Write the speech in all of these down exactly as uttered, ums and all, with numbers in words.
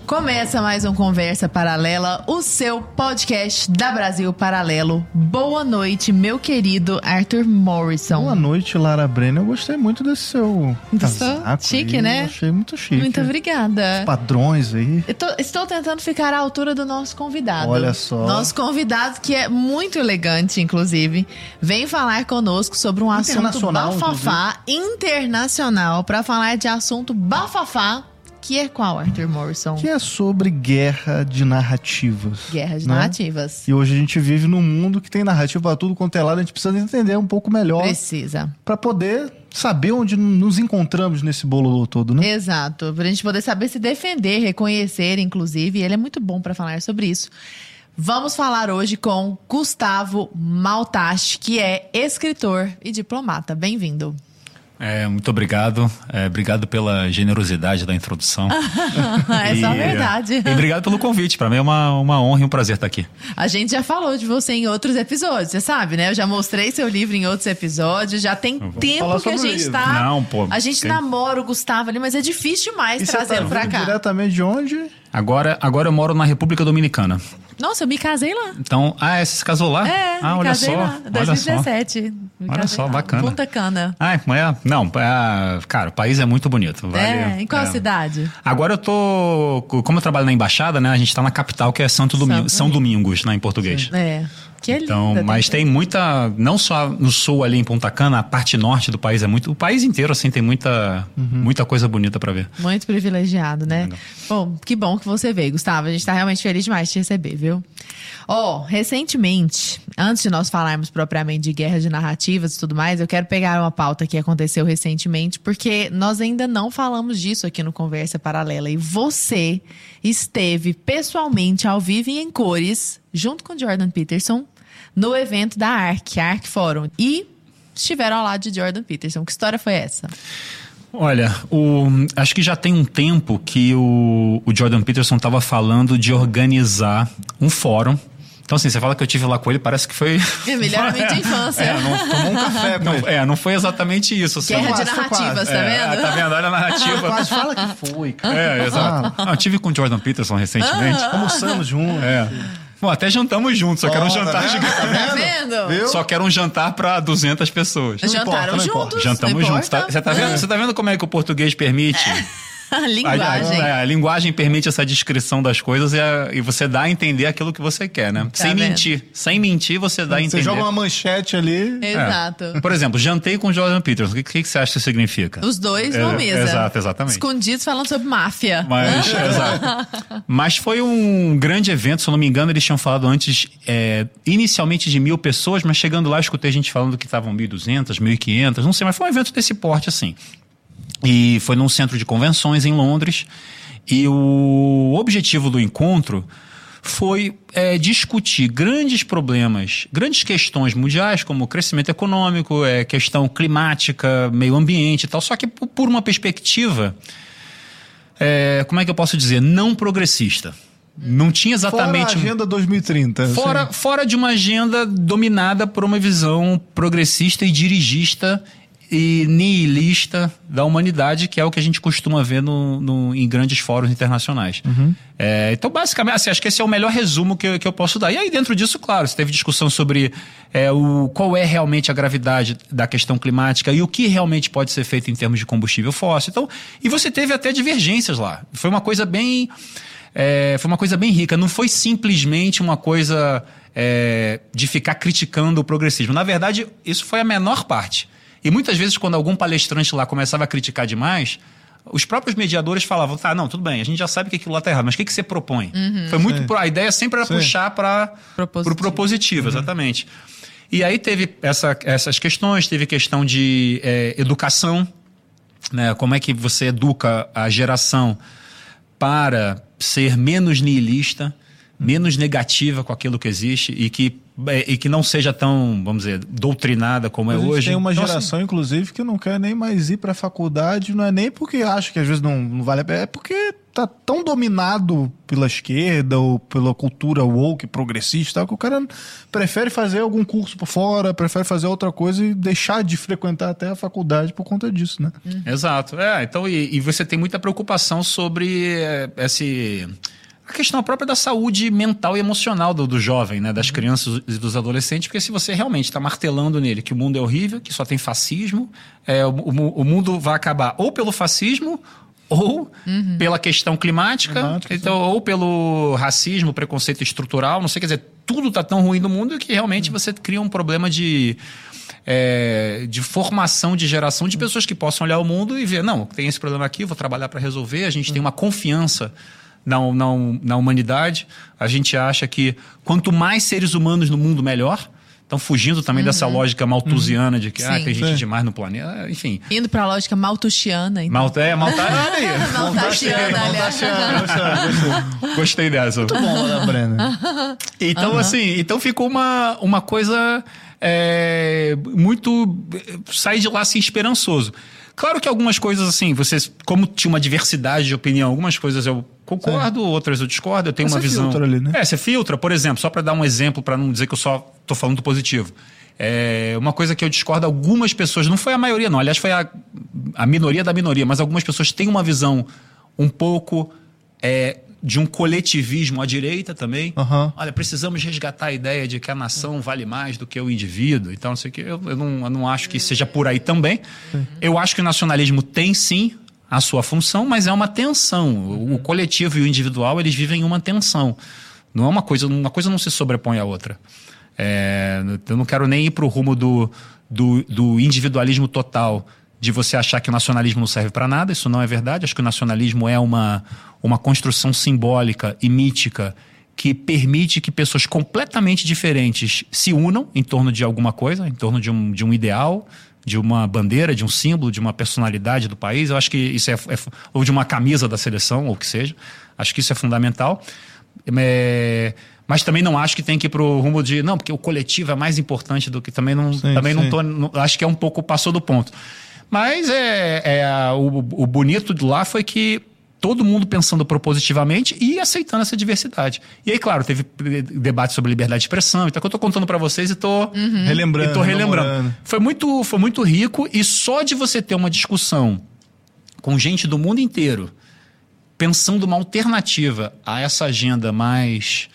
Começa mais um Conversa Paralela, o seu podcast da Brasil Paralelo. Boa noite, meu querido Arthur Morrison. Boa noite, Lara Brenner. Eu gostei muito desse seu casaco. Chique, aí. né? Eu achei muito chique. Muito obrigada. Os padrões aí. Eu tô, estou tentando ficar à altura do nosso convidado. Olha só. Nosso convidado, que é muito elegante, inclusive, vem falar conosco sobre um assunto bafafá, internacional, para falar de assunto bafafá. Que é qual, Arthur Morrison? Que é sobre guerra de narrativas. Guerra de né? narrativas. E hoje a gente vive num mundo que tem narrativa pra tudo quanto é lado. A gente precisa entender um pouco melhor. Precisa. Pra poder saber onde nos encontramos nesse bolo todo, né? Exato. Pra gente poder saber se defender, reconhecer, inclusive. Ele é muito bom pra falar sobre isso. Vamos falar hoje com Gustavo Maltache, que é escritor e diplomata. Bem-vindo. É, muito obrigado. É, obrigado pela generosidade da introdução. É só verdade. E obrigado pelo convite. Para mim é uma, uma honra e um prazer estar aqui. A gente já falou de você em outros episódios, você sabe, né? Eu já mostrei seu livro em outros episódios. Já tem tempo que a gente tá... Não, pô. A gente quem... namora o Gustavo ali, mas é difícil demais e trazê-lo você tá pra cá. Diretamente de onde? Agora, agora eu moro na República Dominicana. Nossa, eu me casei lá. Então, ah, você se casou lá? É, ah, me olha casei só, lá, dois mil e dezessete. Olha Me só, olha só, lá. bacana. Punta Cana. Ah, é, não, é, cara, o país é muito bonito. Vale, é, em qual é. cidade? Agora eu tô, como eu trabalho na embaixada, né, a gente tá na capital, que é Santo Domingo, São Domingos, né, em português. É. Que é linda, então, mas tem muita, não só no sul ali em Punta Cana, a parte norte do país é muito, o país inteiro assim tem muita, uhum. muita coisa bonita pra ver. Muito privilegiado, né? Legal. Bom, que bom que você veio, Gustavo. A gente tá realmente feliz demais de te receber, viu? Ó, oh, recentemente, antes de nós falarmos propriamente de guerra de narrativas e tudo mais, eu quero pegar uma pauta que aconteceu recentemente, porque nós ainda não falamos disso aqui no Conversa Paralela. E você esteve pessoalmente, ao vivo e em cores, junto com Jordan Peterson, no evento da A R C, A R C Forum. E estiveram ao lado de Jordan Peterson. Que história foi essa? Olha, o, acho que já tem um tempo que o, o Jordan Peterson estava falando de organizar um fórum. Então, assim, você fala que eu tive lá com ele, parece que foi... É melhor amigo de infância. É, não, tomou um café com ele. Não, é, não foi exatamente isso. Assim. Guerra de narrativas, tá vendo? É, tá vendo? Olha a narrativa. Quase fala que foi, cara. É, exato. Ah. Não, eu tive com o Jordan Peterson recentemente. Ah. Almoçamos juntos. É. Bom, até jantamos juntos, só que era um oh, jantar tá gigante. Tá vendo? Viu? Só que era um jantar para duzentas pessoas. Não Jantaram importa, juntos. Jantamos juntos. Tá, você tá vendo? É. Você tá vendo como é que o português permite? É. A linguagem. A, a, a, a linguagem permite essa descrição das coisas e, a, e você dá a entender aquilo que você quer, né? Tá Sem vendo? mentir. Sem mentir, você dá a entender. Você joga uma manchete ali. Exato. É. Por exemplo, jantei com o Jordan Peterson. O que, que, que você acha que significa? Os dois é, na mesa. Exato, exatamente. Escondidos falando sobre máfia. Mas, exato. Mas foi um grande evento, se eu não me engano, eles tinham falado antes, é, inicialmente de mil pessoas, mas chegando lá eu escutei gente falando que estavam mil e duzentas, mil e quinhentas, não sei, mas foi um evento desse porte, assim. E foi num centro de convenções em Londres. E o objetivo do encontro foi é, discutir grandes problemas, grandes questões mundiais, como crescimento econômico, é, questão climática, meio ambiente e tal, só que por uma perspectiva, é, como é que eu posso dizer, não progressista. Não tinha exatamente... Fora a Agenda dois mil e trinta. Fora, fora de uma agenda dominada por uma visão progressista e dirigista e nihilista da humanidade, que é o que a gente costuma ver no, no, em grandes fóruns internacionais. Uhum. É, então, basicamente, assim, acho que esse é o melhor resumo que eu, que eu posso dar. E aí, dentro disso, claro, você teve discussão sobre é, o, qual é realmente a gravidade da questão climática e o que realmente pode ser feito em termos de combustível fóssil. Então, e você teve até divergências lá. Foi uma coisa bem... É, foi uma coisa bem rica. Não foi simplesmente uma coisa é, de ficar criticando o progressismo. Na verdade, isso foi a menor parte. E muitas vezes, quando algum palestrante lá começava a criticar demais, os próprios mediadores falavam, tá, não, tudo bem, a gente já sabe que aquilo lá tá errado, mas o que, que você propõe? Uhum. Foi muito, a ideia sempre era Sim. puxar para o pro propositivo, uhum. exatamente. E aí teve essa, essas questões, teve questão de é, educação, né? Como é que você educa a geração para ser menos nihilista, menos negativa com aquilo que existe e que, e que não seja tão, vamos dizer, doutrinada como é A gente hoje. tem uma Então, geração, inclusive, que não quer nem mais ir para a faculdade, não é nem porque acha que às vezes não, não vale a pena, é porque tá tão dominado pela esquerda ou pela cultura woke, progressista, que o cara prefere fazer algum curso por fora, prefere fazer outra coisa e deixar de frequentar até a faculdade por conta disso, né? Uhum. Exato. É, então, e, e você tem muita preocupação sobre é, esse... a questão própria da saúde mental e emocional do, do jovem, né? Das crianças e dos adolescentes, porque se você realmente está martelando nele que o mundo é horrível, que só tem fascismo, é, o, o, o mundo vai acabar ou pelo fascismo ou uhum. pela questão climática, climática então, ou pelo racismo, preconceito estrutural, não sei, quer dizer, tudo está tão ruim no mundo que realmente uhum. você cria um problema de... É, de formação de geração de pessoas que possam olhar o mundo e ver, não, tem esse problema aqui, vou trabalhar para resolver, a gente uhum. tem uma confiança Na, na, na humanidade. A gente acha que quanto mais seres humanos no mundo, melhor. Então, fugindo também uhum. dessa lógica malthusiana uhum. de que ah, tem gente sim. demais no planeta, enfim. Indo para a lógica malthusiana. Então. Malta, é, malthusiana aí. Malthusiana, aliás. Gostei dessa. Muito bom, da Brena. Então, uhum. assim, então ficou uma, uma coisa é, muito... Sair de lá assim, esperançoso. Claro que algumas coisas, assim, vocês, como tinha uma diversidade de opinião, algumas coisas eu concordo, sim. outras eu discordo, eu tenho Mas uma você visão... filtra ali, né? É, você filtra, por exemplo, só para dar um exemplo, para não dizer que eu só estou falando do positivo. É, uma coisa que eu discordo, algumas pessoas, não foi a maioria não, aliás foi a, a minoria da minoria, mas algumas pessoas têm uma visão um pouco... É, de um coletivismo à direita também. Uhum. Olha, precisamos resgatar a ideia de que a nação vale mais do que o indivíduo. Então, não sei o que. Eu, eu, não, eu não acho que seja por aí também. Uhum. Eu acho que o nacionalismo tem, sim, a sua função, mas é uma tensão. O, o coletivo e o individual, eles vivem uma tensão. Não é uma coisa... Uma coisa não se sobrepõe à outra. É, eu não quero nem ir para o rumo do, do, do individualismo total, de você achar que o nacionalismo não serve para nada. Isso não é verdade. Acho que o nacionalismo é uma, uma construção simbólica e mítica que permite que pessoas completamente diferentes se unam em torno de alguma coisa, em torno de um, de um ideal, de uma bandeira, de um símbolo, de uma personalidade do país. Eu acho que isso é, é... ou de uma camisa da seleção, ou o que seja. Acho que isso é fundamental. É... Mas também não acho que tem que ir pro rumo de... Não, porque o coletivo é mais importante do que... Também não, sim, também sim. não tô... Não, acho que é um pouco... Passou do ponto. Mas é, é, o, o bonito de lá foi que todo mundo pensando propositivamente e aceitando essa diversidade. E aí, claro, teve debate sobre liberdade de expressão. Então, que eu estou contando para vocês e estou uhum. relembrando. E tô relembrando. Foi muito, foi muito rico e só de você ter uma discussão com gente do mundo inteiro pensando uma alternativa a essa agenda mais...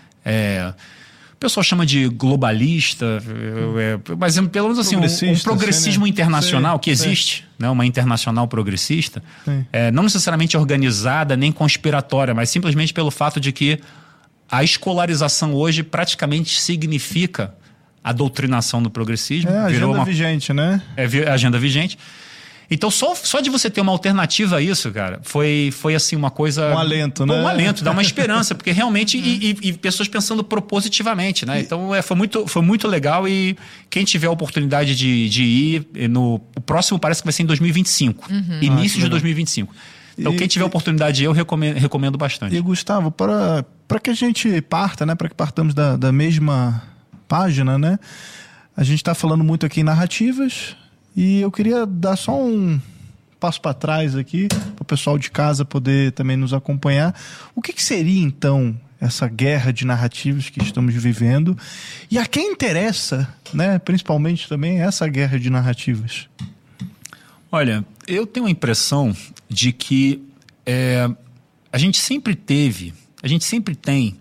É, o pessoal chama de globalista, é, mas pelo menos assim, um, um progressismo assim, né? internacional sim, que existe, sim. né? Uma internacional progressista, é, não necessariamente organizada nem conspiratória, mas simplesmente pelo fato de que a escolarização hoje praticamente significa a doutrinação do progressismo. É a agenda uma, vigente, né? É a agenda vigente. Então, só, só de você ter uma alternativa a isso, cara, foi, foi assim uma coisa... Um alento, né? Um alento, dá uma esperança, porque realmente... e, e, e pessoas pensando propositivamente, né? Então, é, foi, muito, foi muito legal e quem tiver a oportunidade de, de ir no... O próximo parece que vai ser em dois mil e vinte e cinco. Uhum. Início ah, de dois mil e vinte e cinco. Então, e, quem tiver a oportunidade de ir, eu recomendo, recomendo bastante. E, Gustavo, para, para que a gente parta, né? Para que partamos da, da mesma página, né? A gente está falando muito aqui em narrativas... E eu queria dar só um passo para trás aqui, para o pessoal de casa poder também nos acompanhar. O que, que seria, então, essa guerra de narrativas que estamos vivendo? E a quem interessa, né, principalmente também, essa guerra de narrativas? Olha, eu tenho a impressão de que é, a gente sempre teve, a gente sempre tem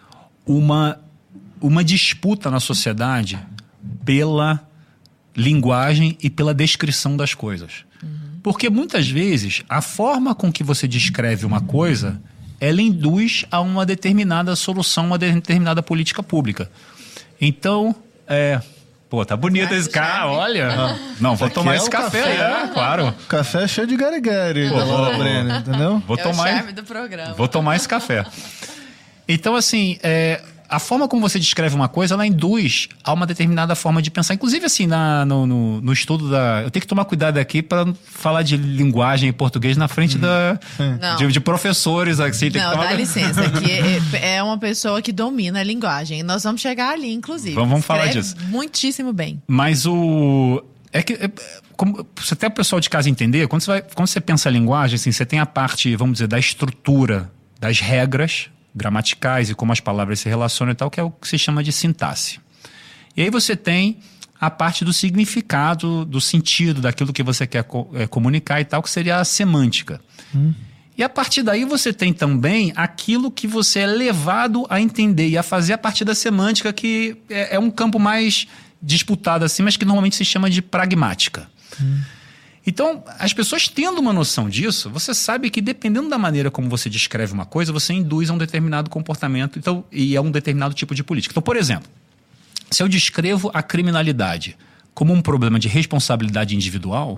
uma, uma disputa na sociedade pela... linguagem e pela descrição das coisas. Uhum. Porque muitas vezes a forma com que você descreve uma coisa, ela induz a uma determinada solução, uma determinada política pública. Então, é... Pô, tá bonito esse cara, olha. Ah, não, vou tomar é esse café, café, é, claro. Café cheio de gari-gari da Laura Brenner, entendeu? Vou é tomar, o charme do programa. Vou tomar esse café. Então, assim, é... a forma como você descreve uma coisa, ela induz a uma determinada forma de pensar. Inclusive, assim, na, no, no, no estudo da... Eu tenho que tomar cuidado aqui para falar de linguagem em português na frente da, de, de professores. Assim, tem não, que tomar... dá licença, que é, é uma pessoa que domina a linguagem. Nós vamos chegar ali, inclusive. Vamos, vamos falar Escreve disso. Muitíssimo bem. Mas o... É que, é, como, até o pessoal de casa entender, quando você, vai, quando você pensa a linguagem, assim, você tem a parte, vamos dizer, da estrutura, das regras gramaticais e como as palavras se relacionam e tal, que é o que se chama de sintaxe. E aí você tem a parte do significado, do sentido, daquilo que você quer co- é, comunicar e tal, que seria a semântica. Hum. E a partir daí você tem também aquilo que você é levado a entender e a fazer a partir da semântica, que é, é um campo mais disputado assim, mas que normalmente se chama de pragmática. Hum. Então, as pessoas tendo uma noção disso, você sabe que dependendo da maneira como você descreve uma coisa, você induz a um determinado comportamento, então, e a um determinado tipo de política. Então, por exemplo, se eu descrevo a criminalidade como um problema de responsabilidade individual,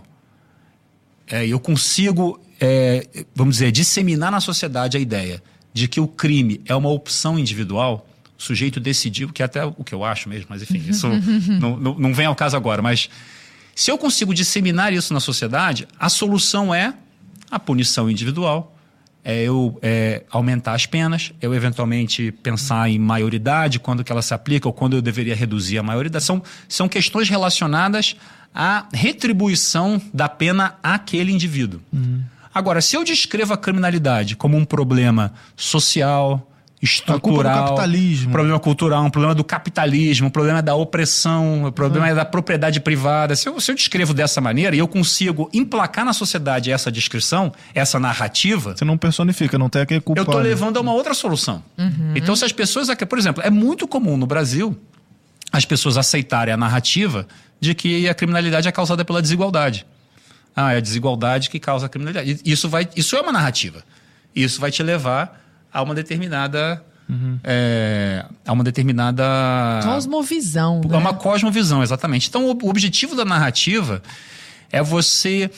é, eu consigo, é, vamos dizer, disseminar na sociedade a ideia de que o crime é uma opção individual, o sujeito decidiu, que é até o que eu acho mesmo, mas enfim, isso não, não, não vem ao caso agora, mas... Se eu consigo disseminar isso na sociedade, a solução é a punição individual, é eu é, aumentar as penas, eu eventualmente pensar em maioridade, quando que ela se aplica ou quando eu deveria reduzir a maioridade. São, são questões relacionadas à retribuição da pena àquele indivíduo. Uhum. Agora, se eu descrevo a criminalidade como um problema social... estrutural, do capitalismo. Problema cultural, um problema do capitalismo, um problema da opressão, um problema uhum. da propriedade privada. Se eu, se eu descrevo dessa maneira e eu consigo emplacar na sociedade essa descrição, essa narrativa... Você não personifica, não tem aquele culpado. Eu estou levando a uma outra solução. Uhum. Então, se as pessoas... Por exemplo, é muito comum no Brasil as pessoas aceitarem a narrativa de que a criminalidade é causada pela desigualdade. Ah, é a desigualdade que causa a criminalidade. Isso, vai, isso é uma narrativa. Isso vai te levar... a uma determinada... Uhum. É, a uma determinada... Cosmovisão. É né? uma cosmovisão, exatamente. Então, o, o objetivo da narrativa é você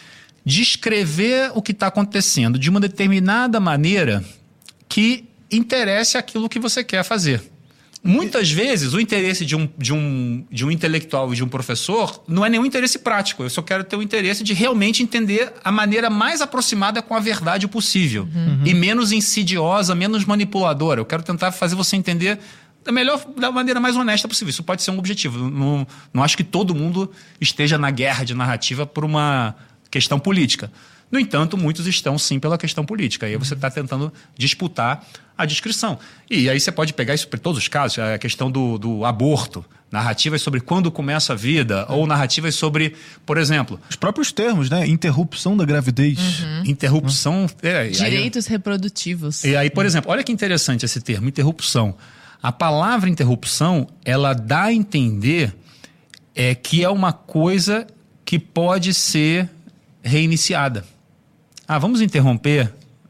descrever o que está acontecendo de uma determinada maneira que interesse aquilo que você quer fazer. Muitas vezes, o interesse de um, de, um, de um intelectual e de um professor não é nenhum interesse prático. Eu só quero ter o interesse de realmente entender a maneira mais aproximada com a verdade possível. Uhum. E menos insidiosa, menos manipuladora. Eu quero tentar fazer você entender da melhor, da maneira mais honesta possível. Isso pode ser um objetivo. Não, não acho que todo mundo esteja na guerra de narrativa por uma questão política. No entanto, muitos estão sim pela questão política. Aí você está tentando disputar a descrição. E aí você pode pegar isso para todos os casos. A questão do, do aborto. Narrativas sobre quando começa a vida. Ou narrativas sobre, por exemplo... Os próprios termos, né? Interrupção da gravidez. Uhum. Interrupção... Uhum. É, Direitos aí, reprodutivos. E aí, por exemplo, olha que interessante esse termo, interrupção. A palavra interrupção, ela dá a entender é, que é uma coisa que pode ser reiniciada. Ah, vamos interromper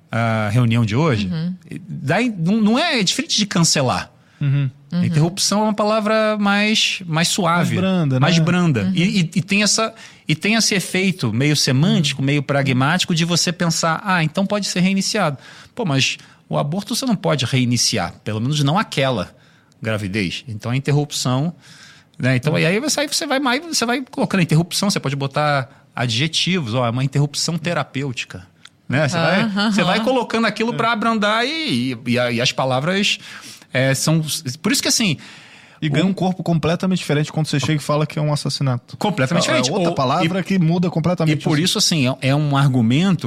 a reunião de hoje? Uhum. Daí, não, não é, é diferente de cancelar. Uhum. Uhum. Interrupção é uma palavra mais, mais suave. Mais branda, mais né? branda. Uhum. E, e, e, tem essa, e tem esse efeito meio semântico, uhum. meio pragmático de você pensar, ah, então pode ser reiniciado. Pô, mas o aborto você não pode reiniciar. Pelo menos não aquela gravidez. Então a interrupção... Né? Então, uhum. e aí você, você, vai mais, você vai colocando a interrupção, você pode botar... adjetivos, ó, é uma interrupção terapêutica. Né? Você, vai, uhum. você vai colocando aquilo para abrandar e, e, e as palavras é, são... Por isso que assim... E ganha um, um corpo completamente diferente quando você chega e fala que é um assassinato. Completamente é, diferente. É outra Ou, palavra e, que muda completamente. E por isso, assim, é, é um argumento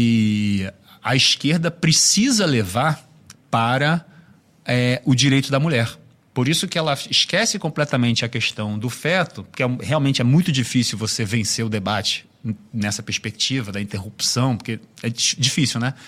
que a esquerda precisa levar para é, o direito da mulher. Por isso que ela esquece completamente a questão do feto, porque é, realmente é muito difícil você vencer o debate nessa perspectiva da interrupção, porque é difícil, né?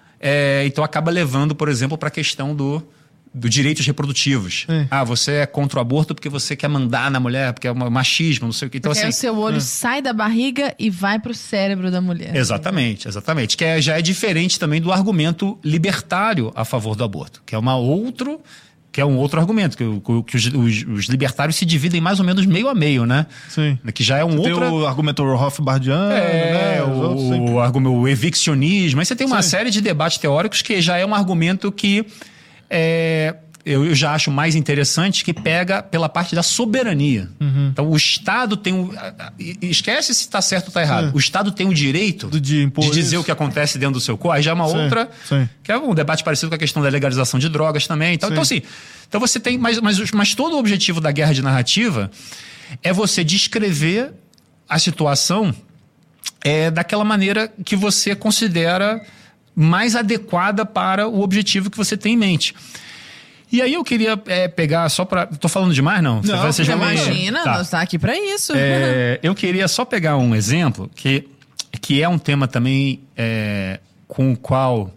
É, então acaba levando, por exemplo, para a questão do, do direitos reprodutivos. É. Ah, você é contra o aborto porque você quer mandar na mulher, porque é um machismo, não sei o que. Então, porque assim, aí o seu olho é. sai da barriga e vai para o cérebro da mulher. Exatamente, exatamente. Que é, já é diferente também do argumento libertário a favor do aborto, que é uma outro... que é um outro argumento, que, que os, os, os libertários se dividem mais ou menos meio a meio, né? Sim. Que já é um você outro... Tem o argumento Rothbardiano, é, né? o, o, argumento, o eviccionismo. Aí você tem uma Sim. série de debates teóricos que já é um argumento que é, eu, eu já acho mais interessante que pega pela parte da soberania. Uhum. Então, o Estado tem um... Esquece se está certo ou está errado. Sim. O Estado tem o direito de, de dizer isso. O que acontece dentro do seu corpo. Aí já é uma sim, outra... Sim. Que é um debate parecido com a questão da legalização de drogas também. Então, então assim... Então, você tem... Mas, mas, mas todo o objetivo da guerra de narrativa é você descrever a situação é, daquela maneira que você considera mais adequada para o objetivo que você tem em mente. E aí eu queria é, pegar só para... Tô falando demais, não? Não, Vocês imagina, tá. Nós tá aqui para isso. É, eu queria só pegar um exemplo que, que é um tema também é, com o qual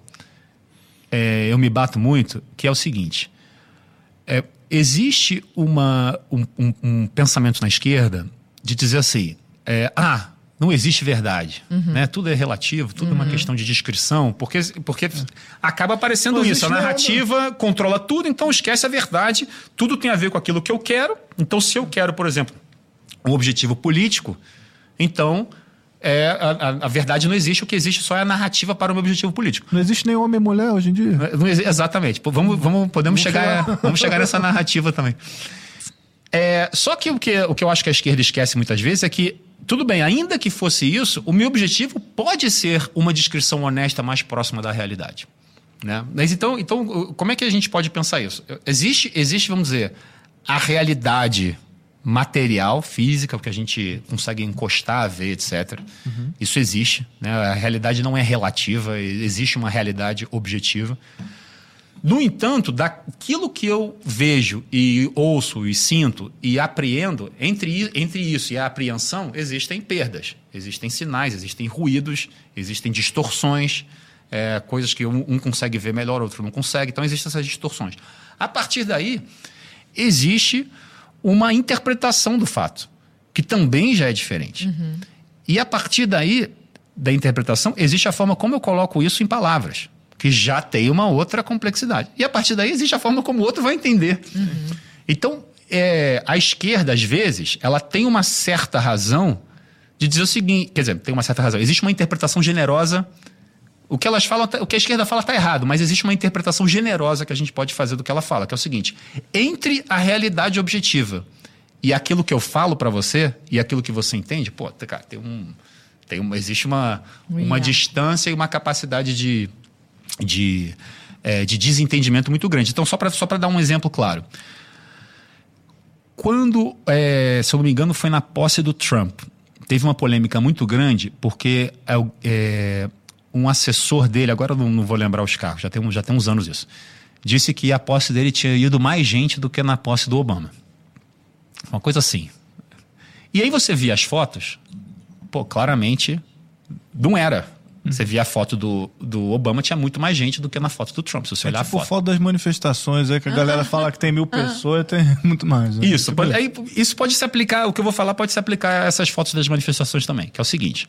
é, eu me bato muito, que é o seguinte. É, existe uma, um, um, um pensamento na esquerda de dizer assim, é, ah, não existe verdade, uhum. né? Tudo é relativo, tudo uhum. é uma questão de descrição, porque, porque acaba aparecendo não isso. A narrativa nada. Controla tudo, então esquece a verdade, tudo tem a ver com aquilo que eu quero. Então, se eu quero, por exemplo, um objetivo político, então é, a, a verdade não existe, o que existe só é a narrativa para o meu objetivo político. Não existe nem homem e mulher hoje em dia. Não, não, exatamente. Vamos, vamos, podemos chegar, vamos chegar nessa narrativa também. É, só que o, que o que eu acho que a esquerda esquece muitas vezes é que, tudo bem, ainda que fosse isso, o meu objetivo pode ser uma descrição honesta mais próxima da realidade. Né? Mas então, então, como é que a gente pode pensar isso? Existe, existe, vamos dizer, a realidade material, física, o que a gente consegue encostar, ver, etcétera. Uhum. Isso existe. Né? A realidade não é relativa, existe uma realidade objetiva. No entanto, daquilo que eu vejo e ouço e sinto e apreendo, entre, entre isso e a apreensão, existem perdas, existem sinais, existem ruídos, existem distorções, é, coisas que um, um consegue ver melhor, outro não consegue. Então, existem essas distorções. A partir daí, existe uma interpretação do fato, que também já é diferente. Uhum. E a partir daí, da interpretação, existe a forma como eu coloco isso em palavras, que já tem uma outra complexidade. E a partir daí existe a forma como o outro vai entender. Uhum. Então, é, a esquerda, às vezes, ela tem uma certa razão de dizer o seguinte... Quer dizer, tem uma certa razão. Existe uma interpretação generosa. O que elas falam, o que a esquerda fala está errado, mas existe uma interpretação generosa que a gente pode fazer do que ela fala, que é o seguinte. Entre a realidade objetiva e aquilo que eu falo para você e aquilo que você entende, pô, cara, tem um, tem uma, existe uma, uma distância e uma capacidade de... De, é, de desentendimento muito grande. Então, só para só para dar um exemplo claro. Quando, é, se eu não me engano, foi na posse do Trump, teve uma polêmica muito grande, porque é, um assessor dele, agora eu não, não vou lembrar os cargos, já tem, já tem uns anos isso, disse que a posse dele tinha ido mais gente do que na posse do Obama. Uma coisa assim. E aí você via as fotos, pô, claramente não era. Você via a foto do, do Obama, tinha muito mais gente do que na foto do Trump, se você olhar é tipo a foto. foto das manifestações, aí que a galera fala que tem mil pessoas, tem muito mais. Né? Isso, pode, aí, isso pode se aplicar, o que eu vou falar pode se aplicar a essas fotos das manifestações também, que é o seguinte.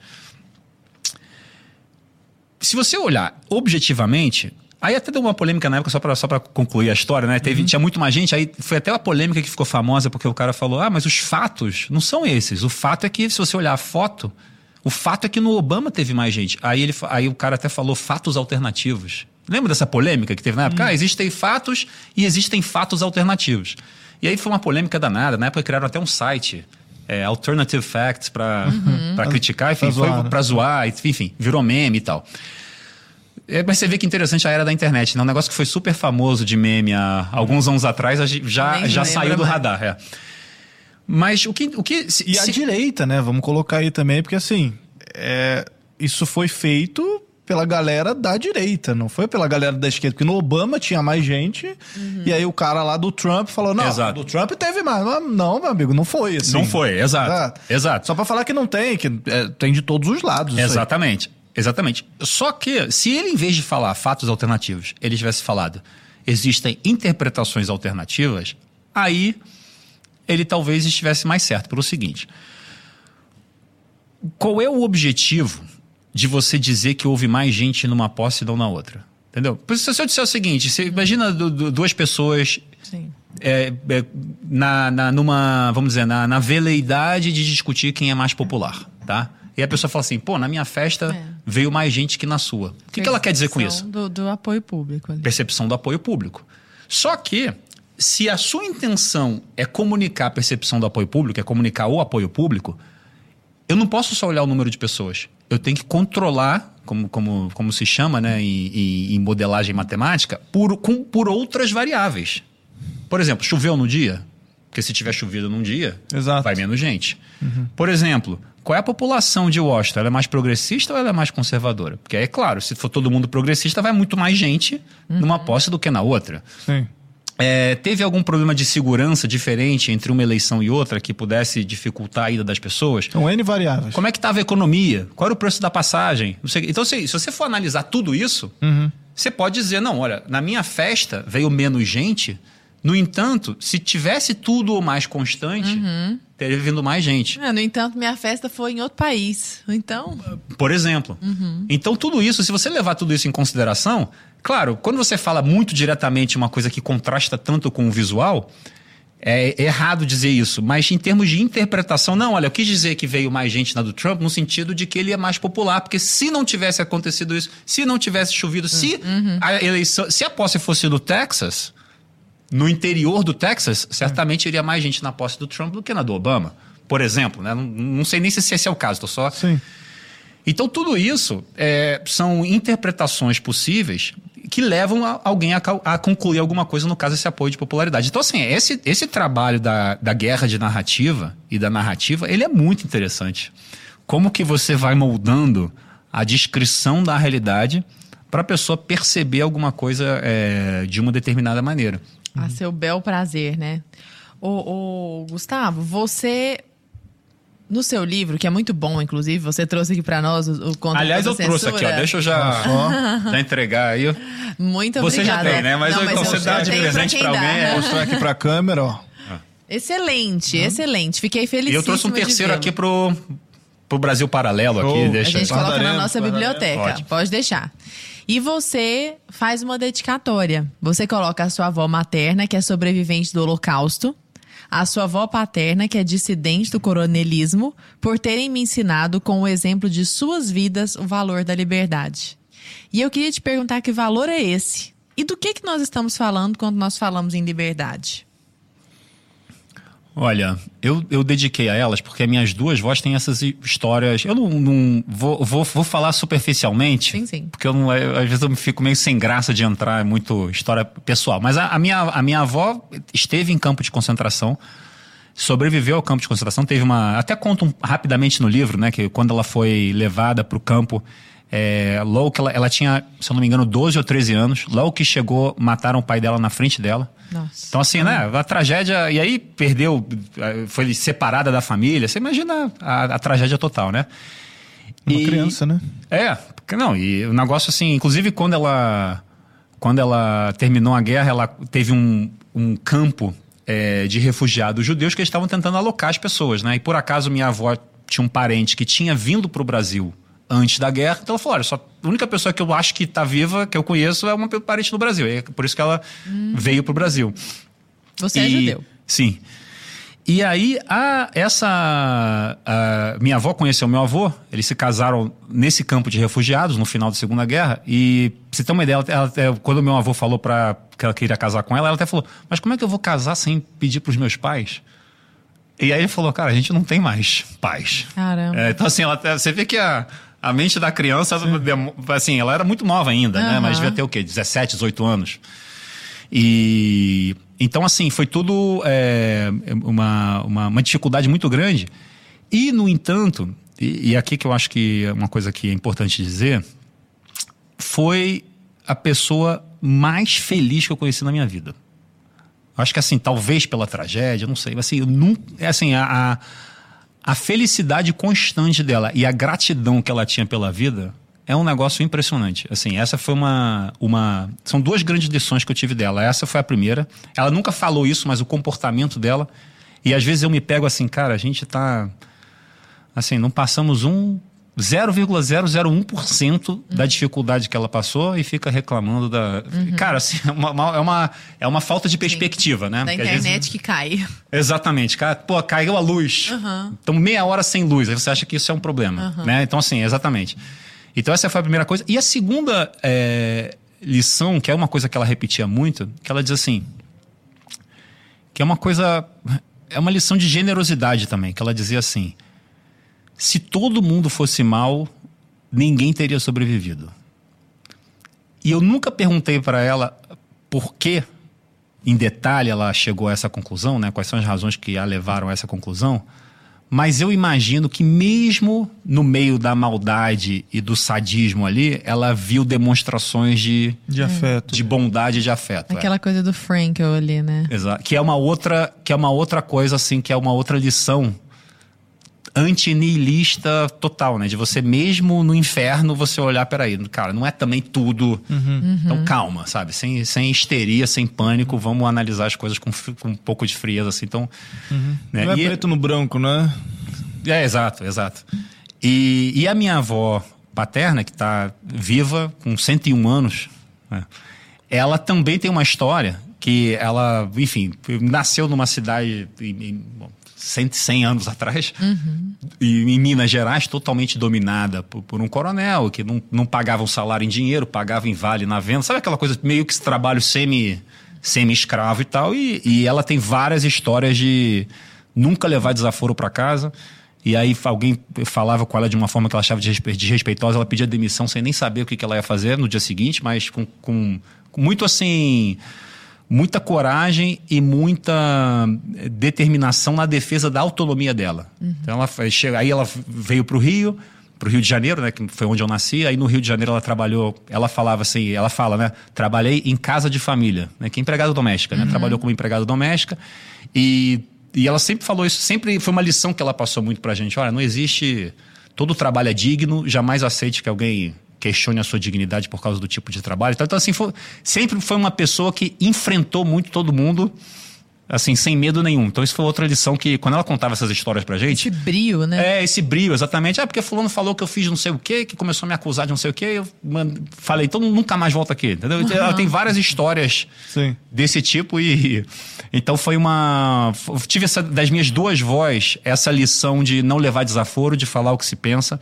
Se você olhar objetivamente, aí até deu uma polêmica na época, só para só para concluir a história, né? Teve, uhum. Tinha muito mais gente, aí foi até uma polêmica que ficou famosa, porque o cara falou, ah, mas os fatos não são esses. O fato é que, se você olhar a foto... O fato é que no Obama teve mais gente. Aí, ele, aí o cara até falou fatos alternativos. Lembra dessa polêmica que teve na época? Hum. Ah, existem fatos e existem fatos alternativos. E aí foi uma polêmica danada. Na época criaram até um site, é, Alternative Facts, para uhum. criticar. Enfim, foi para zoar. Enfim, virou meme e tal. É, mas você vê que interessante a era da internet, né? Um negócio que foi super famoso de meme há alguns anos atrás, já, já saiu do radar. É. Mas o que... O que se, e a se... direita, né? Vamos colocar aí também, porque assim, é, isso foi feito pela galera da direita, não foi pela galera da esquerda, porque no Obama tinha mais gente, uhum. e aí o cara lá do Trump falou, não, exato. Do Trump teve mais. Não, meu amigo, não foi assim. Não foi, exato. É, exato. Só pra falar que não tem, que é, tem de todos os lados. Exatamente, exatamente. Só que, se ele, em vez de falar fatos alternativos, ele tivesse falado, existem interpretações alternativas, aí... ele talvez estivesse mais certo, pelo seguinte. Qual é o objetivo de você dizer que houve mais gente numa posse e não na outra? Entendeu? Se eu disser o seguinte, você imagina do, do, duas pessoas é, é, na, na, numa, vamos dizer, na, na veleidade de discutir quem é mais popular, tá? E a pessoa fala assim, pô, na minha festa é. veio mais gente que na sua. O que, que ela quer dizer com isso? Do, do apoio público. Ali. Percepção do apoio público. Só que se a sua intenção é comunicar a percepção do apoio público, é comunicar o apoio público, eu não posso só olhar o número de pessoas. Eu tenho que controlar, como, como, como se chama, né, em, em, em modelagem matemática, por, com, por outras variáveis. Por exemplo, choveu no dia? Porque se tiver chovido num dia, Exato. vai menos gente. Uhum. Por exemplo, qual é a população de Washington? Ela é mais progressista ou ela é mais conservadora? Porque é claro, se for todo mundo progressista, vai muito mais gente uhum. numa posse do que na outra. Sim. É, teve algum problema de segurança diferente entre uma eleição e outra que pudesse dificultar a ida das pessoas? São N variáveis. Como é que estava a economia? Qual era o preço da passagem? Não sei. Então, se, se você for analisar tudo isso, uhum. você pode dizer, não, olha, na minha festa veio menos gente. No entanto, se tivesse tudo mais constante, uhum. teria vindo mais gente. É, no entanto, minha festa foi em outro país. Então... Por exemplo. Uhum. Então, tudo isso, se você levar tudo isso em consideração... Claro, quando você fala muito diretamente uma coisa que contrasta tanto com o visual, é errado dizer isso. Mas em termos de interpretação, não, olha, eu quis dizer que veio mais gente na do Trump no sentido de que ele é mais popular. Porque se não tivesse acontecido isso, se não tivesse chovido, uhum. se a eleição, se a posse fosse no Texas... No interior do Texas, certamente iria mais gente na posse do Trump do que na do Obama. Por exemplo, né? Não, não sei nem se esse é o caso, estou só... Sim. Então, tudo isso é, são interpretações possíveis que levam a, alguém a, a concluir alguma coisa, no caso, esse apoio de popularidade. Então, assim, esse, esse trabalho da, da guerra de narrativa e da narrativa, ele é muito interessante. Como que você vai moldando a descrição da realidade para a pessoa perceber alguma coisa é, de uma determinada maneira. A seu bel prazer, né? Ô, ô, Gustavo, você... No seu livro, que é muito bom, inclusive, você trouxe aqui pra nós o, o conto Aliás, da eu trouxe aqui, ó. Deixa eu já, já entregar aí. Muito obrigada. Você já tem, né? Mas, Não, eu, mas você eu, dá eu de presente pra alguém. É... Vou mostrar aqui pra câmera, ó. Excelente, hum. excelente. Fiquei feliz. E eu trouxe um terceiro aqui pro, pro Brasil Paralelo. Aqui, oh, deixa. A gente coloca na nossa guardaremos. biblioteca. Pode. Pode deixar. E você faz uma dedicatória. Você coloca a sua avó materna, que é sobrevivente do Holocausto, a sua avó paterna, que é dissidente do coronelismo, por terem me ensinado com o exemplo de suas vidas o valor da liberdade. E eu queria te perguntar que valor é esse? E do que, que nós estamos falando quando nós falamos em liberdade? Olha, eu, eu dediquei a elas porque minhas duas vós têm essas histórias. Eu não, não vou, vou, vou falar superficialmente, sim, sim. porque eu não, eu, às vezes eu fico meio sem graça de entrar, é muito história pessoal. Mas a, a, minha, a minha avó esteve em campo de concentração, sobreviveu ao campo de concentração, teve uma... Até conto um, rapidamente no livro, né, que quando ela foi levada para o campo, é, logo que ela, ela tinha, se eu não me engano, doze ou treze anos, logo que chegou, mataram o pai dela na frente dela. Nossa. Então, assim, né? A tragédia... E aí perdeu... Foi separada da família. Você imagina a, a tragédia total, né? Uma e, criança, né? É. Não, e o negócio, assim... Inclusive, quando ela... Quando ela terminou a guerra, ela teve um, um campo é, de refugiados judeus que eles estavam tentando alocar as pessoas, né? E, por acaso, minha avó tinha um parente que tinha vindo para o Brasil antes da guerra. Então ela falou, olha, só, a única pessoa que eu acho que está viva, que eu conheço, é uma parente no Brasil. E é por isso que ela hum. veio para o Brasil. Você e, é judeu. Sim. E aí, a, essa... A, minha avó conheceu meu avô, eles se casaram nesse campo de refugiados, no final da Segunda Guerra, e, pra você ter uma ideia, ela, ela, quando meu avô falou pra, que ela queria casar com ela, ela até falou, mas como é que eu vou casar sem pedir pros meus pais? E aí ele falou, cara, a gente não tem mais pais. Caramba. É, então assim, ela, você vê que a... A mente da criança, sim. assim, ela era muito nova ainda, uhum. né? Mas devia ter o quê? dezessete, dezoito anos. E... Então, assim, foi tudo é, uma, uma, uma dificuldade muito grande. E, no entanto, e, e aqui que eu acho que é uma coisa que é importante dizer, foi a pessoa mais feliz que eu conheci na minha vida. Acho que, assim, talvez pela tragédia, não sei, mas assim, eu nunca... É assim, a... a A felicidade constante dela e a gratidão que ela tinha pela vida é um negócio impressionante. Assim, essa foi uma, uma... São duas grandes lições que eu tive dela. Essa foi a primeira. Ela nunca falou isso, mas o comportamento dela... E às vezes eu me pego assim, cara, a gente tá... Assim, não passamos um... zero vírgula zero zero um por cento uhum. da dificuldade que ela passou e fica reclamando da... Uhum. Cara, assim, é uma, é, uma, é uma falta de perspectiva, sim. né? Da Porque internet vezes... que cai. Exatamente. Cara, pô, caiu a luz. Uhum. Então, meia hora sem luz. Aí você acha que isso é um problema, uhum. né? Então, assim, exatamente. Então, essa foi a primeira coisa. E a segunda é, lição, que é uma coisa que ela repetia muito, que ela diz assim... que é uma coisa, é uma lição de generosidade também, que ela dizia assim: se todo mundo fosse mal, ninguém teria sobrevivido. E eu nunca perguntei para ela por que, em detalhe, ela chegou a essa conclusão, né? Quais são as razões que a levaram a essa conclusão. Mas eu imagino que mesmo no meio da maldade e do sadismo ali, ela viu demonstrações de, de afeto, de bondade e de afeto. Aquela é. coisa do Frankel ali, né? Exato. Que é uma outra, que é uma outra coisa, assim, que é uma outra lição antinihilista total, né? De você mesmo no inferno, você olhar, peraí, cara, não é também tudo. Uhum. Então calma, sabe? Sem, sem histeria, sem pânico, vamos analisar as coisas com, com um pouco de frieza, assim. Então, uhum. né? Não é e, preto no branco, né? É, exato, exato. E, e a minha avó paterna, que está viva, com cento e um anos, né? Ela também tem uma história que ela, enfim, nasceu numa cidade... Em, bom, cem anos atrás, uhum. e, em Minas Gerais, totalmente dominada por, por um coronel que não, não pagava um salário em dinheiro, pagava em vale na venda. Sabe aquela coisa, meio que esse trabalho semi, semi-escravo e tal. E, e ela tem várias histórias de nunca levar desaforo para casa. E aí alguém falava com ela de uma forma que ela achava desrespeitosa, ela pedia demissão sem nem saber o que, que ela ia fazer no dia seguinte, mas com, com, com muito assim... muita coragem e muita determinação na defesa da autonomia dela. Uhum. Então ela chega, aí ela veio para o Rio, para o Rio de Janeiro, né, que foi onde eu nasci. Aí no Rio de Janeiro ela trabalhou, ela falava assim, ela fala, né, trabalhei em casa de família, né, que é empregada doméstica, né, uhum. trabalhou como empregada doméstica e, e ela sempre falou isso, sempre foi uma lição que ela passou muito pra gente. Olha, não existe, todo trabalho é digno, jamais aceite que alguém questione a sua dignidade por causa do tipo de trabalho. Então, assim, foi, sempre foi uma pessoa que enfrentou muito todo mundo, assim, sem medo nenhum. Então, isso foi outra lição que, quando ela contava essas histórias pra gente... Esse brio, né? É, esse brio, exatamente. Ah, porque fulano falou que eu fiz não sei o quê, que começou a me acusar de não sei o quê, eu mand... falei, então nunca mais volta aqui, entendeu? Uhum. Ela tem várias histórias Sim. desse tipo e... Então, foi uma... Tive essa, das minhas duas vós, essa lição de não levar desaforo, de falar o que se pensa.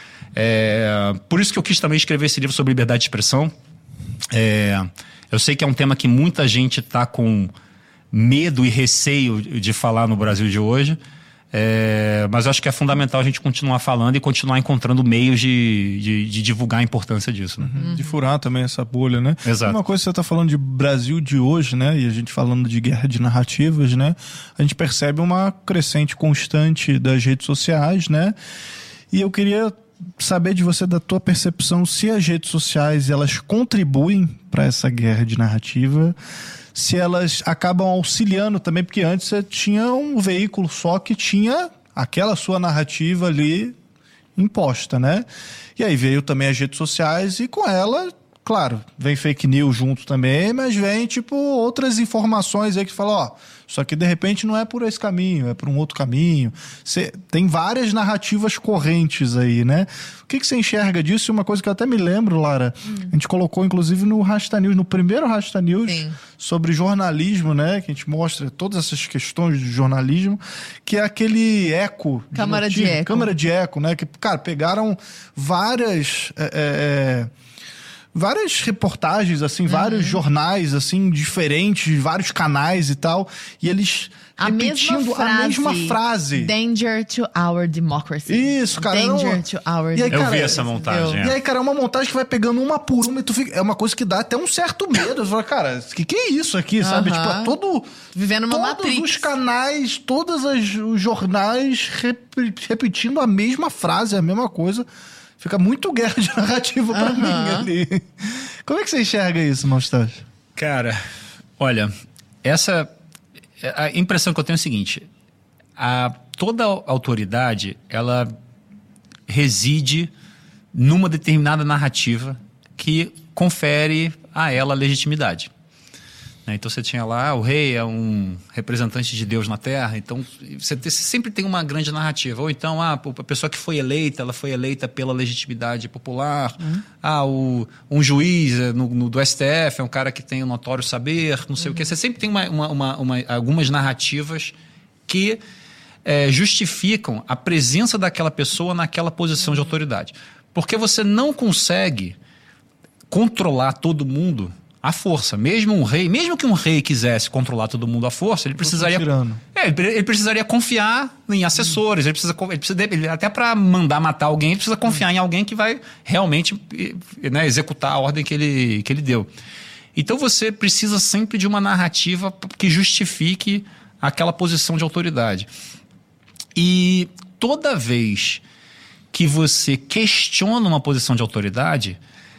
É, por isso que eu quis também escrever esse livro sobre liberdade de expressão. É, eu sei que é um tema que muita gente está com medo e receio de falar no Brasil de hoje, é, mas eu acho que é fundamental a gente continuar falando e continuar encontrando meios de, de, de divulgar a importância disso, né? Uhum. De furar também essa bolha, né? Exato. Uma coisa que você está falando de Brasil de hoje, né? E a gente falando de guerra de narrativas, né? A gente percebe uma crescente constante das redes sociais, né? E eu queria saber de você, da tua percepção, se as redes sociais elas contribuem para essa guerra de narrativa, se elas acabam auxiliando também, porque antes você tinha um veículo só que tinha aquela sua narrativa ali imposta, né? E aí veio também as redes sociais e com ela, claro, vem fake news junto também, mas vem tipo outras informações aí que falam, ó, isso aqui de repente não é por esse caminho, é por um outro caminho. Cê, tem várias narrativas correntes aí, né? O que, que você enxerga disso? E uma coisa que eu até me lembro, Lara, hum. a gente colocou inclusive no Rasta News, no primeiro Rasta News, Sim. sobre jornalismo, né? Que a gente mostra todas essas questões de jornalismo, que é aquele eco. Câmara de, de eco. Câmara de eco, né? Que, cara, pegaram várias... É, é, várias reportagens, assim, uhum. vários jornais, assim, diferentes, vários canais e tal, e eles a repetindo mesma frase, a mesma frase. Danger to our democracy. Isso, cara. Danger uma... to our democracy. Eu vi essa montagem. Eu... É. E aí, cara, é uma montagem que vai pegando uma por uma e tu fica... É uma coisa que dá até um certo medo. Você fala, cara, o que, que é isso aqui, uhum. sabe? Tipo, é todo... Vivendo uma todos Matrix. Todos os canais, todos as, os jornais rep... repetindo a mesma frase, a mesma coisa. Fica muito guerra de narrativa pra uhum. mim ali. Como é que você enxerga isso, Maustache? Cara, olha, essa... A impressão que eu tenho é o seguinte. A, toda autoridade, ela reside numa determinada narrativa que confere a ela legitimidade. Então você tinha lá, o rei é um representante de Deus na Terra, então você, te, você sempre tem uma grande narrativa. Ou então, ah, a pessoa que foi eleita, ela foi eleita pela legitimidade popular. Uhum. Ah, o, um juiz no, no, do S T F é um cara que tem um notório saber, não sei uhum. o quê. Você sempre tem uma, uma, uma, uma, algumas narrativas que é, justificam a presença daquela pessoa naquela posição uhum. de autoridade. Porque você não consegue controlar todo mundo à força. Mesmo um rei, mesmo que um rei quisesse controlar todo mundo à força, ele precisaria, é, ele, ele precisaria confiar em assessores. Hum. Ele precisa, ele precisa ele, até para mandar matar alguém, ele precisa confiar hum. em alguém que vai realmente, né, executar a ordem que ele, que ele deu. Então você precisa sempre de uma narrativa que justifique aquela posição de autoridade. E toda vez que você questiona uma posição de autoridade,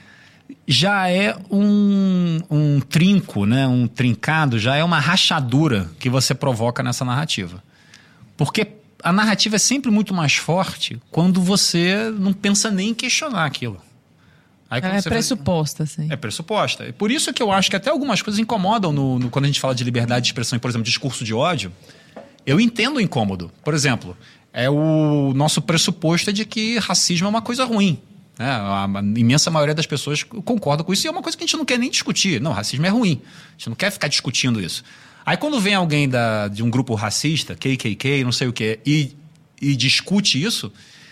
já é um, um trinco, né? um trincado, já é uma rachadura que você provoca nessa narrativa. Porque a narrativa é sempre muito mais forte quando você não pensa nem em questionar aquilo. Aí, Ela é pressuposta, faz... sim. É pressuposta. Por isso que eu acho que até algumas coisas incomodam no, no, quando a gente fala de liberdade de expressão, por exemplo, discurso de ódio. Eu entendo o incômodo. Por exemplo, é o nosso pressuposto é de que racismo é uma coisa ruim. Né? A, a imensa maioria das pessoas concorda com isso e é uma coisa que a gente não quer nem discutir. Não, racismo é ruim. A gente não quer ficar discutindo isso. Aí quando vem alguém da, de um grupo racista, K K K, não sei o quê, e, e discute isso,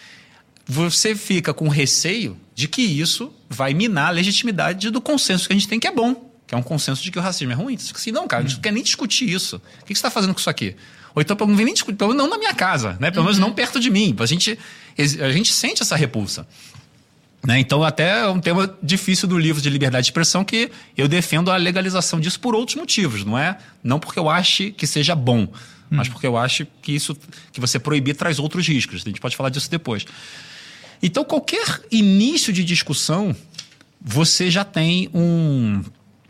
você fica com receio de que isso vai minar a legitimidade do consenso que a gente tem que é bom, que é um consenso de que o racismo é ruim. Você fica assim, não, cara, a gente não quer nem discutir isso. O que você está fazendo com isso aqui? Ou então, não vem nem discutir, pelo menos não na minha casa, né? Pelo menos não perto de mim. A gente, a gente sente essa repulsa. Né? Então, até é um tema difícil do livro de liberdade de expressão que eu defendo a legalização disso por outros motivos. Não é não porque eu ache que seja bom, hum. mas porque eu acho que isso que você proibir traz outros riscos. A gente pode falar disso depois. Então, qualquer início de discussão, você já tem um...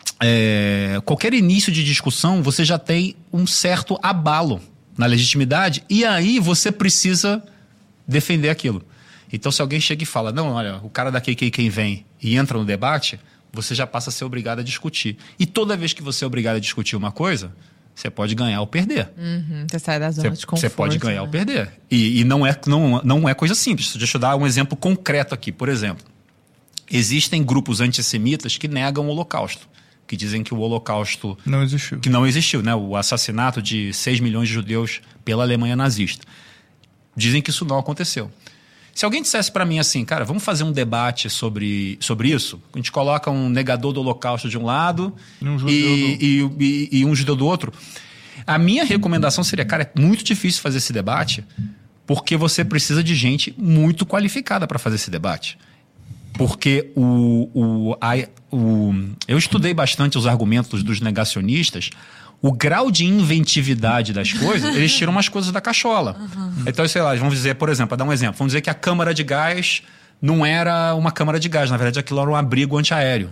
É, qualquer início de discussão, você já tem um certo abalo na legitimidade e aí você precisa defender aquilo. Então, se alguém chega e fala, não, olha, o cara da K K K vem e entra no debate, você já passa a ser obrigado a discutir. E toda vez que você é obrigado a discutir uma coisa, você pode ganhar ou perder. Uhum, você sai da zona você, de conforto. Você pode ganhar né? ou perder. E, e não, é, não, não é coisa simples. Deixa eu dar um exemplo concreto aqui. Por exemplo, existem grupos antissemitas que negam o Holocausto. Que dizem que o Holocausto... Não existiu. Que não existiu, né? O assassinato de seis milhões de judeus pela Alemanha nazista. Dizem que isso não aconteceu. Se alguém dissesse para mim assim, cara, vamos fazer um debate sobre, sobre isso? A gente coloca um negador do Holocausto de um lado e um, e, do... e, e, e um judeu do outro. A minha recomendação seria, cara, é muito difícil fazer esse debate porque você precisa de gente muito qualificada para fazer esse debate. Porque o, o, a, o, eu estudei bastante os argumentos dos negacionistas. O grau de inventividade das coisas, eles tiram umas coisas da cachola. Uhum. Então, sei lá, vamos dizer, por exemplo, para dar um exemplo, vamos dizer que a câmara de gás não era uma câmara de gás, na verdade aquilo era um abrigo antiaéreo.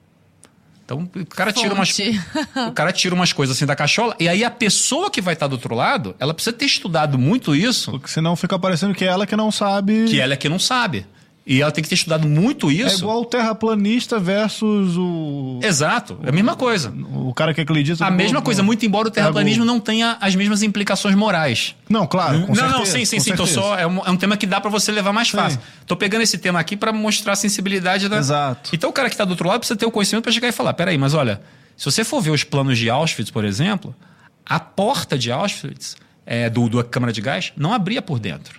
Então, o cara tira umas, o cara tira umas coisas assim da cachola, e aí a pessoa que vai estar do outro lado, ela precisa ter estudado muito isso. Porque senão fica parecendo que é ela que não sabe. Que ela é que não sabe. E ela tem que ter estudado muito isso. É igual o terraplanista versus o... Exato, é a mesma coisa. O cara que acredita... A mesma coisa, muito embora o terraplanismo não tenha as mesmas implicações morais. Não, claro, com Não, certeza, não, sim, sim, sim. Tô só, é, um, é um tema que dá pra você levar mais fácil. Tô pegando esse tema aqui pra mostrar a sensibilidade da... Exato. Então o cara que tá do outro lado precisa ter o conhecimento pra chegar e falar, peraí, mas olha, se você for ver os planos de Auschwitz, por exemplo, a porta de Auschwitz, é, do, do Câmara de Gás, não abria por dentro.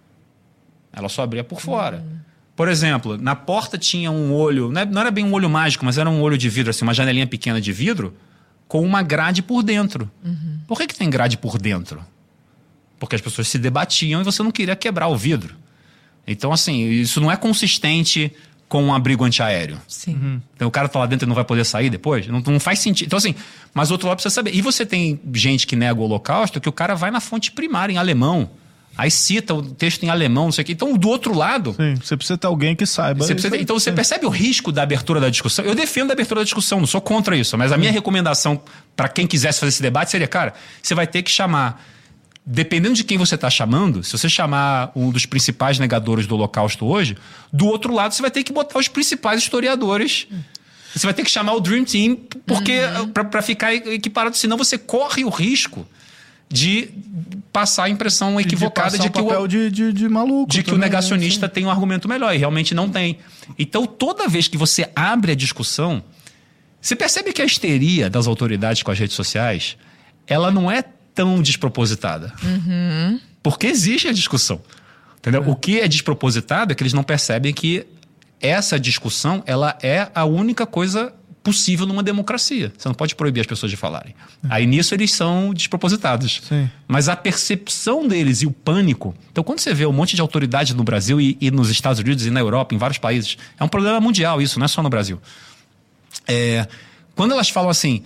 Ela só abria por fora. Hum. Por exemplo, na porta tinha um olho, não era bem um olho mágico, mas era um olho de vidro, assim, uma janelinha pequena de vidro, com uma grade por dentro. Uhum. Por que que tem grade por dentro? Porque as pessoas se debatiam e você não queria quebrar o vidro. Então, assim, isso não é consistente com um abrigo antiaéreo. Sim. Uhum. Então o cara tá lá dentro e não vai poder sair depois? Não, não faz sentido. Então, assim, mas outro lado precisa saber. E você tem gente que nega o Holocausto, que o cara vai na fonte primária, em alemão. Aí cita o texto em alemão, não sei o quê. Então, do outro lado... Sim, você precisa ter alguém que saiba. Você precisa ter, então, você percebe o risco da abertura da discussão? Eu defendo a abertura da discussão, não sou contra isso. Mas a minha recomendação para quem quisesse fazer esse debate seria, cara, você vai ter que chamar... Dependendo de quem você está chamando, se você chamar um dos principais negadores do Holocausto hoje, do outro lado você vai ter que botar os principais historiadores... Você vai ter que chamar o Dream Team porque uhum. para ficar equiparado, senão você corre o risco de passar a impressão equivocada de, de que, um papel o, de, de, de maluco de que o negacionista tem um argumento melhor, e realmente não tem. Então, toda vez que você abre a discussão, você percebe que a histeria das autoridades com as redes sociais, ela não é tão despropositada. Uhum. Porque existe a discussão. Entendeu? É. O que é despropositado é que eles não percebem que essa discussão ela é a única coisa possível numa democracia. Você não pode proibir as pessoas de falarem. Aí nisso eles são despropositados. Sim. Mas a percepção deles e o pânico... Então quando você vê um monte de autoridade no Brasil e, e nos Estados Unidos e na Europa, em vários países, é um problema mundial isso, não é só no Brasil. É, quando elas falam assim...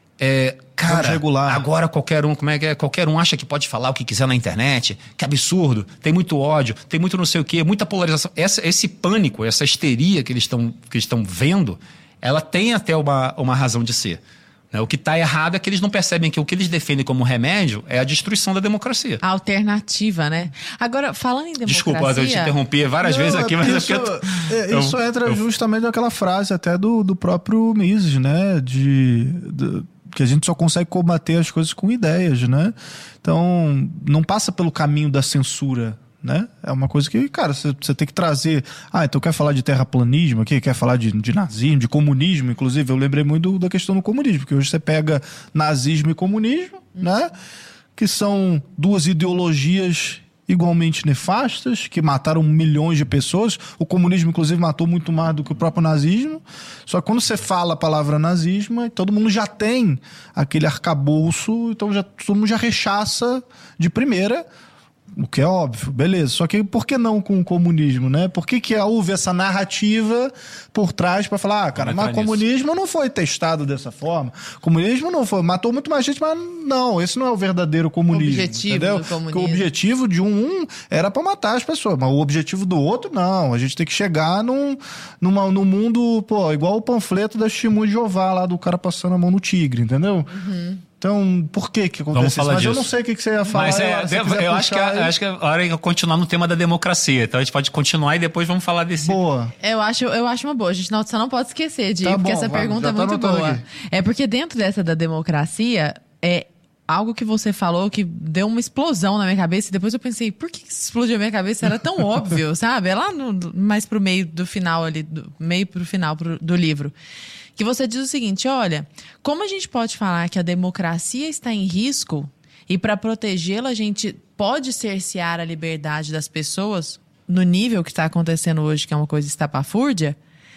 É, cara, agora qualquer um, como é que é? Qualquer um acha que pode falar o que quiser na internet, que absurdo, tem muito ódio, tem muito não sei o quê, muita polarização. Essa, esse pânico, essa histeria que eles estão que eles estão vendo, ela tem até uma, uma razão de ser. Né? O que está errado é que eles não percebem que o que eles defendem como remédio é a destruição da democracia. A alternativa, né? Agora, falando em democracia... Desculpa, eu te interrompi várias não, vezes aqui, mas isso, é porque... Eu, isso eu, entra eu, justamente naquela frase até do, do próprio Mises, né? De... de que a gente só consegue combater as coisas com ideias, né? Então, não passa pelo caminho da censura, né? É uma coisa que, cara, você tem que trazer... Ah, então quer falar de terraplanismo aqui? Quer falar de, de nazismo, de comunismo? Inclusive, eu lembrei muito do, da questão do comunismo, porque hoje você pega nazismo e comunismo, hum. né? Que são duas ideologias igualmente nefastas, que mataram milhões de pessoas. O comunismo, inclusive, matou muito mais do que o próprio nazismo. Só que quando você fala a palavra nazismo, todo mundo já tem aquele arcabouço, então já, todo mundo já rechaça de primeira, o que é óbvio, beleza. Só que por que não com o comunismo, né? Por que que houve essa narrativa por trás para falar, ah, cara, mas o comunismo não foi testado dessa forma. O comunismo não foi, matou muito mais gente, mas não, esse não é o verdadeiro comunismo. O objetivo entendeu? Do comunismo. Porque o objetivo de um, um era para matar as pessoas, mas o objetivo do outro, não. A gente tem que chegar num, numa, num mundo, pô, igual o panfleto da Testemunha de Jeová, lá do cara passando a mão no tigre, entendeu? Uhum. Então, por que que acontece isso? Mas disso. Eu não sei o que, que você ia falar. Mas é, eu, eu acho, que a, acho que a hora é continuar no tema da democracia. Então a gente pode continuar e depois vamos falar desse... Boa. Eu acho, eu acho uma boa. A gente não, você não pode esquecer, Di, tá porque bom, essa vamos, pergunta é muito boa. Aqui. É porque dentro dessa da democracia, é algo que você falou que deu uma explosão na minha cabeça. E depois eu pensei, por que isso explodiu a minha cabeça? Era tão óbvio, sabe? É lá no, mais pro meio do final ali, do meio pro final pro, do livro. Que você diz o seguinte, olha, como a gente pode falar que a democracia está em risco e para protegê-la a gente pode cercear a liberdade das pessoas no nível que está acontecendo hoje, que é uma coisa estapafúrdia,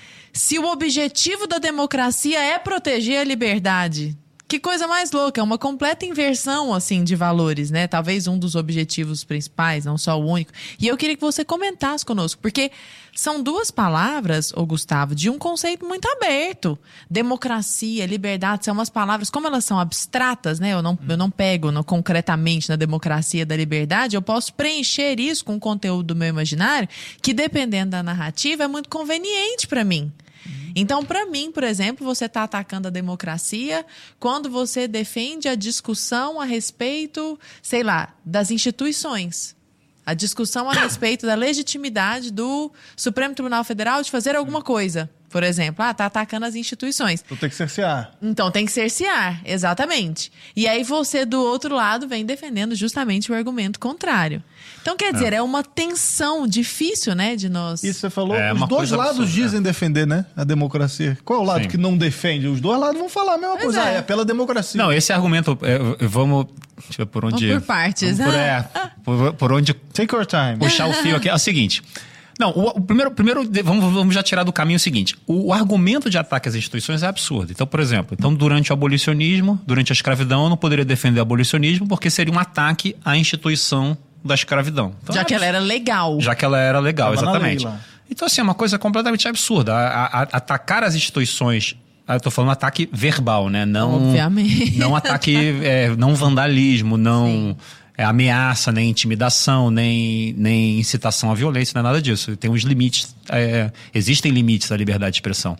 se o objetivo da democracia é proteger a liberdade? Que coisa mais louca, é uma completa inversão, assim, de valores, né? Talvez um dos objetivos principais, não só o único. E eu queria que você comentasse conosco, porque são duas palavras, ô Gustavo, de um conceito muito aberto. Democracia, liberdade, são umas palavras, como elas são abstratas, né? Eu não, eu não pego no, concretamente na democracia da liberdade, eu posso preencher isso com o conteúdo do meu imaginário, que dependendo da narrativa é muito conveniente para mim. Então, para mim, por exemplo, você está atacando a democracia quando você defende a discussão a respeito, sei lá, das instituições. A discussão a respeito da legitimidade do Supremo Tribunal Federal de fazer alguma coisa. Por exemplo, ah, tá atacando as instituições. Então tem que cercear. Então tem que cercear, exatamente. E aí você, do outro lado, vem defendendo justamente o argumento contrário. Então, quer dizer, é, é uma tensão difícil, né, de nós... Isso você falou, é os dois lados absurda. Dizem defender, né, a democracia. Qual é o lado Sim. que não defende? Os dois lados vão falar a mesma pois coisa, é. Ah, é pela democracia. Não, esse argumento, é, vamos... Deixa eu ver por onde... Vamos por partes. Vamos por, é, por, por onde... Take your time. Puxar o fio aqui. É o seguinte... Não, o, o primeiro, primeiro vamos, vamos já tirar do caminho o seguinte. O, o argumento de ataque às instituições é absurdo. Então, por exemplo, então, durante o abolicionismo, durante a escravidão, eu não poderia defender o abolicionismo porque seria um ataque à instituição da escravidão. Então, já é que ela era legal. Já que ela era legal, Tava exatamente. Então, assim, é uma coisa completamente absurda. A, a, a, atacar as instituições... Eu tô falando ataque verbal, né? Não, Obviamente. Não ataque... É, não vandalismo, não... Sim. É, ameaça, nem intimidação, nem, nem incitação à violência, não é nada disso. Tem uns limites, é, existem limites à liberdade de expressão.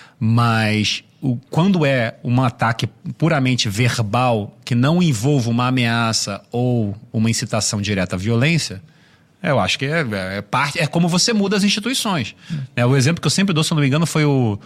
Mas o, quando é um ataque puramente verbal, que não envolva uma ameaça ou uma incitação direta à violência, eu acho que é, é, parte, é como você muda as instituições. Hum. É, o exemplo que eu sempre dou, se eu não me engano, foi o,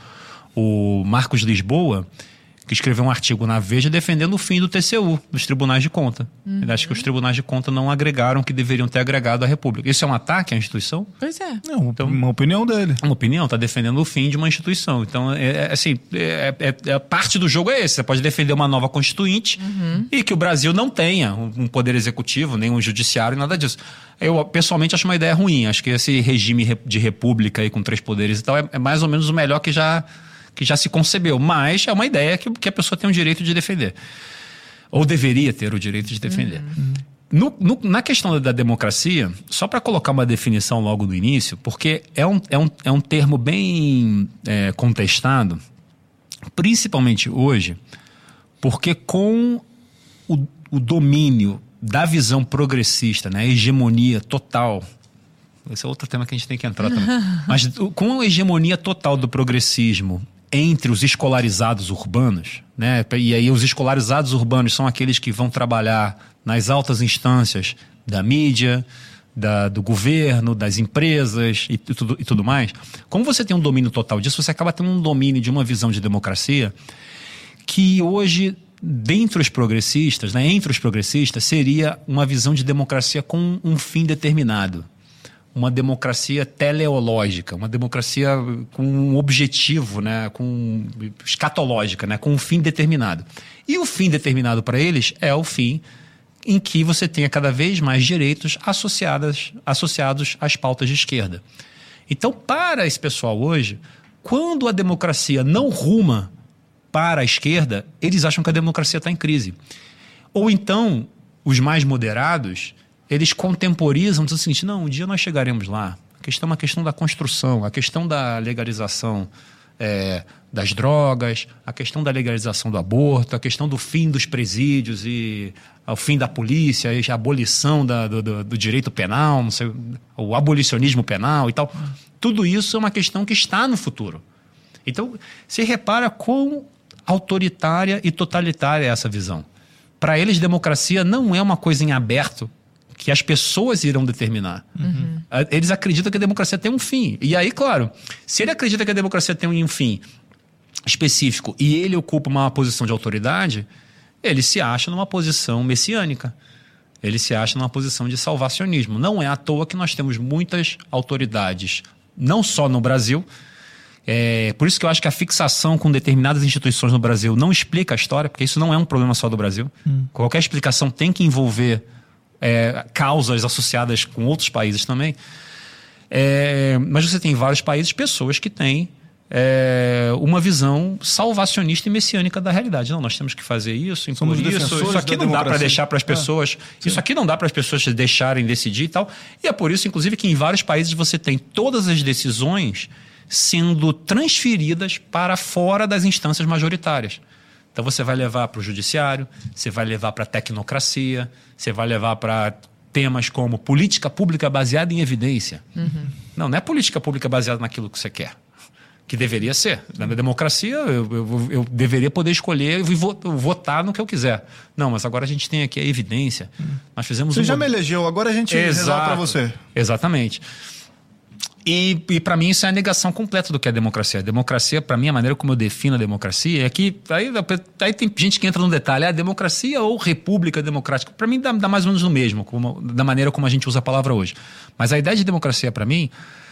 o Marcos Lisboa, que escreveu um artigo na Veja defendendo o fim do T C U, dos tribunais de conta. Uhum. Ele acha que os tribunais de conta não agregaram o que deveriam ter agregado à República. Isso é um ataque à instituição? Pois é. É uma, então, uma opinião dele. Uma opinião, está defendendo o fim de uma instituição. Então, é, é, assim, é, é, é, parte do jogo é esse. Você pode defender uma nova constituinte uhum. e que o Brasil não tenha um poder executivo, nem um judiciário, nada disso. Eu, pessoalmente, acho uma ideia ruim. Acho que esse regime de república aí com três poderes e tal é, é mais ou menos o melhor que já... que já se concebeu, mas é uma ideia que, que a pessoa tem o direito de defender. Ou deveria ter o direito de defender. Uhum. No, no, na questão da democracia, só para colocar uma definição logo no início, porque é um, é um, é um termo bem é, contestado, principalmente hoje, porque com o, o domínio da visão progressista, né, a hegemonia total, esse é outro tema que a gente tem que entrar também, mas com a hegemonia total do progressismo entre os escolarizados urbanos, né, e aí os escolarizados urbanos são aqueles que vão trabalhar nas altas instâncias da mídia, da, do governo, das empresas e tudo, e tudo mais. Como você tem um domínio total disso, você acaba tendo um domínio de uma visão de democracia que hoje, dentre os progressistas, né, entre os progressistas, seria uma visão de democracia com um fim determinado. Uma democracia teleológica, uma democracia com um objetivo, né, com, escatológica, né, com um fim determinado. E o fim determinado para eles é o fim em que você tenha cada vez mais direitos associados, associados às pautas de esquerda. Então, para esse pessoal hoje, quando a democracia não ruma para a esquerda, eles acham que a democracia está em crise. Ou então, os mais moderados, eles contemporizam, dizendo o seguinte, não, um dia nós chegaremos lá. A questão é uma questão da construção, a questão da legalização é, das drogas, a questão da legalização do aborto, a questão do fim dos presídios e o fim da polícia, a abolição da, do, do, do direito penal, não sei, o abolicionismo penal e tal. Tudo isso é uma questão que está no futuro. Então, se repara quão autoritária e totalitária é essa visão. Para eles, democracia não é uma coisa em aberto que as pessoas irão determinar. Uhum. Eles acreditam que a democracia tem um fim. E aí, claro, se ele acredita que a democracia tem um fim específico e ele ocupa uma posição de autoridade, ele se acha numa posição messiânica. Ele se acha numa posição de salvacionismo. Não é à toa que nós temos muitas autoridades, não só no Brasil. É, por isso que eu acho que a fixação com determinadas instituições no Brasil não explica a história, porque isso não é um problema só do Brasil. Hum. Qualquer explicação tem que envolver é, causas associadas com outros países também. É, mas você tem em vários países pessoas que têm é, uma visão salvacionista e messiânica da realidade. Não, nós temos que fazer isso, incluir isso. Isso aqui não dá para deixar para as pessoas. É, isso aqui não dá para as pessoas deixarem decidir e tal. E é por isso, inclusive, que em vários países você tem todas as decisões sendo transferidas para fora das instâncias majoritárias. Então você vai levar para o judiciário, você vai levar para a tecnocracia, você vai levar para temas como política pública baseada em evidência. Uhum. Não, não é política pública baseada naquilo que você quer, que deveria ser. Na democracia, eu, eu, eu deveria poder escolher e votar no que eu quiser. Não, mas agora a gente tem aqui a evidência. Uhum. Nós fizemos você um... já me elegeu, agora a gente resolve para você. Exatamente. E, e para mim isso é a negação completa do que é democracia. A democracia, para mim, a maneira como eu defino a democracia é que... Aí, aí tem gente que entra no detalhe, é democracia ou república democrática. Para mim dá, dá mais ou menos no mesmo, como, da maneira como a gente usa a palavra hoje. Mas a ideia de democracia, para mim,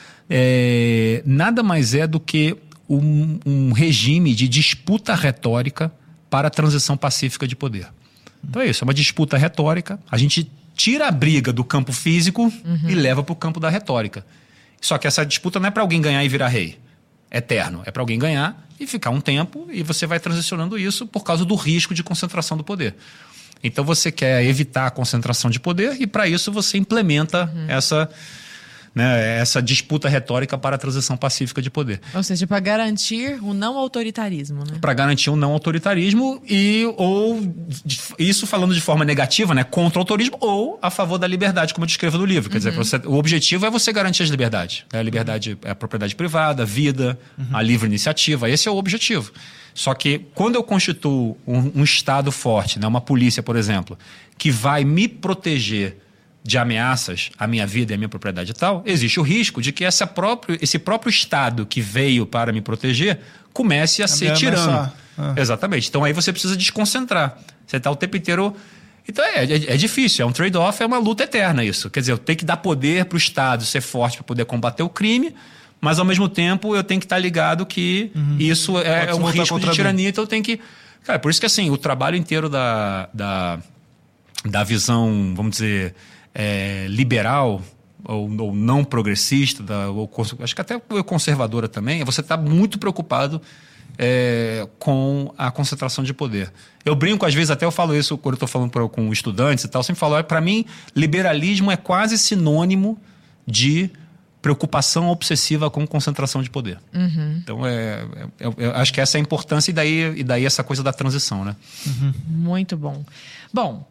é, nada mais é do que um, um regime de disputa retórica para a transição pacífica de poder. Então é isso, é uma disputa retórica. A gente tira a briga do campo físico uhum. e leva para o campo da retórica. Só que essa disputa não é para alguém ganhar e virar rei. Eterno. É para alguém ganhar e ficar um tempo e você vai transicionando isso por causa do risco de concentração do poder. Então você quer evitar a concentração de poder e para isso você implementa uhum. essa, né, essa disputa retórica para a transição pacífica de poder. Ou seja, para garantir o não autoritarismo, né? Para garantir o não autoritarismo e ou isso falando de forma negativa, né, contra o autorismo ou a favor da liberdade, como eu descrevo no livro. Quer uhum. dizer, você, o objetivo é você garantir as liberdades. Né? A liberdade é a propriedade privada, a vida, uhum. a livre iniciativa. Esse é o objetivo. Só que quando eu constituo um, um Estado forte, né, uma polícia, por exemplo, que vai me proteger de ameaças à minha vida e à minha propriedade e tal, existe o risco de que essa próprio, esse próprio Estado que veio para me proteger comece a, a ser tirano. Ah. Exatamente. Então aí você precisa desconcentrar. Você está o tempo inteiro... Então é, é, é difícil, é um trade-off, é uma luta eterna isso. Quer dizer, eu tenho que dar poder para o Estado ser forte para poder combater o crime, mas ao mesmo tempo eu tenho que estar ligado que uhum. isso é, é um risco de tirania, então eu tenho que... Cara, por isso que assim, o trabalho inteiro da, da, da visão, vamos dizer... É, liberal ou, ou não progressista, da, ou, acho que até conservadora também, você está muito preocupado é, com a concentração de poder. Eu brinco, às vezes, até eu falo isso quando eu estou falando pra, com estudantes e tal, eu sempre falo, para mim, liberalismo é quase sinônimo de preocupação obsessiva com concentração de poder. Uhum. Então, é, é, é, eu acho que essa é a importância e daí, e daí essa coisa da transição, né? Uhum. Muito bom. Bom,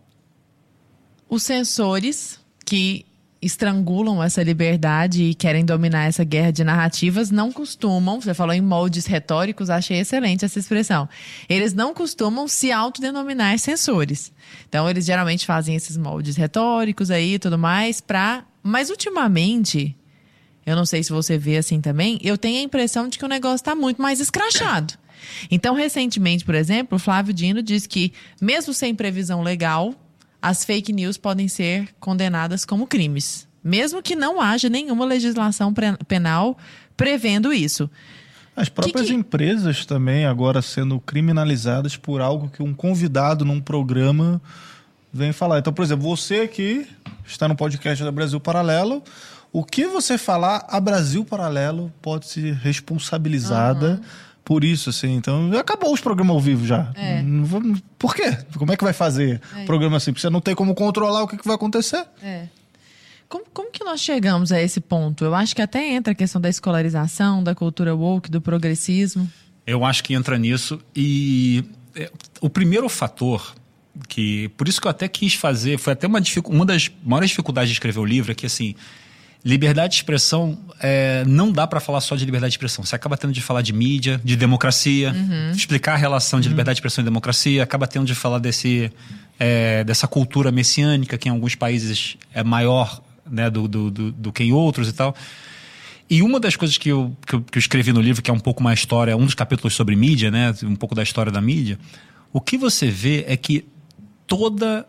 os censores que estrangulam essa liberdade e querem dominar essa guerra de narrativas não costumam, você falou em moldes retóricos, achei excelente essa expressão, eles não costumam se autodenominar censores. Então, eles geralmente fazem esses moldes retóricos aí e tudo mais para... Mas, ultimamente, eu não sei se você vê assim também, eu tenho a impressão de que o negócio está muito mais escrachado. Então, recentemente, por exemplo, o Flávio Dino disse que, mesmo sem previsão legal, as fake news podem ser condenadas como crimes, mesmo que não haja nenhuma legislação penal prevendo isso. As próprias que que... empresas também agora sendo criminalizadas por algo que um convidado num programa vem falar. Então, por exemplo, você que está no podcast da Brasil Paralelo, o que você falar a Brasil Paralelo pode ser responsabilizada uhum. por isso, assim. Então, acabou os programas ao vivo já. É. Por quê? Como é que vai fazer é. programa assim? Porque você não tem como controlar o que, que vai acontecer. É. Como, como que nós chegamos a esse ponto? Eu acho que até entra a questão da escolarização, da cultura woke, do progressismo. Eu acho que entra nisso. E é, o primeiro fator que... Por isso que eu até quis fazer... Foi até uma, uma das maiores dificuldades de escrever o livro, é que, assim... Liberdade de expressão, é, não dá para falar só de liberdade de expressão. Você acaba tendo de falar de mídia, de democracia, uhum. explicar a relação de liberdade de expressão e democracia, acaba tendo de falar desse, é, dessa cultura messiânica que em alguns países é maior, né, do, do, do, do que em outros e tal. E uma das coisas que eu, que, eu, que eu escrevi no livro, que é um pouco uma história, um dos capítulos sobre mídia, né, um pouco da história da mídia, o que você vê é que toda,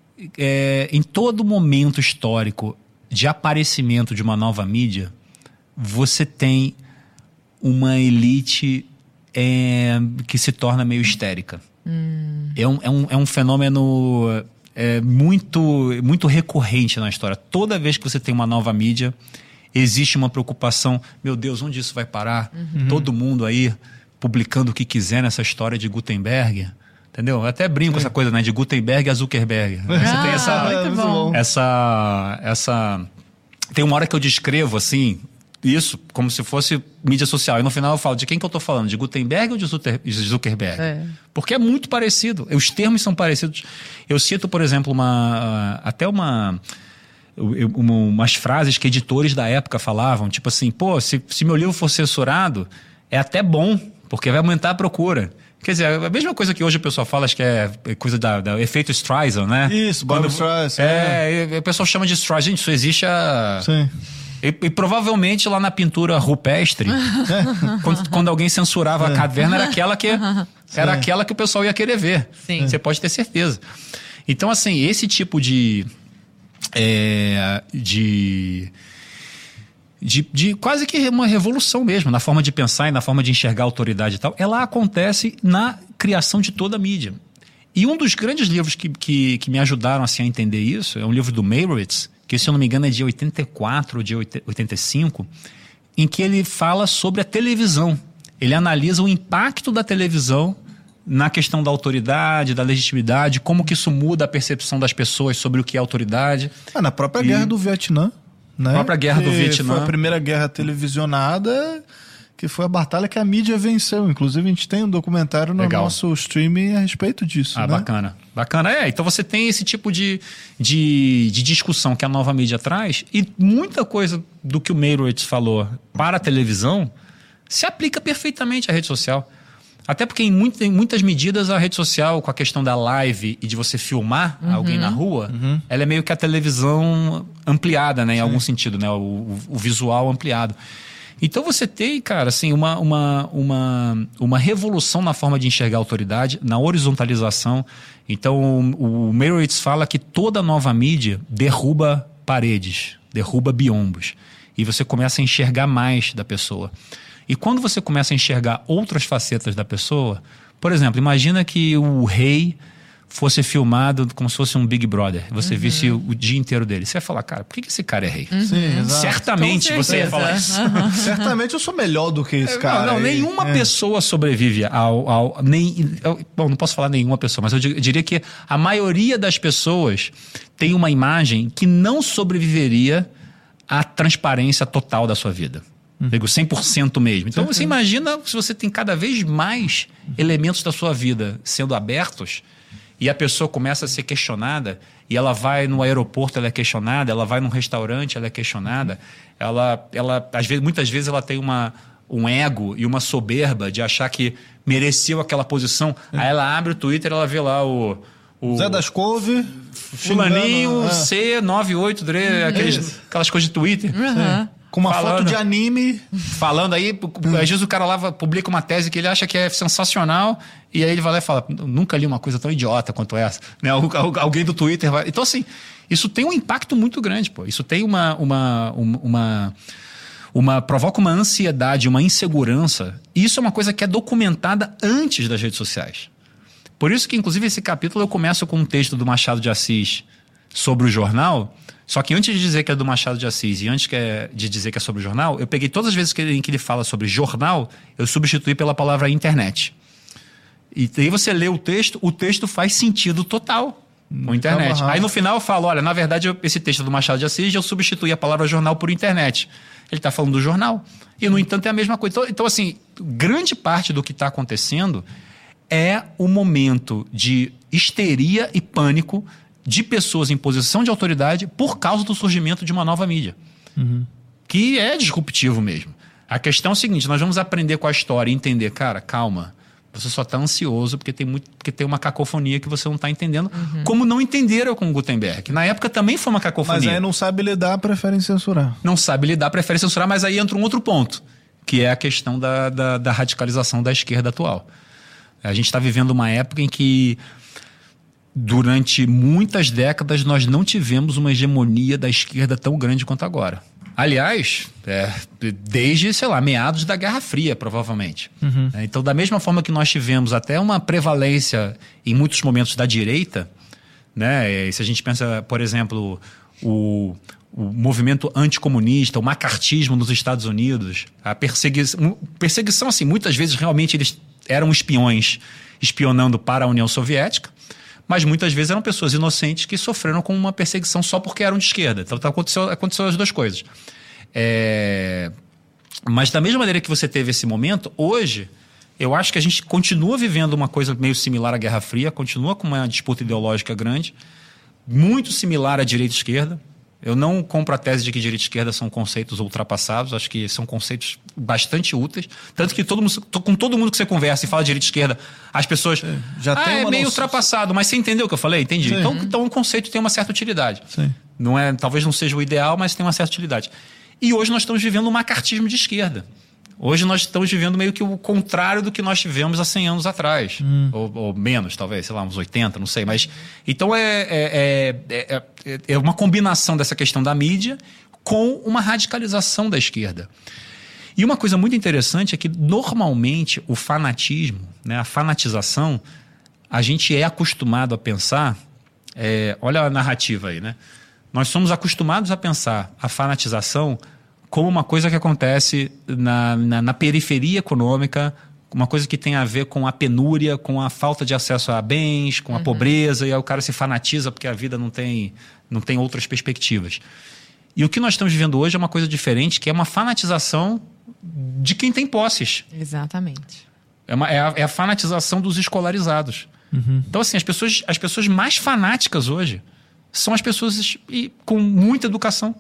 é, em todo momento histórico de aparecimento de uma nova mídia, você tem uma elite é, que se torna meio histérica. Hum. É, um, é, um, é um fenômeno é, muito, muito recorrente na história. Toda vez que você tem uma nova mídia, existe uma preocupação, meu Deus, onde isso vai parar? Uhum. Todo mundo aí publicando o que quiser nessa história de Gutenberg. Entendeu? Eu até brinco com essa coisa, né? De Gutenberg a Zuckerberg. Você ah, tem essa, muito bom. essa, essa... Tem uma hora que eu descrevo, assim, isso como se fosse mídia social. E no final eu falo, de quem que eu tô falando? De Gutenberg ou de Zuckerberg? É. Porque é muito parecido. Os termos são parecidos. Eu cito, por exemplo, uma... Até uma... uma umas frases que editores da época falavam. Tipo assim, pô, se, se meu livro for censurado, é até bom, porque vai aumentar a procura. Quer dizer, a mesma coisa que hoje o pessoal fala, acho que é coisa da, da efeito Streisand, né? Isso, Barbra Streisand. É, é, o pessoal chama de Streisand. Gente, isso existe a... Sim. E, e provavelmente lá na pintura rupestre, quando, quando alguém censurava é. a caverna, era aquela que era aquela que o pessoal ia querer ver. Sim. Você pode ter certeza. Então, assim, esse tipo de... É, de De, de quase que uma revolução mesmo, na forma de pensar e na forma de enxergar a autoridade e tal, ela acontece na criação de toda a mídia. E um dos grandes livros que, que, que me ajudaram assim, a entender isso é um livro do Meyrowitz, que se eu não me engano é de oitenta e quatro ou de oitenta e cinco, em que ele fala sobre a televisão. Ele analisa o impacto da televisão na questão da autoridade, da legitimidade, como que isso muda a percepção das pessoas sobre o que é autoridade. Ah, na própria e... Guerra do Vietnã. Né? A própria Guerra que do Vietnã. Foi a primeira guerra televisionada, que foi a batalha que a mídia venceu. Inclusive, a gente tem um documentário no Legal. nosso streaming a respeito disso. Ah, né? bacana. Bacana. É, então você tem esse tipo de, de, de discussão que a nova mídia traz, e muita coisa do que o Meyrowitz falou para a televisão se aplica perfeitamente à rede social. Até porque em, muito, em muitas medidas a rede social, com a questão da live e de você filmar uhum. alguém na rua, uhum. ela é meio que a televisão ampliada, né, em Sim. algum sentido, né, o, o visual ampliado. Então você tem, cara, assim, uma, uma, uma, uma revolução na forma de enxergar a autoridade, na horizontalização. Então o, o Meyrowitz fala que toda nova mídia derruba paredes, derruba biombos. E você começa a enxergar mais da pessoa. E quando você começa a enxergar outras facetas da pessoa, por exemplo, imagina que o rei fosse filmado como se fosse um Big Brother, você uhum. visse o, o dia inteiro dele, você ia falar, cara, por que, que esse cara é rei? Uhum. Sim, exato. Certamente você ia falar isso. Uhum. Certamente eu sou melhor do que esse cara. Não, não nenhuma é. pessoa sobrevive ao... ao nem, eu, bom, não posso falar nenhuma pessoa, mas eu diria que a maioria das pessoas tem uma imagem que não sobreviveria à transparência total da sua vida. Digo, cem por cento mesmo. Então, você imagina se você tem cada vez mais elementos da sua vida sendo abertos e a pessoa começa a ser questionada e ela vai no aeroporto, ela é questionada, ela vai num restaurante, ela é questionada, ela, ela, às vezes, muitas vezes ela tem uma, um ego e uma soberba de achar que mereceu aquela posição. É. Aí ela abre o Twitter e ela vê lá o... o Zé das Couve, fulaninho, é. C nove oito, aqueles, aquelas coisas de Twitter. Uhum. Com uma falando, foto de anime. Falando aí, hum. às vezes o cara lá publica uma tese que ele acha que é sensacional e aí ele vai lá e fala, nunca li uma coisa tão idiota quanto essa. Né? Alguém do Twitter vai... Então, assim, isso tem um impacto muito grande, pô. Isso tem uma... uma, uma, uma, uma provoca uma ansiedade, uma insegurança. E isso é uma coisa que é documentada antes das redes sociais. Por isso que, inclusive, esse capítulo eu começo com um texto do Machado de Assis sobre o jornal. Só que antes de dizer que é do Machado de Assis e antes que é de dizer que é sobre o jornal, eu peguei todas as vezes que ele, em que ele fala sobre jornal, eu substituí pela palavra internet. E aí você lê o texto, o texto faz sentido total com a internet. Uhum. Aí no final eu falo, olha, na verdade eu, esse texto é do Machado de Assis, eu substituí a palavra jornal por internet. Ele está falando do jornal. E no entanto é a mesma coisa. Então, então assim, grande parte do que está acontecendo é o momento de histeria e pânico de pessoas em posição de autoridade por causa do surgimento de uma nova mídia. Uhum. Que é disruptivo mesmo. A questão é o seguinte, nós vamos aprender com a história e entender, cara, calma, você só está ansioso porque tem, muito, porque tem uma cacofonia que você não está entendendo, uhum. como não entenderam com o Gutenberg. Na época também foi uma cacofonia. Mas aí não sabe lidar, prefere censurar. Não sabe lidar, prefere censurar, mas aí entra um outro ponto, que é a questão da, da, da radicalização da esquerda atual. A gente está vivendo uma época em que durante muitas décadas nós não tivemos uma hegemonia da esquerda tão grande quanto agora. Aliás, é, desde, sei lá, meados da Guerra Fria, provavelmente. Uhum. Então, da mesma forma que nós tivemos até uma prevalência em muitos momentos da direita, né? E se a gente pensa, por exemplo, o, o movimento anticomunista, o macartismo nos Estados Unidos, a perseguição, perseguição, assim, muitas vezes realmente eles eram espiões espionando para a União Soviética, mas muitas vezes eram pessoas inocentes que sofreram com uma perseguição só porque eram de esquerda. Então aconteceu, aconteceu as duas coisas. É... Mas da mesma maneira que você teve esse momento, hoje eu acho que a gente continua vivendo uma coisa meio similar à Guerra Fria, continua com uma disputa ideológica grande, muito similar à direita e esquerda. Eu não compro a tese de que direita e esquerda são conceitos ultrapassados, acho que são conceitos bastante úteis. Tanto que todo mundo, com todo mundo que você conversa e fala direita e esquerda, as pessoas... É, já ah, tem é meio noção. Ultrapassado, mas você entendeu o que eu falei? Entendi. Então, então o conceito tem uma certa utilidade. Sim. Não é, talvez não seja o ideal, mas tem uma certa utilidade. E hoje nós estamos vivendo um macartismo de esquerda. Hoje nós estamos vivendo meio que o contrário do que nós tivemos há cem anos atrás. Hum. Ou, ou menos, talvez, sei lá, uns oitenta, não sei. Mas, então é, é, é, é, é uma combinação dessa questão da mídia com uma radicalização da esquerda. E uma coisa muito interessante é que, normalmente, o fanatismo, né, a fanatização, a gente é acostumado a pensar... É, olha a narrativa aí, né? Nós somos acostumados a pensar a fanatização como uma coisa que acontece na, na, na periferia econômica, uma coisa que tem a ver com a penúria, com a falta de acesso a bens, com a uhum. pobreza, e aí o cara se fanatiza porque a vida não tem, não tem outras perspectivas. E o que nós estamos vivendo hoje é uma coisa diferente, que é uma fanatização de quem tem posses. Exatamente. É, uma, é, a, é a fanatização dos escolarizados. Uhum. Então, assim, as pessoas, as pessoas mais fanáticas hoje são as pessoas e, com muita educação.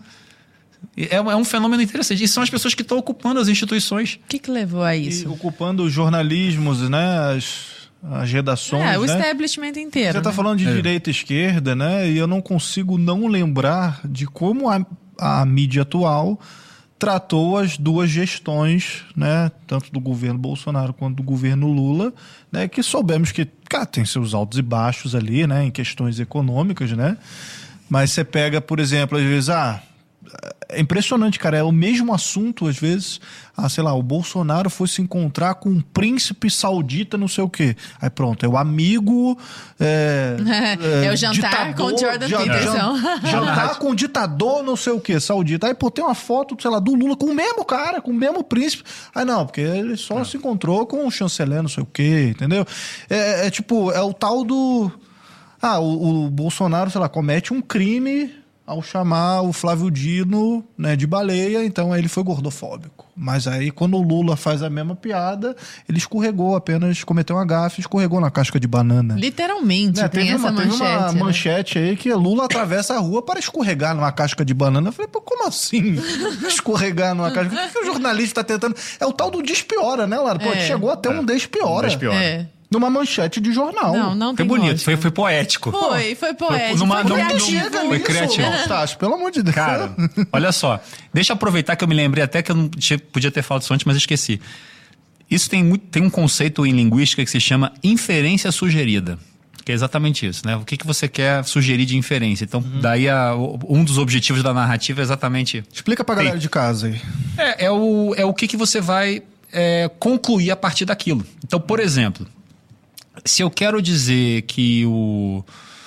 É, é um fenômeno interessante. E são as pessoas que estão ocupando as instituições. O que, que levou a isso? E ocupando os jornalismos, né? As, as redações. É, o né? establishment inteiro. Você está né? falando de é. direita e esquerda, né? E eu não consigo não lembrar de como a, a mídia atual tratou as duas gestões, né? Tanto do governo Bolsonaro quanto do governo Lula, né? Que soubemos que, cara, tem seus altos e baixos ali, né? Em questões econômicas, né? Mas você pega, por exemplo, às vezes, ah, É impressionante, cara. É o mesmo assunto, às vezes. Ah, sei lá, o Bolsonaro foi se encontrar com um príncipe saudita, não sei o quê. Aí pronto, é o amigo. É, é, é o jantar ditador, com o Jordan jan, Peterson. Jan, jantar com o ditador, não sei o quê, saudita. Aí, pô, tem uma foto, sei lá, do Lula com o mesmo cara, com o mesmo príncipe. Aí não, porque ele só não. se encontrou com o chanceler, não sei o quê, entendeu? É, é tipo, é o tal do. Ah, o, o Bolsonaro, sei lá, comete um crime ao chamar o Flávio Dino, né, de baleia, então ele foi gordofóbico. Mas aí, quando o Lula faz a mesma piada, ele escorregou, apenas cometeu uma gafe, escorregou na casca de banana. Literalmente, né, tem essa uma, manchete. Teve uma né? manchete aí que Lula atravessa a rua para escorregar numa casca de banana. Eu falei, pô, como assim? Escorregar numa casca? O que, que o jornalista tá tentando? É o tal do despiora, né, Lara? Pô, é. chegou até é. um despiora. Um despiora. É. Numa manchete de jornal. Não, não tem Foi bonito, lógica. foi, foi poético. Foi, foi poético. Numa, foi numa, criativo. Numa, foi criativo. Tassi, pelo amor de Deus. Cara, olha só. Deixa eu aproveitar que eu me lembrei até que eu não tinha, podia ter falado isso antes, mas eu esqueci. Isso tem, muito, tem um conceito em linguística que se chama inferência sugerida. Que é exatamente isso, né? O que, que você quer sugerir de inferência? Então, uhum. daí a, um dos objetivos da narrativa é exatamente... Explica pra galera de casa aí. É, é, o, é o que, que você vai é, concluir a partir daquilo. Então, por exemplo... Se eu quero dizer que o...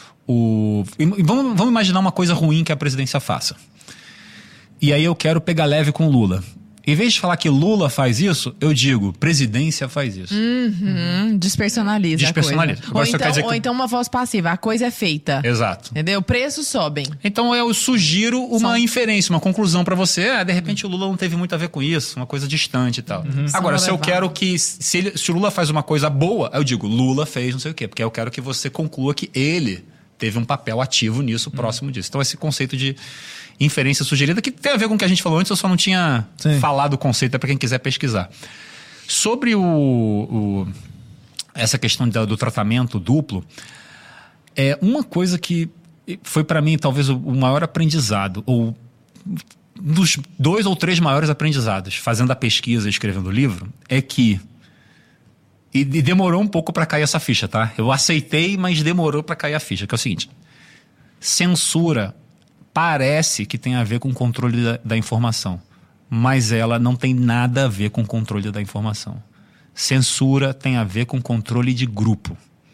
o vamos, vamos imaginar uma coisa ruim que a presidência faça. E aí eu quero pegar leve com Lula. Em vez de falar que Lula faz isso, eu digo, presidência faz isso. Uhum, despersonaliza, despersonaliza. a coisa. Ou então, ou que... então uma voz passiva, a coisa é feita. Exato. Entendeu? Preços sobem. Então eu sugiro uma Só... inferência, uma conclusão pra você. Ah, de repente uhum. o Lula não teve muito a ver com isso, uma coisa distante e tal. Uhum. Agora, se eu quero que... Se, ele, se o Lula faz uma coisa boa, eu digo, Lula fez não sei o quê. Porque eu quero que você conclua que ele teve um papel ativo nisso, uhum. próximo disso. Então esse conceito de... inferência sugerida, que tem a ver com o que a gente falou antes, eu só não tinha Sim. falado o conceito, é para quem quiser pesquisar. Sobre o, o, essa questão do, do tratamento duplo, é uma coisa que foi para mim talvez o, o maior aprendizado, ou um dos dois ou três maiores aprendizados, fazendo a pesquisa e escrevendo o livro, é que e, e demorou um pouco para cair essa ficha, tá? Eu aceitei, mas demorou para cair a ficha, que é o seguinte: censura parece que tem a ver com o controle da, da informação, mas ela não tem nada a ver com o controle da informação. Censura tem a ver com controle de grupo.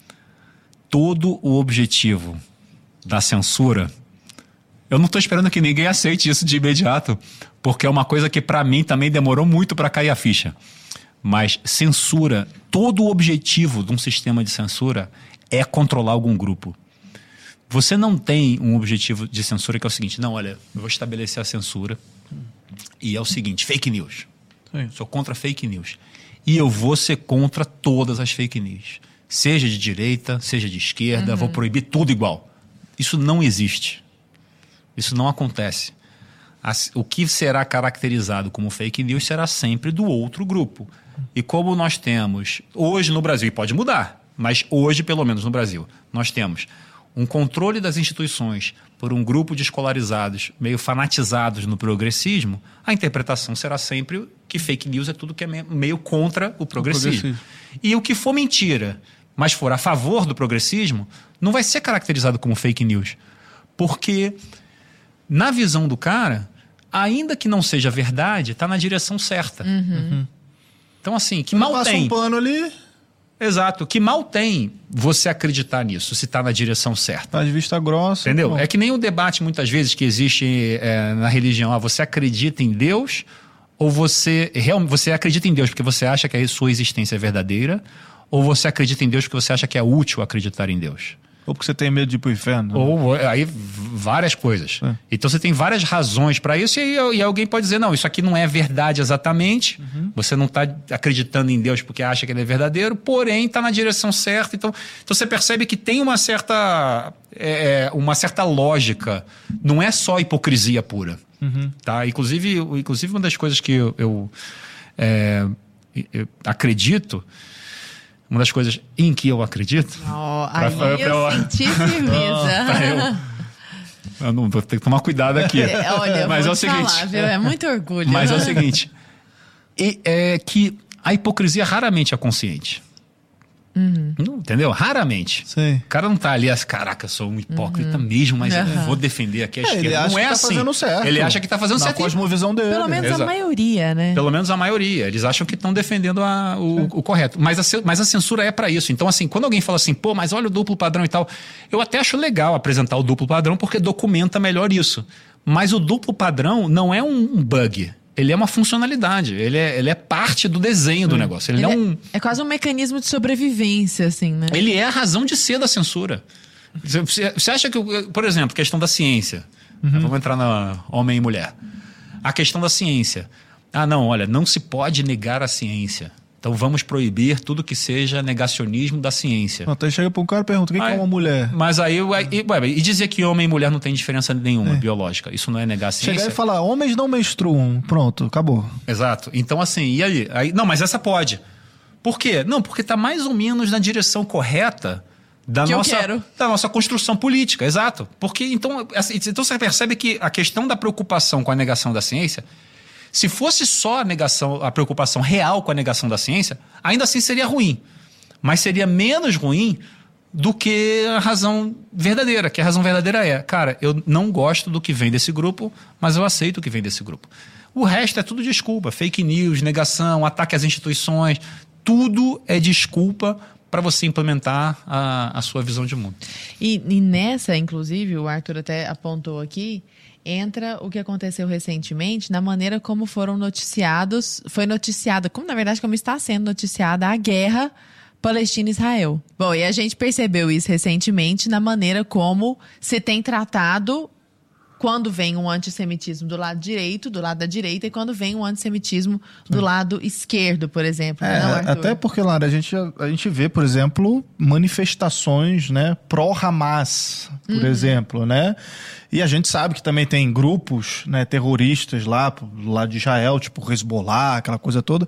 Todo o objetivo da censura... Eu não estou esperando que ninguém aceite isso de imediato, porque é uma coisa que para mim também demorou muito para cair a ficha. Mas censura, todo o objetivo de um sistema de censura é controlar algum grupo. Você não tem um objetivo de censura que é o seguinte: não, olha, eu vou estabelecer a censura e é o seguinte, fake news. Sim. Sou contra fake news. E eu vou ser contra todas as fake news. Seja de direita, seja de esquerda, uhum. vou proibir tudo igual. Isso não existe. Isso não acontece. O que será caracterizado como fake news será sempre do outro grupo. E como nós temos, hoje no Brasil, e pode mudar, mas hoje, pelo menos no Brasil, nós temos um controle das instituições por um grupo de escolarizados meio fanatizados no progressismo, a interpretação será sempre que fake news é tudo que é meio contra o progressismo. O progressismo. E o que for mentira, mas for a favor do progressismo, não vai ser caracterizado como fake news. Porque, na visão do cara, ainda que não seja verdade, está na direção certa. Uhum. Uhum. Então, assim, que mal passa tem... um pano ali... Exato. Que mal tem você acreditar nisso, se está na direção certa. Tá de vista grossa. Entendeu? Bom. É que nem o debate, muitas vezes, que existe é, na religião. Ah, você acredita em Deus ou você, real, você acredita em Deus porque você acha que a sua existência é verdadeira, ou você acredita em Deus porque você acha que é útil acreditar em Deus? Ou porque você tem medo de ir pro inferno. Ou aí várias coisas. É. Então você tem várias razões para isso e, e alguém pode dizer, não, isso aqui não é verdade exatamente. Uhum. Você não está acreditando em Deus porque acha que ele é verdadeiro, porém está na direção certa. Então, então você percebe que tem uma certa, é, uma certa lógica. Não é só hipocrisia pura. Uhum. Tá? Inclusive, inclusive, uma das coisas que eu, eu, é, eu acredito... Uma das coisas em que eu acredito... Oh, aí pra, eu, eu senti firmeza. eu, eu não vou ter que tomar cuidado aqui. É, olha, eu mas vou é o seguinte, falar, viu? É muito orgulho. Mas é o seguinte, é que a hipocrisia raramente é consciente. Uhum. Não, entendeu? Raramente. Sim. O cara não tá ali, assim, caraca, eu sou um hipócrita uhum. mesmo, mas uhum. eu vou defender aqui a é, esquerda. Ele acha não é que tá assim. fazendo certo. Ele acha que tá fazendo Na certo. Na cosmovisão dele. Pelo menos Exato. a maioria, né? Pelo menos a maioria. Eles acham que estão defendendo a, o, o correto. Mas a, mas a censura é para isso. Então, assim, quando alguém fala assim, pô, mas olha o duplo padrão e tal, eu até acho legal apresentar o duplo padrão porque documenta melhor isso. Mas o duplo padrão não é um bug. Ele é uma funcionalidade, ele é, ele é parte do desenho Sim. do negócio. Ele, ele é, um... é quase um mecanismo de sobrevivência, assim, né? Ele é a razão de ser da censura. Você, você acha que, por exemplo, questão da ciência. Uhum. Vamos entrar na homem e mulher. A questão da ciência. Ah, não, olha, não se pode negar a ciência. Então vamos proibir tudo que seja negacionismo da ciência. Então chega para um cara e pergunta, o que, aí, que é uma mulher? Mas aí, e, ué, e dizer que homem e mulher não tem diferença nenhuma é. biológica. Isso não é negar a ciência? Chegar e falar, homens não menstruam. Pronto, acabou. Exato. Então assim, e aí? aí não, mas essa pode. Por quê? Não, porque está mais ou menos na direção correta da que nossa, eu quero. da nossa construção política. Exato. Porque então, assim, então você percebe que a questão da preocupação com a negação da ciência... Se fosse só a negação, a preocupação real com a negação da ciência, ainda assim seria ruim. Mas seria menos ruim do que a razão verdadeira. Que a razão verdadeira é, cara, eu não gosto do que vem desse grupo, mas eu aceito o que vem desse grupo. O resto é tudo desculpa. Fake news, negação, ataque às instituições. Tudo é desculpa para você implementar a, a sua visão de mundo. E, e nessa, inclusive, o Arthur até apontou aqui, entra o que aconteceu recentemente na maneira como foram noticiados, foi noticiada, como na verdade como está sendo noticiada a guerra Palestina-Israel. Bom, e a gente percebeu isso recentemente na maneira como se tem tratado quando vem um antissemitismo do lado direito, do lado da direita, e quando vem um antissemitismo do lado esquerdo, por exemplo. É, não, Arthur? Até porque, Lara, a gente, a gente vê, por exemplo, manifestações, né, pró-Hamas, por uhum. exemplo, né? E a gente sabe que também tem grupos, né, terroristas lá, lá de Israel, tipo Hezbollah, aquela coisa toda.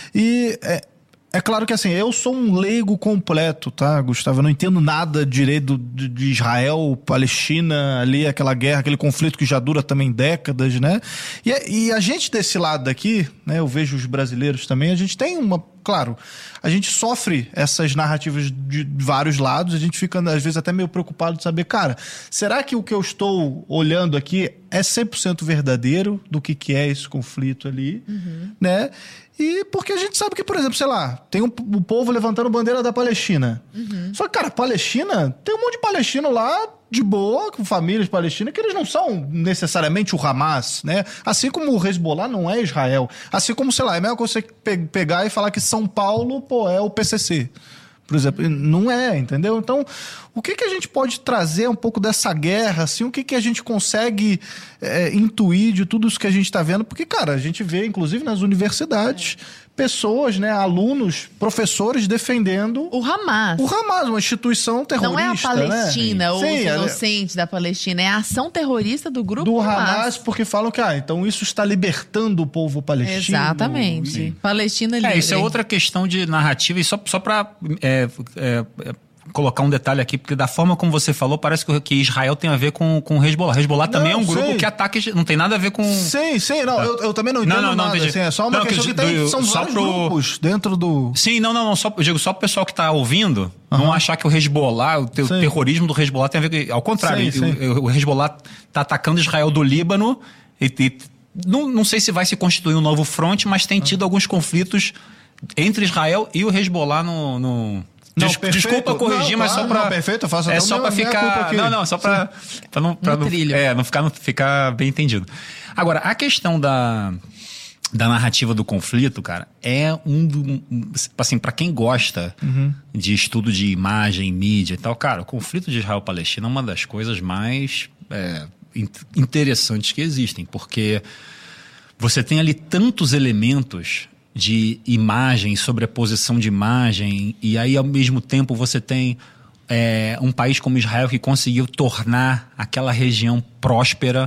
E é, é claro que assim, eu sou um leigo completo, tá, Gustavo? Eu não entendo nada direito de, de Israel, Palestina, ali, aquela guerra, aquele conflito que já dura também décadas, né? E, e a gente desse lado daqui, né, eu vejo os brasileiros também, a gente tem uma... Claro, a gente sofre essas narrativas de vários lados, a gente fica, às vezes, até meio preocupado de saber, cara, será que o que eu estou olhando aqui é cem por cento verdadeiro do que, que é esse conflito ali, uhum. né? E porque a gente sabe que, por exemplo, sei lá, tem um, o povo levantando bandeira da Palestina. Uhum. Só que, cara, Palestina, tem um monte de palestino lá, de boa, com famílias palestinas, que eles não são necessariamente o Hamas, né? Assim como o Hezbollah não é Israel. Assim como, sei lá, é a mesma coisa você pegar e falar que São Paulo, pô, é o P C C. Por exemplo, não é, entendeu? Então, o que, que a gente pode trazer um pouco dessa guerra, assim, o que, que a gente consegue é, intuir de tudo isso que a gente está vendo? Porque, cara, a gente vê, inclusive nas universidades, pessoas, né, alunos, professores defendendo... O Hamas. O Hamas, uma instituição terrorista, não é a Palestina, né? ou Sim, os inocentes é... da Palestina, é a ação terrorista do grupo do Hamas. Hamas, porque falam que, ah, então isso está libertando o povo palestino. Exatamente. E... Palestina livre. É, isso é outra questão de narrativa, e só, só para... É, é, é, colocar um detalhe aqui, porque da forma como você falou, parece que, que Israel tem a ver com, com o Hezbollah. Hezbollah também não, é um grupo sei. que ataca, não tem nada a ver com... Sim, sim, não, eu, eu também não entendo não, não, nada, não, assim, é só uma não, questão que, que tem, do, são vários pro... grupos dentro do... Sim, não, não, não só, eu digo só pro pessoal que está ouvindo, uhum. não achar que o Hezbollah, o, te, o terrorismo do Hezbollah tem a ver com... Ao contrário, sim, sim. O, o Hezbollah está atacando Israel do Líbano e, e não, não sei se vai se constituir um novo fronte, mas tem tido uhum. alguns conflitos entre Israel e o Hezbollah no... no Não, Des, desculpa corrigir, não, mas claro, só para perfeito, eu faço é até só para ficar, não, não, só para não, pra não, é, não ficar, não ficar bem entendido. Agora, a questão da da narrativa do conflito, cara, é um do, assim, para quem gosta uhum. de estudo de imagem, mídia e tal, cara, o conflito de Israel-Palestina é uma das coisas mais é, interessantes que existem, porque você tem ali tantos elementos de imagem, sobreposição de imagem, e aí ao mesmo tempo você tem é, um país como Israel que conseguiu tornar aquela região próspera,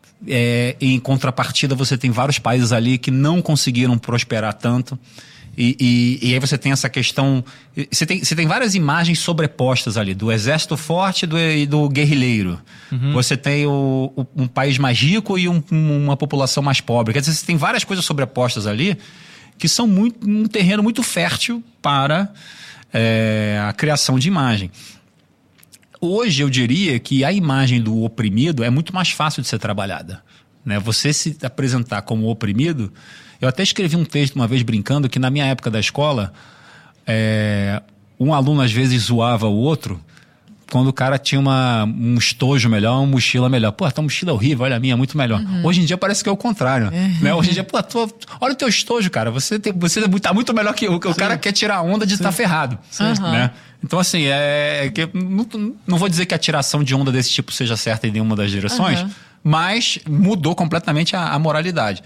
é, em contrapartida você tem vários países ali que não conseguiram prosperar tanto, e, e, e aí você tem essa questão, você tem, você tem várias imagens sobrepostas ali, do exército forte e do, e do guerrilheiro. Uhum. Você tem o, o, um país mais rico e um, uma população mais pobre, quer dizer, você tem várias coisas sobrepostas ali que são muito, um terreno muito fértil para é, a criação de imagem. Hoje eu diria que a imagem do oprimido é muito mais fácil de ser trabalhada, né? Você se apresentar como oprimido... Eu até escrevi um texto uma vez brincando que na minha época da escola, é, um aluno às vezes zoava o outro quando o cara tinha uma, um estojo melhor, uma mochila melhor. Pô, tua mochila é horrível, olha a minha, é muito melhor. Uhum. Hoje em dia parece que é o contrário. Uhum. Né? Hoje em dia, pô, tua, olha o teu estojo, cara. Você, tem, você tá muito melhor que o, o cara quer tirar a onda de estar tá ferrado. Uhum. Né? Então, assim, é, é, não, não vou dizer que a tiração de onda desse tipo seja certa em nenhuma das direções, uhum. mas mudou completamente a, a moralidade.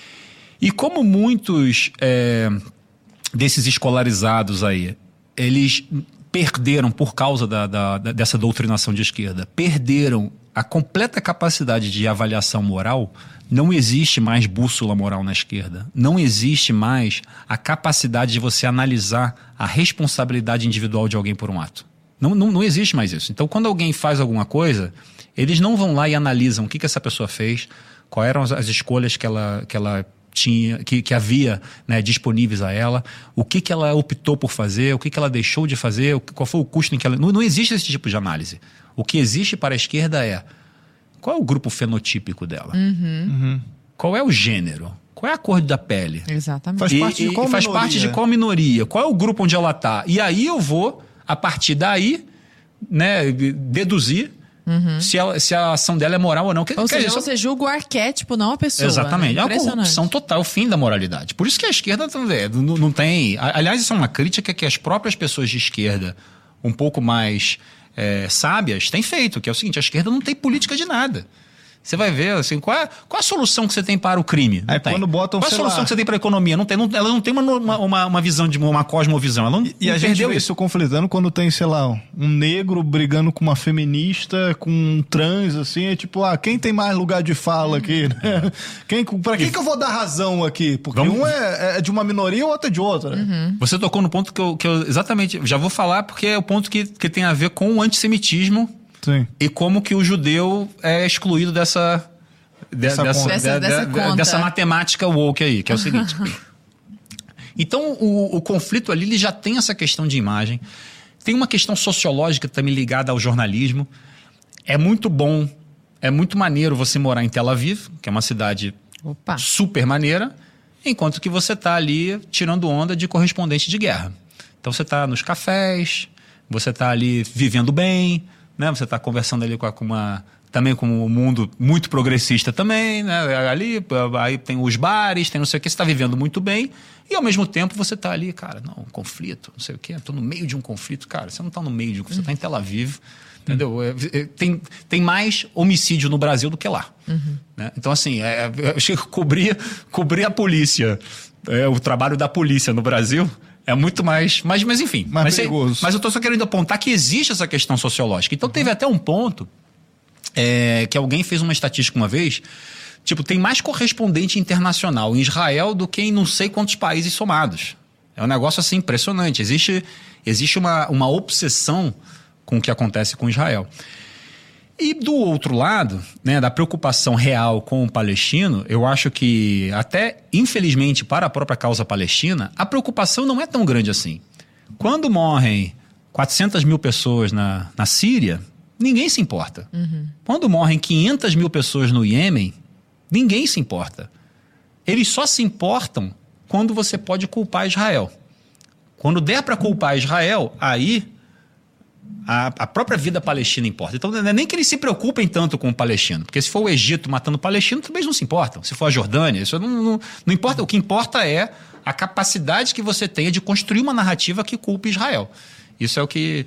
E como muitos é, desses escolarizados aí, eles perderam, por causa da, da, dessa doutrinação de esquerda, perderam a completa capacidade de avaliação moral, não existe mais bússola moral na esquerda. Não existe mais a capacidade de você analisar a responsabilidade individual de alguém por um ato. Não, não, não existe mais isso. Então, quando alguém faz alguma coisa, eles não vão lá e analisam o que, que essa pessoa fez, quais eram as, as escolhas que ela... Que ela Tinha, que, que havia, né, disponíveis a ela, o que, que ela optou por fazer, o que, que ela deixou de fazer, qual foi o custo em que ela... Não, não existe esse tipo de análise. O que existe para a esquerda é qual é o grupo fenotípico dela? Uhum. Uhum. Qual é o gênero? Qual é a cor da pele? Exatamente. Faz parte de qual e, faz minoria? parte de qual minoria? Qual é o grupo onde ela está? E aí eu vou, a partir daí, né, deduzir Uhum. Se, ela, se a ação dela é moral ou não. Ou seja, você isso... julga o arquétipo, não a pessoa. Exatamente. Né? É uma corrupção total, o fim da moralidade. Por isso que a esquerda não, não tem... Aliás, isso é uma crítica que as próprias pessoas de esquerda, um pouco mais é, sábias, têm feito, que é o seguinte, a esquerda não tem política de nada. Você vai ver, assim, qual é, qual é a solução que você tem para o crime? Não Aí tem. quando botam, qual é a solução lá... que você tem para a economia? Não tem, não, ela não tem uma, uma, uma visão de uma cosmovisão. Ela não, e não a gente vê isso conflitando quando tem, sei lá, um negro brigando com uma feminista, com um trans, assim, é tipo, ah, quem tem mais lugar de fala aqui? Né? Quem, pra quem que eu vou dar razão aqui? Porque Vamos... um é, é de uma minoria e o outro é de outra. Né? Uhum. Você tocou no ponto que eu, que eu exatamente, já vou falar porque é o ponto que, que tem a ver com o antissemitismo. Sim. E como que o judeu é excluído dessa... Dessa, dessa, dessa, dessa, dessa, dessa matemática woke aí, que é o seguinte. Então, o, o conflito ali ele já tem essa questão de imagem. Tem uma questão sociológica também ligada ao jornalismo. É muito bom, é muito maneiro você morar em Tel Aviv, que é uma cidade Opa. super maneira, enquanto que você está ali tirando onda de correspondente de guerra. Então, você está nos cafés, você está ali vivendo bem, né? Você está conversando ali com, a, com uma... Também com um mundo muito progressista também, né? Ali, aí tem os bares, tem não sei o que, você está vivendo muito bem e ao mesmo tempo você está ali, cara, não, um conflito, não sei o que, estou no meio de um conflito, cara, você não está no meio de um conflito, você está em Tel Aviv, entendeu? Tem, tem mais homicídio no Brasil do que lá. Uhum. Né? Então, assim, é, eu acho que cobrir, cobrir a polícia, é, o trabalho da polícia no Brasil... É muito mais... Mas, mas enfim. Mais mas, perigoso. Mas eu estou só querendo apontar que existe essa questão sociológica. Então, uhum. teve até um ponto... É, que alguém fez uma estatística uma vez, tipo, tem mais correspondente internacional em Israel do que em não sei quantos países somados. É um negócio assim impressionante. Existe, existe uma, uma obsessão com o que acontece com Israel. E do outro lado, né, da preocupação real com o palestino, eu acho que até, infelizmente, para a própria causa palestina, a preocupação não é tão grande assim. Quando morrem quatrocentas mil pessoas na, na Síria... Ninguém se importa. Uhum. Quando morrem quinhentas mil pessoas no Iêmen, ninguém se importa. Eles só se importam quando você pode culpar Israel. Quando der para culpar Israel, aí a, a própria vida palestina importa. Então não é nem que eles se preocupem tanto com o palestino, porque se for o Egito matando o palestino, também não se importam. Se for a Jordânia, isso não, não, não importa. O que importa é a capacidade que você tenha de construir uma narrativa que culpe Israel. Isso é o que...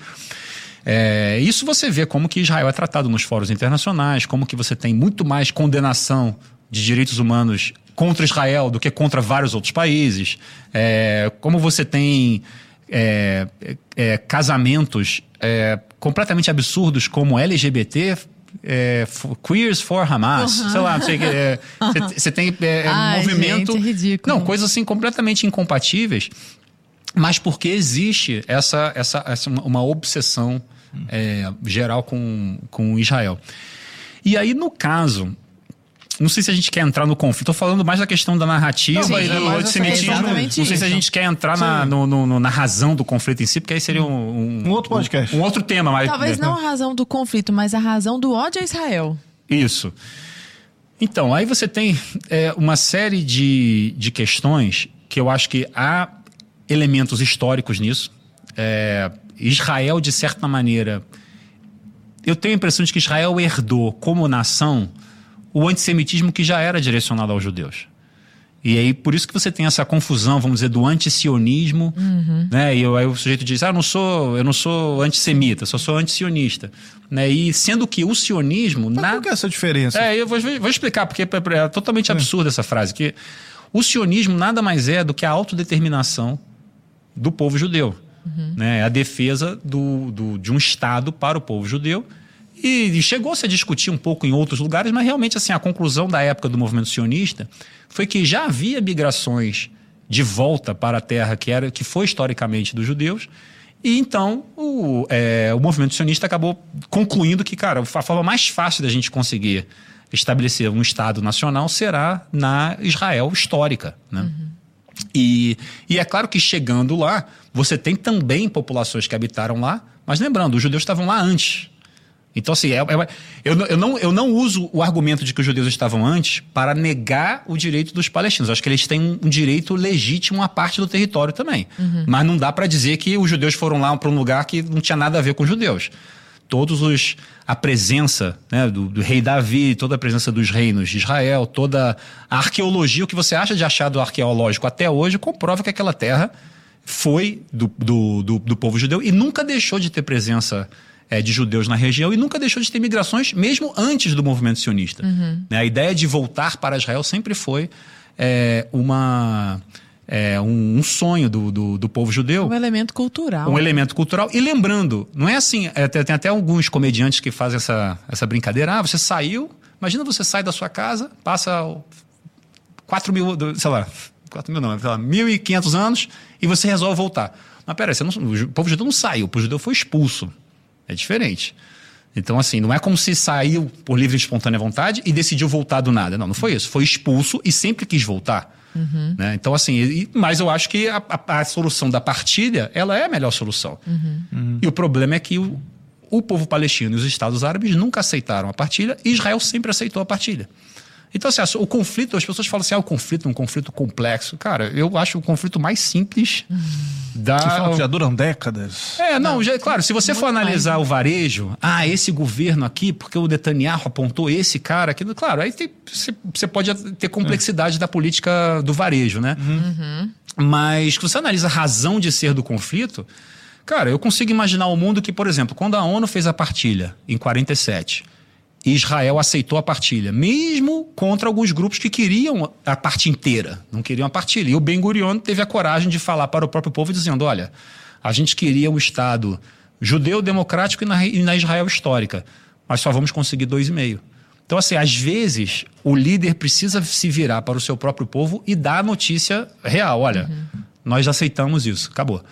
É, isso você vê como que Israel é tratado nos fóruns internacionais, como que você tem muito mais condenação de direitos humanos contra Israel do que contra vários outros países, é, como você tem é, é, casamentos é, completamente absurdos como L G B T, é, Queers for Hamas, uhum. sei lá, não sei o que. Você é, tem é, Ai, movimento... Gente, é ridículo. Não, coisas assim completamente incompatíveis. Mas porque existe essa, essa, essa uma obsessão é, geral com, com Israel. E aí, no caso não sei se a gente quer entrar no conflito. Tô falando mais da questão da narrativa Não, e mas é do mais antissemitismo. essa Não questão. sei se a gente quer entrar na, no, no, na razão do conflito em si, porque aí seria um... Um, Um outro podcast. Um, um outro tema. Mas, Talvez não a razão do conflito, mas a razão do ódio a Israel. Isso. Então, aí você tem é, uma série de, de questões que eu acho que há elementos históricos nisso. É, Israel, de certa maneira... Eu tenho a impressão de que Israel herdou, como nação, o antissemitismo que já era direcionado aos judeus. E aí, por isso que você tem essa confusão, vamos dizer, do antissionismo, uhum. né? E aí o sujeito diz, ah, eu não sou, eu não sou antissemita, só sou antissionista. Né? E sendo que o sionismo... Mas na... qual que é essa diferença? É, eu vou, vou explicar, porque é totalmente absurda essa frase, que o sionismo nada mais é do que a autodeterminação do povo judeu. Uhum. Né? A defesa do, do, de um Estado para o povo judeu. E, e chegou-se a discutir um pouco em outros lugares, mas realmente assim, a conclusão da época do movimento sionista foi que já havia migrações de volta para a terra que, era, que foi historicamente dos judeus. E então o, é, o movimento sionista acabou concluindo que, cara, a forma mais fácil da gente conseguir estabelecer um Estado nacional será na Israel histórica, né? Uhum. E, e é claro que chegando lá, você tem também populações que habitaram lá, mas lembrando, os judeus estavam lá antes. Então, assim, é, é, eu, eu, não, eu não uso o argumento de que os judeus estavam antes para negar o direito dos palestinos. Eu acho que eles têm um, um direito legítimo à parte do território também. Uhum. Mas não dá para dizer que os judeus foram lá para um lugar que não tinha nada a ver com os judeus. Todos os... A presença, né, do, do rei Davi, toda a presença dos reinos de Israel, toda a arqueologia, o que você acha de achado arqueológico até hoje, comprova que aquela terra foi do, do, do, do povo judeu e nunca deixou de ter presença é, de judeus na região e nunca deixou de ter migrações, mesmo antes do movimento sionista. Uhum. A ideia de voltar para Israel sempre foi é, uma... É um, um sonho do, do, do povo judeu. Um elemento cultural. Um elemento cultural. E lembrando, não é assim... É, tem, tem até alguns comediantes que fazem essa, essa brincadeira. Ah, você saiu... Imagina você sai da sua casa, passa quatro mil... Sei lá... quatro mil não, sei lá, mil e quinhentos anos e você resolve voltar. Mas peraí, você não, o povo judeu não saiu. O povo judeu foi expulso. É diferente. Então, assim, não é como se saiu por livre e espontânea vontade e decidiu voltar do nada. Não, não foi isso. Foi expulso e sempre quis voltar. Uhum. Né? Então, assim, e, mas eu acho que a, a, a solução da partilha, ela é a melhor solução. Uhum. Uhum. E o problema é que o, o povo palestino e os Estados Árabes nunca aceitaram a partilha e Israel sempre aceitou a partilha. Então, assim, o conflito, as pessoas falam assim, ah, o conflito é um conflito complexo. Cara, eu acho o conflito mais simples uhum. da... Que falam que já duram décadas. É, não, não já, claro, se você for analisar mais, o varejo, ah, esse governo aqui, porque o Netanyahu apontou esse cara aqui, claro, aí tem, você, você pode ter complexidade é. da política do varejo, né? Uhum. Mas se você analisa a razão de ser do conflito, cara, eu consigo imaginar um mundo que, por exemplo, quando a ONU fez a partilha em quarenta e sete... Israel aceitou a partilha, mesmo contra alguns grupos que queriam a parte inteira, não queriam a partilha. E o Ben-Gurion teve a coragem de falar para o próprio povo dizendo, olha, a gente queria um Estado judeu, democrático e na, e na Israel histórica, mas só vamos conseguir dois e meio. Então, assim, às vezes o líder precisa se virar para o seu próprio povo e dar a notícia real. Olha, uhum. nós aceitamos isso, acabou.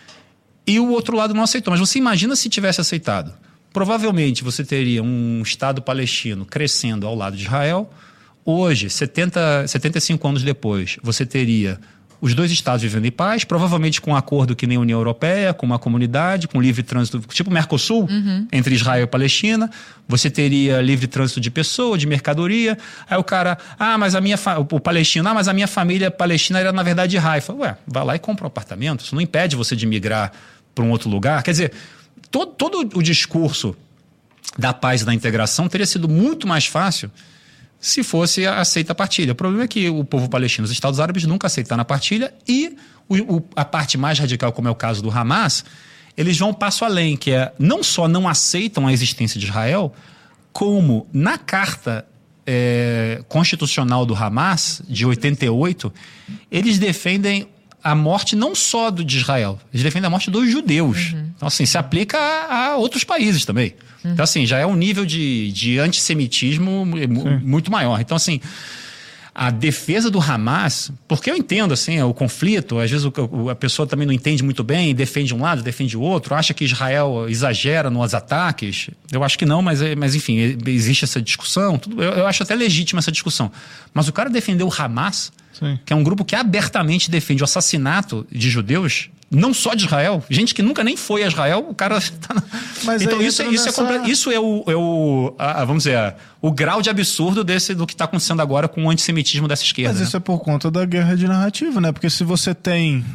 E o outro lado não aceitou. Mas você imagina se tivesse aceitado. Provavelmente você teria um Estado palestino crescendo ao lado de Israel. Hoje, setenta, setenta e cinco anos depois, você teria os dois Estados vivendo em paz, provavelmente com um acordo que nem a União Europeia, com uma comunidade, com livre trânsito, tipo Mercosul, uhum. entre Israel e Palestina. Você teria livre trânsito de pessoa, de mercadoria. Aí o cara, ah, mas a minha fa... o palestino, ah, mas a minha família palestina era na verdade de Haifa. Ué, vai lá e compra um apartamento. Isso não impede você de migrar para um outro lugar. Quer dizer, todo, todo o discurso da paz e da integração teria sido muito mais fácil se fosse aceita a partilha. O problema é que o povo palestino, os Estados Árabes nunca aceitaram a partilha e o, o, a parte mais radical, como é o caso do Hamas, eles vão um passo além, que é não só não aceitam a existência de Israel, como na carta é, constitucional do Hamas, de oitenta e oito, eles defendem a morte não só do, de Israel, eles defendem a morte dos judeus. Uhum. Então, assim, se aplica a, a outros países também. Uhum. Então, assim, já é um nível de, de antissemitismo Sim. muito maior. Então, assim, a defesa do Hamas, porque eu entendo assim, o conflito, às vezes o, a pessoa também não entende muito bem, defende um lado, defende o outro, acha que Israel exagera nos ataques. Eu acho que não, mas, mas enfim, existe essa discussão. Tudo, eu, eu acho até legítima essa discussão. Mas o cara defendeu o Hamas, sim, que é um grupo que abertamente defende o assassinato de judeus, não só de Israel, gente que nunca nem foi a Israel, o cara tá... Mas então isso, é, isso, nessa... é compre... isso é o, é o a, vamos dizer, o grau de absurdo desse, do que está acontecendo agora com o antissemitismo dessa esquerda. Mas né? isso é por conta da guerra de narrativa, né? Porque se você tem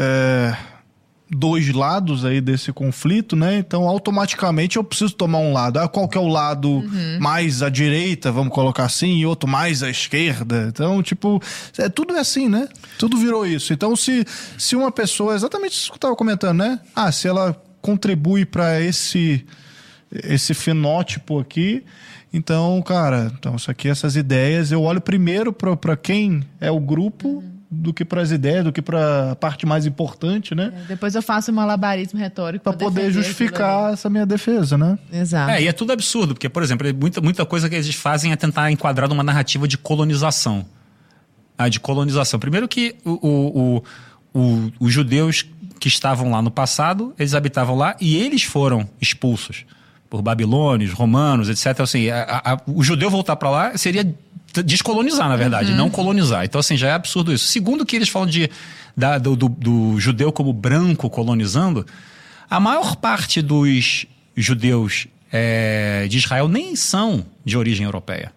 é, dois lados aí desse conflito, né? Então automaticamente eu preciso tomar um lado. Ah, qual que é o lado uhum. mais à direita, vamos colocar assim, e outro mais à esquerda. Então, tipo, é, tudo é assim, né? Tudo virou isso. Então, se, se uma pessoa, exatamente isso que eu estava comentando, né? Ah, se ela contribui para esse, esse fenótipo aqui, então, cara, então isso aqui, essas ideias, eu olho primeiro para quem é o grupo uhum. do que para as ideias, do que para a parte mais importante, né? É, depois eu faço um malabarismo retórico para poder justificar essa minha defesa, né? Exato. É, e é tudo absurdo, porque, por exemplo, muita, muita coisa que eles fazem é tentar enquadrar numa narrativa de colonização. Ah, de colonização. Primeiro que o, o, o, o, os judeus que estavam lá no passado, eles habitavam lá e eles foram expulsos por babilônios, romanos, etcétera. Assim, a, a, o judeu voltar para lá seria descolonizar, na verdade, uhum. não colonizar. Então, assim, já é absurdo isso. Segundo que eles falam de, da, do, do, do judeu como branco colonizando, a maior parte dos judeus é, de Israel nem são de origem europeia.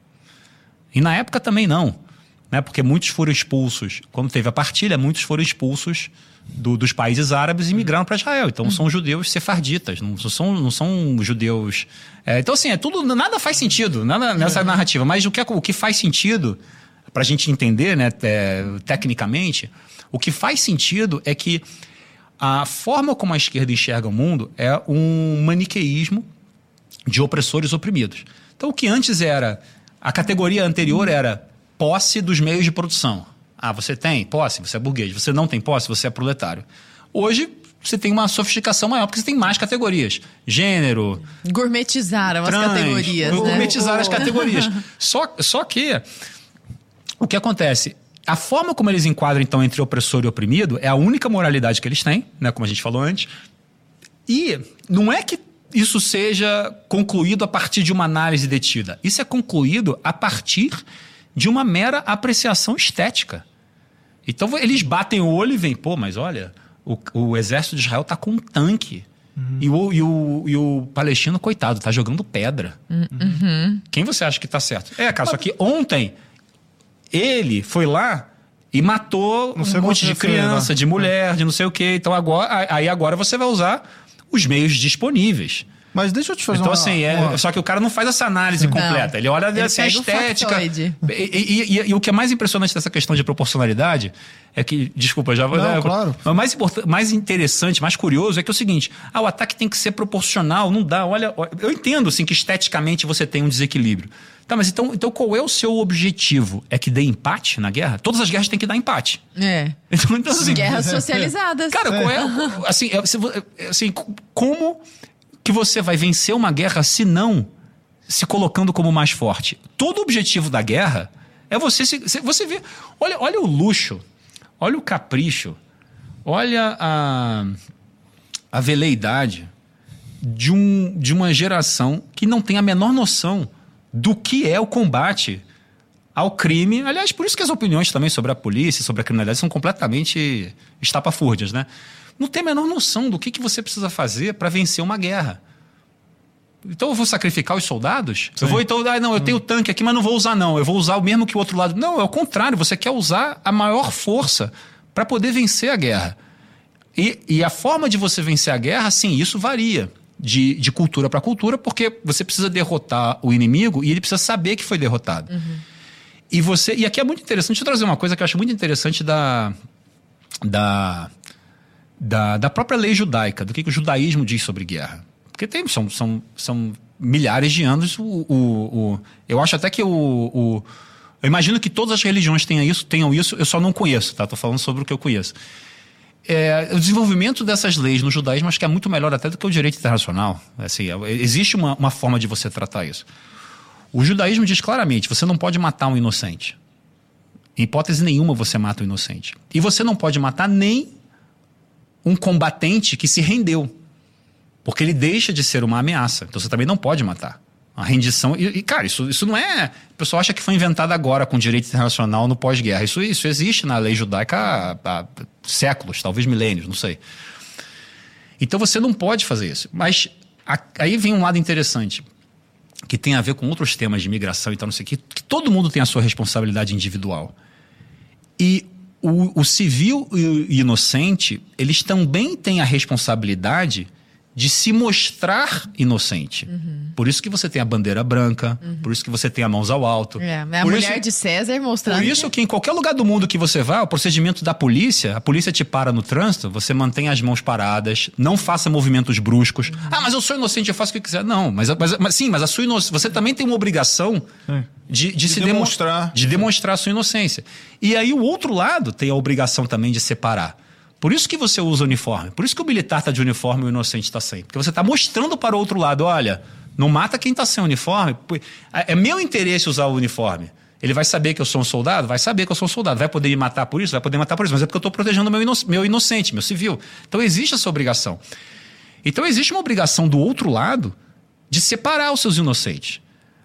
E na época também não. Né? Porque muitos foram expulsos. Quando teve a partilha, muitos foram expulsos do, dos países árabes e migraram para Israel. Então, são judeus sefarditas, não são, não são judeus... É, então, assim, é tudo, nada faz sentido nada nessa é. narrativa. Mas o que, é, o que faz sentido, para a gente entender, né, é, tecnicamente, o que faz sentido é que a forma como a esquerda enxerga o mundo é um maniqueísmo de opressores oprimidos. Então, o que antes era... A categoria anterior era posse dos meios de produção. Ah, você tem posse, você é burguês. Você não tem posse, você é proletário. Hoje, você tem uma sofisticação maior, porque você tem mais categorias. Gênero... Gourmetizaram trans, as categorias, né? Gourmetizaram as categorias. Só, só que, o que acontece? A forma como eles enquadram, então, entre opressor e oprimido é a única moralidade que eles têm, né, como a gente falou antes. E não é que isso seja concluído a partir de uma análise detida. Isso é concluído a partir de uma mera apreciação estética. Então, eles batem o olho e veem, pô, mas olha, o, o exército de Israel está com um tanque. Uhum. E, o, e, o, e o palestino, coitado, está jogando pedra. Uhum. Quem você acha que está certo? É, cara, mas... só que ontem ele foi lá e matou um monte de criança, de mulher, de não sei o quê. Então, agora, aí agora você vai usar os meios disponíveis. Mas deixa eu te fazer então, uma... assim, é, uma... só que o cara não faz essa análise não. completa. Ele olha ele assim, a estética. E, e, e, e o que é mais impressionante dessa questão de proporcionalidade é que, desculpa, já vou... Não, é, claro. Mas mais, import, mais interessante, mais curioso é que é o seguinte, ah, o ataque tem que ser proporcional, não dá, olha... Eu entendo, assim, que esteticamente você tem um desequilíbrio. Tá, mas então, então qual é o seu objetivo? É que dê empate na guerra? Todas as guerras têm que dar empate. É. Então, então, assim, guerras socializadas. Cara, qual é... Assim, assim, como... que você vai vencer uma guerra se não se colocando como mais forte. Todo o objetivo da guerra é você se, você ver, olha, olha o luxo, olha o capricho, olha a, a veleidade de, um, de uma geração que não tem a menor noção do que é o combate ao crime. Aliás, por isso que as opiniões também sobre a polícia, sobre a criminalidade são completamente estapafúrdias, né? Não tem a menor noção do que, que você precisa fazer para vencer uma guerra. Então eu vou sacrificar os soldados? Sim. Eu vou então, ah, não, eu tenho tanque aqui, mas não vou usar não. Eu vou usar o mesmo que o outro lado. Não, é o contrário. Você quer usar a maior força para poder vencer a guerra. E, e a forma de você vencer a guerra, sim, isso varia de, de cultura para cultura, porque você precisa derrotar o inimigo e ele precisa saber que foi derrotado. Uhum. E você, e aqui é muito interessante, deixa eu trazer uma coisa que eu acho muito interessante da... da Da, da própria lei judaica, do que, que o judaísmo diz sobre guerra. Porque tem, são, são, são milhares de anos. O, o, o, eu acho até que o, o... Eu imagino que todas as religiões tenham isso, tenham isso, eu só não conheço, tá? Estou falando sobre o que eu conheço. É, o desenvolvimento dessas leis no judaísmo acho que é muito melhor até do que o direito internacional. Assim, existe uma, uma forma de você tratar isso. O judaísmo diz claramente, você não pode matar um inocente. Em hipótese nenhuma você mata o inocente. E você não pode matar nem um combatente que se rendeu. Porque ele deixa de ser uma ameaça. Então você também não pode matar. A rendição... E, e cara, isso, isso não é... O pessoal acha que foi inventado agora com direito internacional no pós-guerra. Isso, isso existe na lei judaica há, há séculos, talvez milênios, não sei. Então você não pode fazer isso. Mas a, aí vem um lado interessante, que tem a ver com outros temas de imigração e tal, não sei o que, que todo mundo tem a sua responsabilidade individual. E o, o civil e o inocente, eles também têm a responsabilidade de se mostrar inocente. Uhum. Por isso que você tem a bandeira branca, uhum. por isso que você tem a mãos ao alto. É, a por mulher isso, de César mostrando... Por isso que em qualquer lugar do mundo que você vá, o procedimento da polícia, a polícia te para no trânsito, você mantém as mãos paradas, não faça movimentos bruscos. Uhum. Ah, mas eu sou inocente, eu faço o que quiser. Não, mas, mas, mas sim, mas a sua inocência, você também tem uma obrigação é. de, de, de se demonstrar. De demonstrar a sua inocência. E aí o outro lado tem a obrigação também de separar. Por isso que você usa uniforme. Por isso que o militar está de uniforme e o inocente está sem. Porque você está mostrando para o outro lado, olha, não mata quem está sem uniforme. É meu interesse usar o uniforme. Ele vai saber que eu sou um soldado? Vai saber que eu sou um soldado. Vai poder me matar por isso? Vai poder matar por isso. Mas é porque eu estou protegendo o meu, ino meu inocente, meu civil. Então existe essa obrigação. Então existe uma obrigação do outro lado de separar os seus inocentes.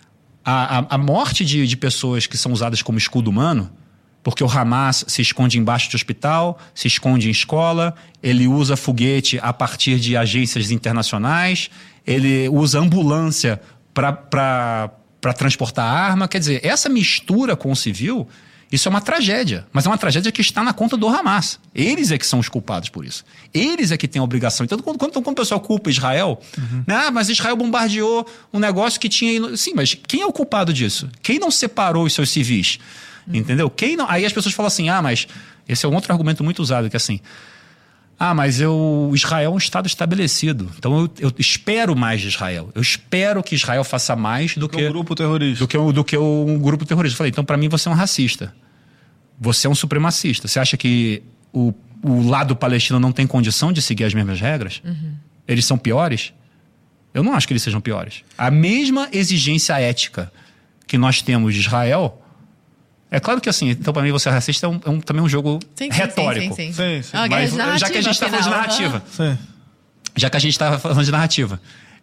A, a, a morte de, de pessoas que são usadas como escudo humano, porque o Hamas se esconde embaixo de hospital, se esconde em escola, ele usa foguete a partir de agências internacionais, ele usa ambulância para transportar arma. Quer dizer, essa mistura com o civil, isso é uma tragédia. Mas é uma tragédia que está na conta do Hamas. Eles é que são os culpados por isso. Eles é que têm a obrigação. Então, quando, quando, quando o pessoal culpa Israel, uhum. né? Ah, mas Israel bombardeou um negócio que tinha... Sim, mas quem é o culpado disso? Quem não separou os seus civis? Entendeu? Quem não... Aí as pessoas falam assim, ah, mas... Esse é um outro argumento muito usado, que é assim... Ah, mas eu... Israel é um Estado estabelecido. Então eu, eu espero mais de Israel. Eu espero que Israel faça mais do que... Um grupo terrorista. Do que, do que um grupo terrorista. Eu falei, então para mim você é um racista. Você é um supremacista. Você acha que o, o lado palestino não tem condição de seguir as mesmas regras? Uhum. Eles são piores? Eu não acho que eles sejam piores. A mesma exigência ética que nós temos de Israel... É claro que assim, então para mim você é racista é, um, é um, também um jogo sim, retórico. Sim, sim, sim. sim, sim. Mas, já que a gente está falando de narrativa. Sim. Já que a gente está falando de narrativa.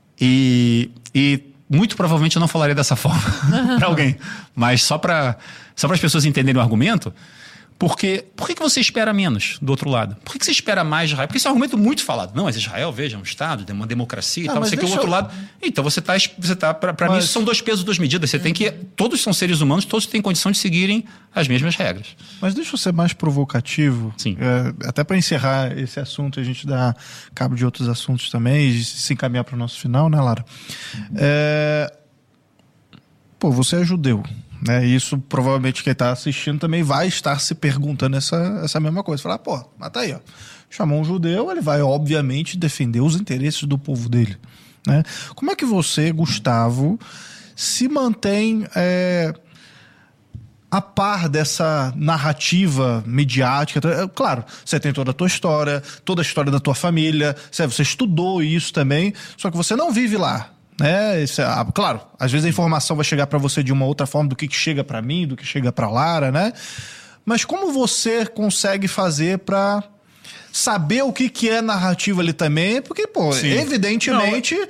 E, e muito provavelmente eu não falaria dessa forma para alguém. Mas só para só as pessoas entenderem o argumento. Porque, por que, que você espera menos do outro lado? Por que, que você espera mais de Israel? Porque esse é um argumento muito falado. Não, mas Israel, veja, é um Estado, uma democracia e ah, tal. Você quer o outro eu... lado. Então, você está... Você tá, para mas... mim, isso são dois pesos, duas medidas. Você uhum. tem que... Todos são seres humanos, todos têm condição de seguirem as mesmas regras. Mas deixa eu ser mais provocativo. Sim. É, até para encerrar esse assunto, a gente dá cabo de outros assuntos também e se encaminhar para o nosso final, né, Lara? É... Pô, você é judeu. Né? Isso provavelmente quem está assistindo também vai estar se perguntando essa, essa mesma coisa. Falar, pô, mas tá aí, ó. Chamou um judeu, ele vai obviamente defender os interesses do povo dele. Né? Como é que você, Gustavo, se mantém é, a par dessa narrativa midiática? Claro, você tem toda a tua história, toda a história da tua família, você estudou isso também, só que você não vive lá. É, isso é, claro, às vezes a informação vai chegar para você de uma outra forma do que, que chega para mim, do que chega para Lara, né? Mas como você consegue fazer para saber o que, que é narrativa ali também? Porque, pô, sim, evidentemente não,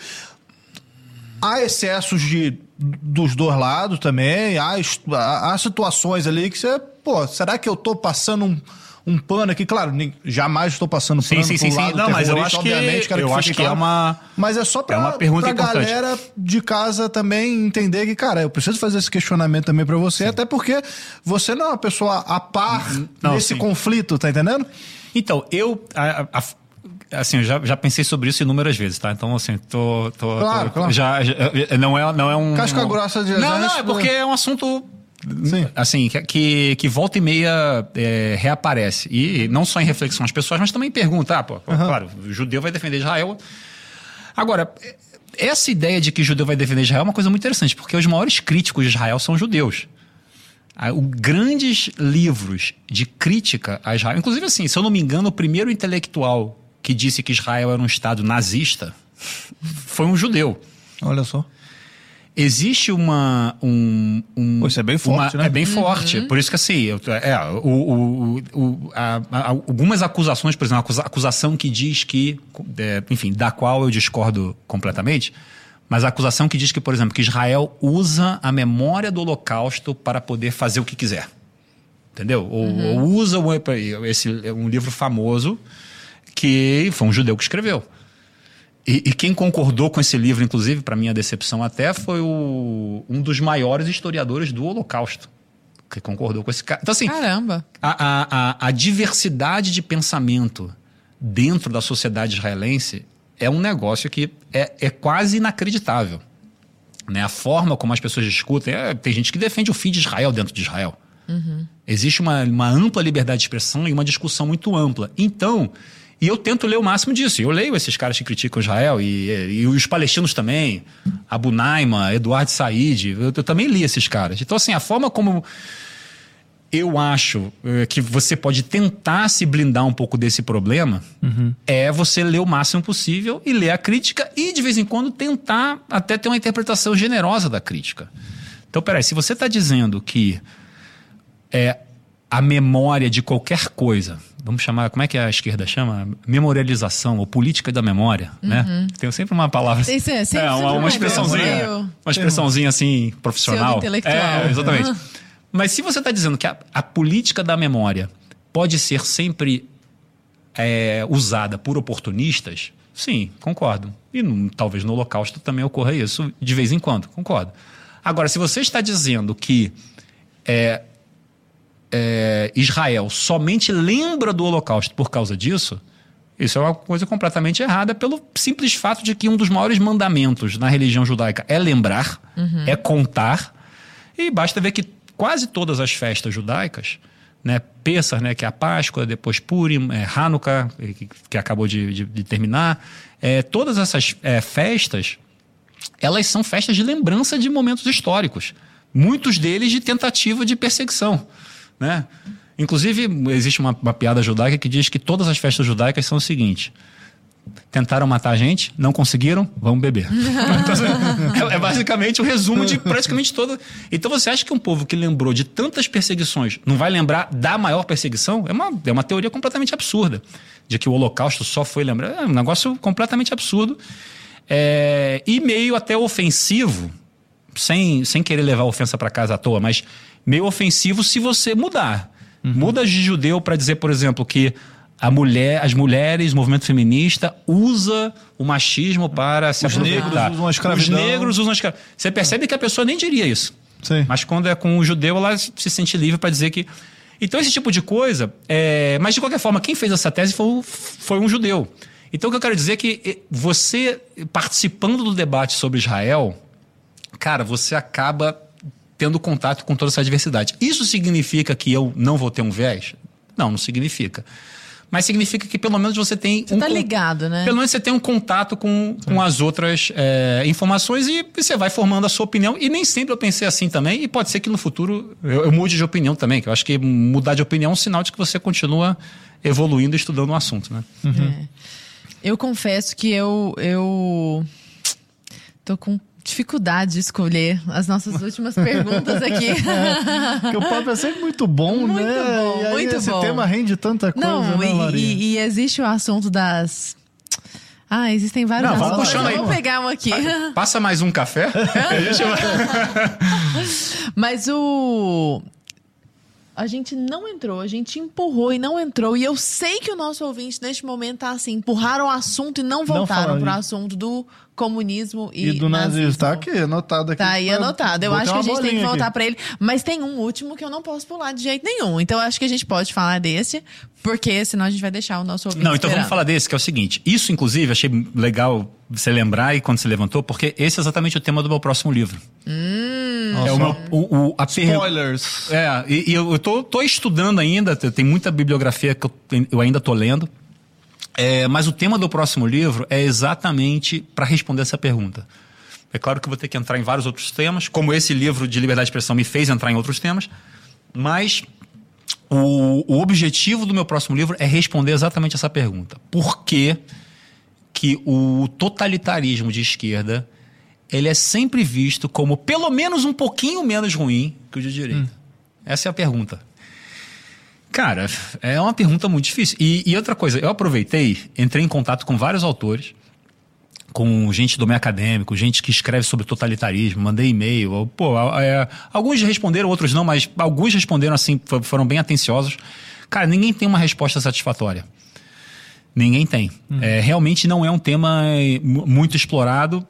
há excessos de, dos dois lados também, há, há situações ali que você, pô, será que eu tô passando um Um pano aqui, claro, jamais estou passando pano sim, sim, pro lado sim. Não, mas eu acho que, obviamente, quero eu que acho que claro. é uma Mas é só para é uma pergunta pra importante. Galera de casa também entender que, cara, eu preciso fazer esse questionamento também para você, sim. Até porque você não é uma pessoa a par não, desse sim. conflito, tá entendendo? Então, eu... A, a, assim, eu já, já pensei sobre isso inúmeras vezes, tá? Então, assim, tô... tô claro, tô, claro. Já, já, não, é, não é um... Casca grossa de... Não, não, é porque é um assunto... Sim. Assim, que, que volta e meia é, reaparece. E não só em reflexão às pessoas, mas também pergunta, ah, pô, pô, uhum. claro, o judeu vai defender Israel. Agora, essa ideia de que o judeu vai defender Israel é uma coisa muito interessante, porque os maiores críticos de Israel são judeus. Os grandes livros de crítica a Israel, inclusive assim, se eu não me engano, o primeiro intelectual que disse que Israel era um estado nazista foi um judeu. Olha só. existe uma... Um, um, Pô, isso é bem forte, uma, né? É bem forte. Por isso que, assim, eu, é, o, o, o, a, a, algumas acusações, por exemplo, a acusação que diz que... É, enfim, da qual eu discordo completamente, mas a acusação que diz que, por exemplo, que Israel usa a memória do Holocausto para poder fazer o que quiser. Entendeu? Ou, uhum. ou usa esse, um livro famoso que foi um judeu que escreveu. E, e quem concordou com esse livro, inclusive, para minha decepção até, foi o, um dos maiores historiadores do Holocausto, que concordou com esse cara. Então, assim, caramba! A, a, a diversidade de pensamento dentro da sociedade israelense é um negócio que é, é quase inacreditável. Né? A forma como as pessoas discutem... É, tem gente que defende o fim de Israel dentro de Israel. Uhum. Existe uma, uma ampla liberdade de expressão e uma discussão muito ampla. Então... E eu tento ler o máximo disso. Eu leio esses caras que criticam Israel e, e, e os palestinos também. Abu Naima, Eduardo Said. Eu, eu também li esses caras. Então, assim, a forma como eu acho é, que você pode tentar se blindar um pouco desse problema uhum. é você ler o máximo possível e ler a crítica e, de vez em quando, tentar até ter uma interpretação generosa da crítica. Então, peraí, se você está dizendo que é, a memória de qualquer coisa... Vamos chamar, como é que a esquerda chama? Memorialização ou política da memória, uhum. né? Tem sempre uma palavra... Tem, tem, tem, é, uma, uma expressãozinha, uma expressãozinha assim, profissional. É, exatamente. Uhum. Mas se você está dizendo que a, a política da memória pode ser sempre é, usada por oportunistas, sim, concordo. E no, talvez no Holocausto também ocorra isso de vez em quando, concordo. Agora, se você está dizendo que... É, É, Israel somente lembra do Holocausto por causa disso, isso é uma coisa completamente errada pelo simples fato de que um dos maiores mandamentos na religião judaica é lembrar, uhum. é contar, e basta ver que quase todas as festas judaicas, né, Pessah, né, que é a Páscoa, depois Purim, é, Hanukkah, que, que acabou de, de, de terminar, é, todas essas é, festas, elas são festas de lembrança de momentos históricos, muitos deles de tentativa de perseguição. Né? Inclusive, existe uma, uma piada judaica que diz que todas as festas judaicas são o seguinte: tentaram matar a gente, não conseguiram, vamos beber. Então, é, é basicamente o resumo de praticamente toda. Então você acha que um povo que lembrou de tantas perseguições não vai lembrar da maior perseguição? É uma, é uma teoria completamente absurda, de que o Holocausto só foi lembrar. É um negócio completamente absurdo, é, e meio até ofensivo, sem, sem querer levar a ofensa para casa à toa, mas meio ofensivo se você mudar. Uhum. Muda de judeu para dizer, por exemplo, que a mulher, as mulheres, o movimento feminista usa o machismo para se Os aproveitar. negros usam a escravidão. Os negros usam a escravidão. Você percebe que a pessoa nem diria isso. Sim. Mas quando é com o judeu, ela se sente livre para dizer que... Então, esse tipo de coisa... É... Mas, de qualquer forma, quem fez essa tese foi, foi um judeu. Então, o que eu quero dizer é que você, participando do debate sobre Israel, cara, você acaba tendo contato com toda essa diversidade. Isso significa que eu não vou ter um viés? Não, não significa. Mas significa que pelo menos você tem... Você um tá ligado, né? Pelo menos você tem um contato com, com as outras é, informações e você vai formando a sua opinião. E nem sempre eu pensei assim também. E pode ser que no futuro eu, eu mude de opinião também. Que eu acho que mudar de opinião é um sinal de que você continua evoluindo e estudando o assunto, né? Uhum. É. Eu confesso que eu... eu tô com dificuldade de escolher as nossas últimas perguntas aqui. Porque o papo é sempre muito bom, muito né? Bom, e aí muito esse bom. tema rende tanta coisa, Não, né, e, Maria? e, e existe o assunto das... Ah, existem vários Não, assuntos. puxando aí. Vou pegar um aqui. Passa mais um café. Mas o... A gente não entrou, a gente empurrou e não entrou. E eu sei que o nosso ouvinte, neste momento, tá assim, empurraram o assunto e não voltaram para o assunto do comunismo e, e do nazismo. Tá aqui, anotado aqui. Tá aí anotado. Eu acho que a gente tem que voltar para ele. Mas tem um último que eu não posso pular de jeito nenhum. Então, eu acho que a gente pode falar desse, porque senão a gente vai deixar o nosso ouvinte Não, então esperando. vamos falar desse, que é o seguinte. Isso, inclusive, achei legal você lembrar e quando você levantou, porque esse é exatamente o tema do meu próximo livro. Hum. É o meu, o, o, a Spoilers. Per... É, e, e eu tô, tô estudando ainda, tem muita bibliografia que eu, eu ainda tô lendo. É, mas o tema do próximo livro é exatamente para responder essa pergunta. É claro que eu vou ter que entrar em vários outros temas, como esse livro de liberdade de expressão me fez entrar em outros temas, mas o, o objetivo do meu próximo livro é responder exatamente essa pergunta. Por que que o totalitarismo de esquerda ele é sempre visto como pelo menos um pouquinho menos ruim que o de direita? Hum. Essa é a pergunta. Cara, é uma pergunta muito difícil. E, e outra coisa, eu aproveitei, entrei em contato com vários autores, com gente do meio acadêmico, gente que escreve sobre totalitarismo, mandei e-mail. Pô, é, alguns responderam, outros não, mas alguns responderam assim, foram bem atenciosos. Cara, ninguém tem uma resposta satisfatória. Ninguém tem. Hum. É, realmente não é um tema muito explorado.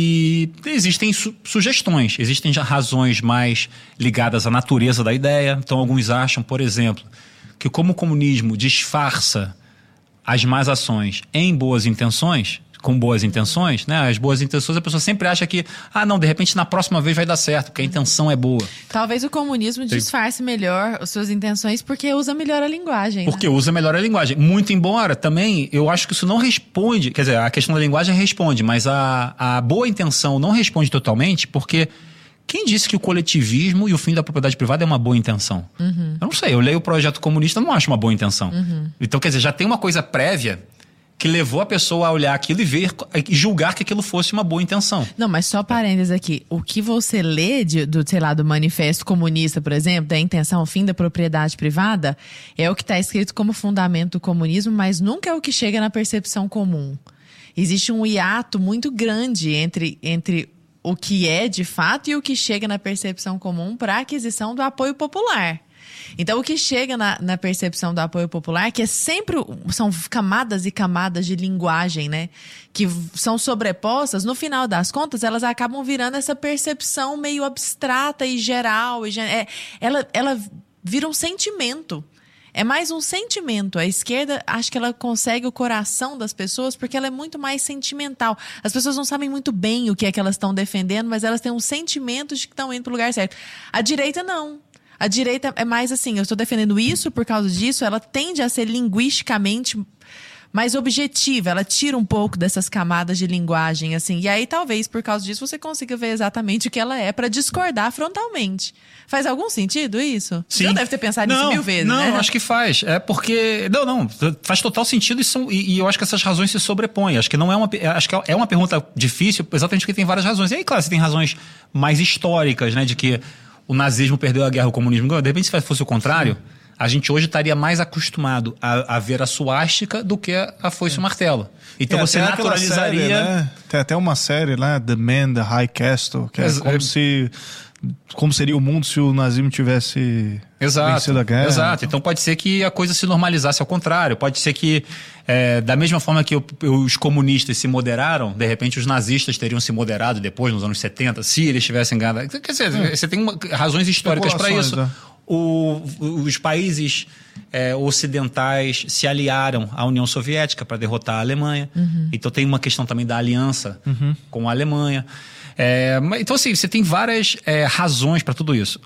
E existem su- sugestões, existem já razões mais ligadas à natureza da ideia. Então, alguns acham, por exemplo, que como o comunismo disfarça as más ações em boas intenções, com boas intenções, né? As boas intenções, a pessoa sempre acha que, ah, não, de repente na próxima vez vai dar certo, porque a intenção é boa. Talvez o comunismo Sim. disfarce melhor as suas intenções porque usa melhor a linguagem. Porque né? usa melhor a linguagem. Muito embora também, eu acho que isso não responde, quer dizer, a questão da linguagem responde, mas a, a boa intenção não responde totalmente, porque quem disse que o coletivismo e o fim da propriedade privada é uma boa intenção? Uhum. Eu não sei, eu leio o projeto comunista e não acho uma boa intenção. Uhum. Então, quer dizer, já tem uma coisa prévia que levou a pessoa a olhar aquilo e ver, e julgar que aquilo fosse uma boa intenção. Não, mas só parênteses aqui. O que você lê de, do, sei lá, do Manifesto Comunista, por exemplo, da intenção, o fim da propriedade privada, é o que está escrito como fundamento do comunismo, mas nunca é o que chega na percepção comum. Existe um hiato muito grande entre, entre o que é de fato e o que chega na percepção comum para a aquisição do apoio popular. Então, o que chega na, na percepção do apoio popular, que é sempre, são camadas e camadas de linguagem, né? Que são sobrepostas, no final das contas, elas acabam virando essa percepção meio abstrata e geral. E, é, ela, ela vira um sentimento. É mais um sentimento. A esquerda, acho que ela consegue o coração das pessoas porque ela é muito mais sentimental. As pessoas não sabem muito bem o que é que elas estão defendendo, mas elas têm um sentimento de que estão indo para o lugar certo. A direita, não. A direita é mais assim, eu estou defendendo isso por causa disso, ela tende a ser linguisticamente mais objetiva, ela tira um pouco dessas camadas de linguagem, assim, e aí talvez por causa disso você consiga ver exatamente o que ela é para discordar frontalmente. Faz algum sentido isso? Sim. Você deve ter pensado não, nisso mil vezes, não, né? Não, acho que faz. É porque... Não, não, faz total sentido e, são, e, e eu acho que essas razões se sobrepõem. Acho que não é uma... Acho que é uma pergunta difícil, exatamente porque tem várias razões. E aí, claro, você tem razões mais históricas, né, de que o nazismo perdeu a guerra, o comunismo ganhou. De repente, se fosse o contrário, a gente hoje estaria mais acostumado a, a ver a suástica do que a, a foice e o martelo. Então é, você naturalizaria... Série, né? Tem até uma série lá, The Man, The High Castle, que é, é como se... Como seria o mundo se o nazismo tivesse exato, vencido a guerra. Exato. Então pode ser que a coisa se normalizasse ao contrário. Pode ser que, é, da mesma forma que o, os comunistas se moderaram, de repente os nazistas teriam se moderado depois, nos anos setenta, se eles tivessem ganhado. Quer dizer, hum. você tem uma, razões históricas para isso. Né? O, os países é, ocidentais se aliaram à União Soviética para derrotar a Alemanha. Uhum. Então tem uma questão também da aliança uhum. com a Alemanha. É, então, assim, você tem várias é, razões para tudo isso.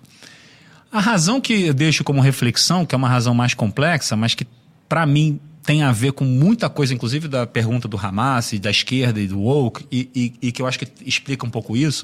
A razão que eu deixo como reflexão, que é uma razão mais complexa, mas que, para mim, tem a ver com muita coisa, inclusive da pergunta do Hamas, e da esquerda e do woke, e, e, e que eu acho que explica um pouco isso.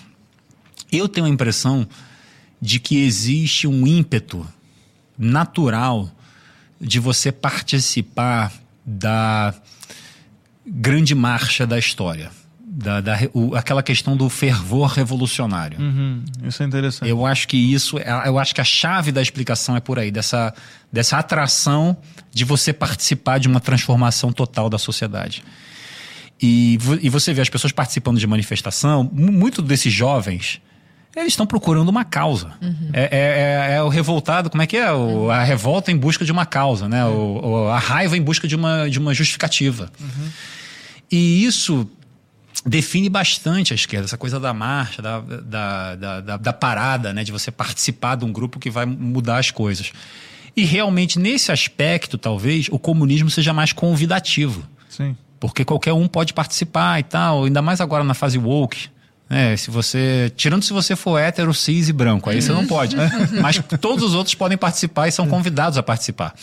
Eu tenho a impressão de que existe um ímpeto natural de você participar da grande marcha da história. Da, da, o, aquela questão do fervor revolucionário. Uhum, isso é interessante. Eu acho que isso, eu acho que a chave da explicação é por aí, dessa, dessa atração de você participar de uma transformação total da sociedade. E, e você vê as pessoas participando de manifestação, muito desses jovens, eles estão procurando uma causa. Uhum. É, é, é o revoltado, como é que é? O, a revolta em busca de uma causa, né? O, a raiva em busca de uma, de uma justificativa. Uhum. E isso define bastante a esquerda, essa coisa da marcha, da, da, da, da, da parada, né? De você participar de um grupo que vai mudar as coisas. E realmente, nesse aspecto, talvez, o comunismo seja mais convidativo. Sim. Porque qualquer um pode participar e tal, ainda mais agora na fase woke. É, se você, tirando se você for hétero, cis e branco, aí você não pode. Mas todos os outros podem participar e são convidados a participar.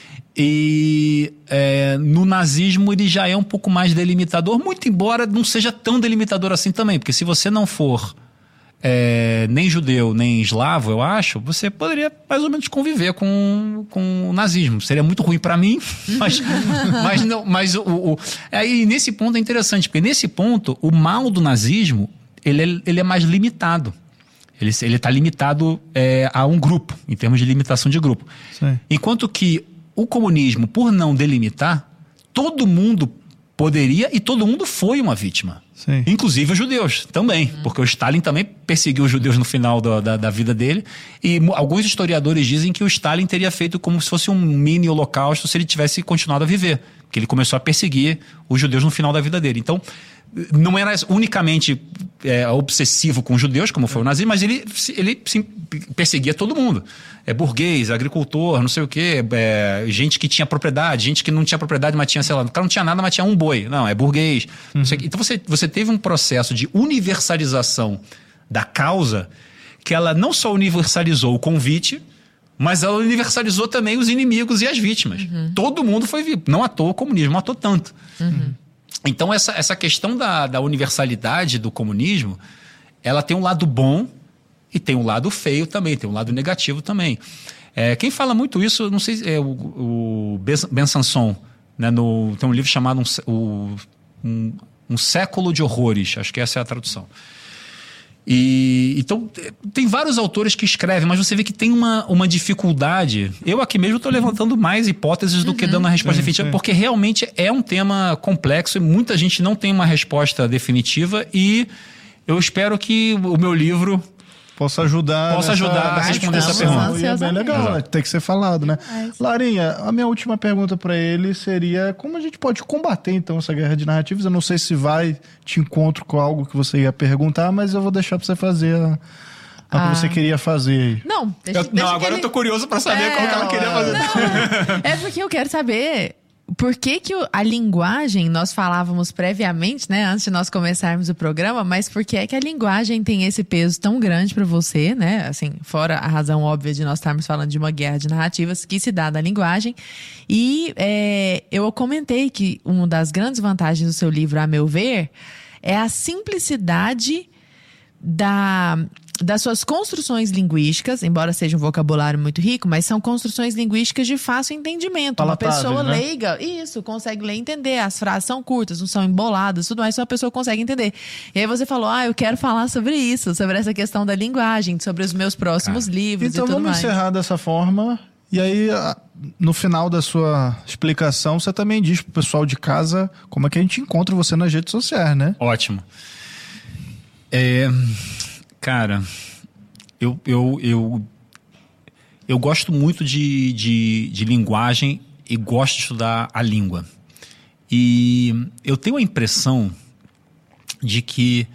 E é, no nazismo ele já é um pouco mais delimitador, muito embora não seja tão delimitador assim também, porque se você não for é, nem judeu nem eslavo, eu acho, você poderia mais ou menos conviver com, com o nazismo. Seria muito ruim para mim, mas, mas, não, mas o, o, aí nesse ponto é interessante, porque nesse ponto o mal do nazismo ele é, ele é mais limitado. Ele está limitado é, a um grupo, em termos de limitação de grupo. Sim. Enquanto que o comunismo, por não delimitar, todo mundo poderia e todo mundo foi uma vítima. Sim. Inclusive os judeus também, uhum. porque o Stalin também perseguiu os judeus no final da, da, da vida dele, e alguns historiadores dizem que o Stalin teria feito como se fosse um mini holocausto se ele tivesse continuado a viver, porque ele começou a perseguir os judeus no final da vida dele. Então, não era unicamente é, obsessivo com os judeus, como foi o nazismo, mas ele, ele sim, perseguia todo mundo. É burguês, agricultor, não sei o quê, é, gente que tinha propriedade, gente que não tinha propriedade, mas tinha, sei lá, o cara não tinha nada, mas tinha um boi. Não, é burguês. Uhum. Então você, você teve um processo de universalização da causa, que ela não só universalizou o convite, mas ela universalizou também os inimigos e as vítimas. Uhum. Todo mundo foi vítima. Não à toa o comunismo matou tanto. Uhum. Então, essa, essa questão da, da universalidade do comunismo, ela tem um lado bom e tem um lado feio também, tem um lado negativo também. É, quem fala muito isso, não sei, é o, o Ben Sanson, né, no, tem um livro chamado um, um, um Século de Horrores, acho que essa é a tradução. E, então, tem vários autores que escrevem, mas você vê que tem uma, uma dificuldade. Eu aqui mesmo estou levantando mais hipóteses do uhum. que dando a resposta sim, definitiva, sim. porque realmente é um tema complexo e muita gente não tem uma resposta definitiva, e eu espero que o meu livro possa ajudar, possa nessa, ajudar a responder essa pergunta. É bem legal, né? Tem que ser falado, né? É Larinha, a minha última pergunta para ele seria como a gente pode combater, então, essa guerra de narrativas? Eu não sei se vai te encontro com algo que você ia perguntar, mas eu vou deixar para você fazer a, a ah. que você queria fazer aí. Não, deixa, eu, deixa não agora ele... eu tô curioso para saber é, como que ela queria fazer. Não, é porque eu quero saber... Por que que a linguagem, nós falávamos previamente, né, antes de nós começarmos o programa, mas por que é que a linguagem tem esse peso tão grande para você, né? Assim, fora a razão óbvia de nós estarmos falando de uma guerra de narrativas que se dá da linguagem. E é, eu comentei que uma das grandes vantagens do seu livro, a meu ver, é a simplicidade da... das suas construções linguísticas, embora seja um vocabulário muito rico, mas são construções linguísticas de fácil entendimento. Palatáveis, uma pessoa né? leiga, isso, consegue ler e entender. As frases são curtas, não são emboladas, tudo mais, só a pessoa consegue entender. E aí você falou, ah, eu quero falar sobre isso, sobre essa questão da linguagem, sobre os meus próximos ah. livros então, e tudo mais. Então vamos encerrar dessa forma. E aí, no final da sua explicação, você também diz pro pessoal de casa como é que a gente encontra você nas redes sociais, né? Ótimo. É... Cara, eu, eu, eu, eu gosto muito de, de, de linguagem e gosto de estudar a língua. E eu tenho a impressão de que,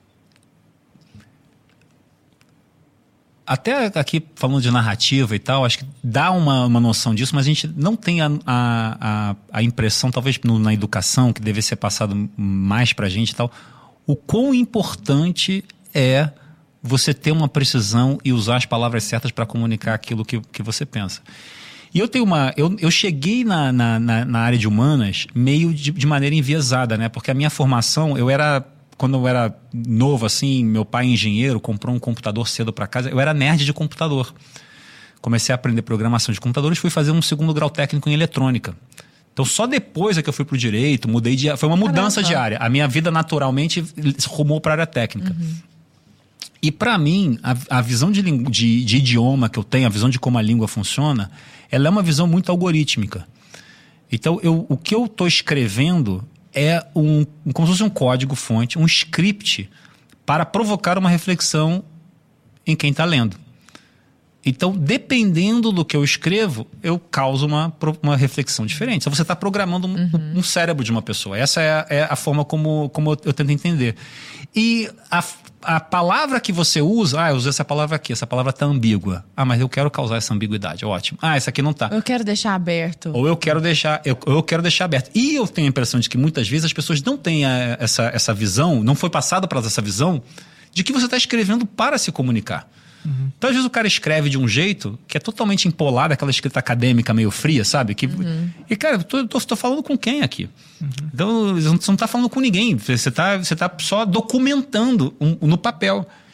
até aqui falando de narrativa e tal, acho que dá uma, uma noção disso, mas a gente não tem a, a, a impressão, talvez no, na educação, que deve ser passado mais pra gente e tal, o quão importante é você ter uma precisão e usar as palavras certas para comunicar aquilo que, que você pensa. E eu tenho uma... Eu, eu cheguei na, na, na área de humanas meio de, de maneira enviesada, né? Porque a minha formação, eu era... Quando eu era novo, assim, meu pai engenheiro, comprou um computador cedo para casa. Eu era nerd de computador. Comecei a aprender programação de computadores, fui fazer um segundo grau técnico em eletrônica. Então, só depois é que eu fui pro direito, mudei de... Foi uma mudança Caramba. de área. A minha vida, naturalmente, rumou para a área técnica. Uhum. E para mim, a, a visão de, de, de idioma que eu tenho, a visão de como a língua funciona, ela é uma visão muito algorítmica. Então, eu, o que eu estou escrevendo é um, como se fosse um código-fonte, um script para provocar uma reflexão em quem está lendo. Então, dependendo do que eu escrevo, eu causo uma, uma reflexão diferente. Então, você está programando um, uhum. um cérebro de uma pessoa. Essa é a, é a forma como, como eu, eu tento entender. E a, a palavra que você usa... Ah, eu usei essa palavra aqui. Essa palavra está ambígua. Ah, mas eu quero causar essa ambiguidade. Ótimo. Ah, essa aqui não está. Eu quero deixar aberto. Ou eu quero deixar, eu, eu quero deixar aberto. E eu tenho a impressão de que muitas vezes as pessoas não têm a, essa, essa visão, não foi passada para elas essa visão, de que você está escrevendo para se comunicar. Uhum. Então, às vezes, o cara escreve de um jeito que é totalmente empolado, aquela escrita acadêmica meio fria, sabe? Que, uhum. E, cara, eu tô, tô, tô falando com quem aqui? Uhum. Então, você não está falando com ninguém. Você está você tá só documentando um, no papel.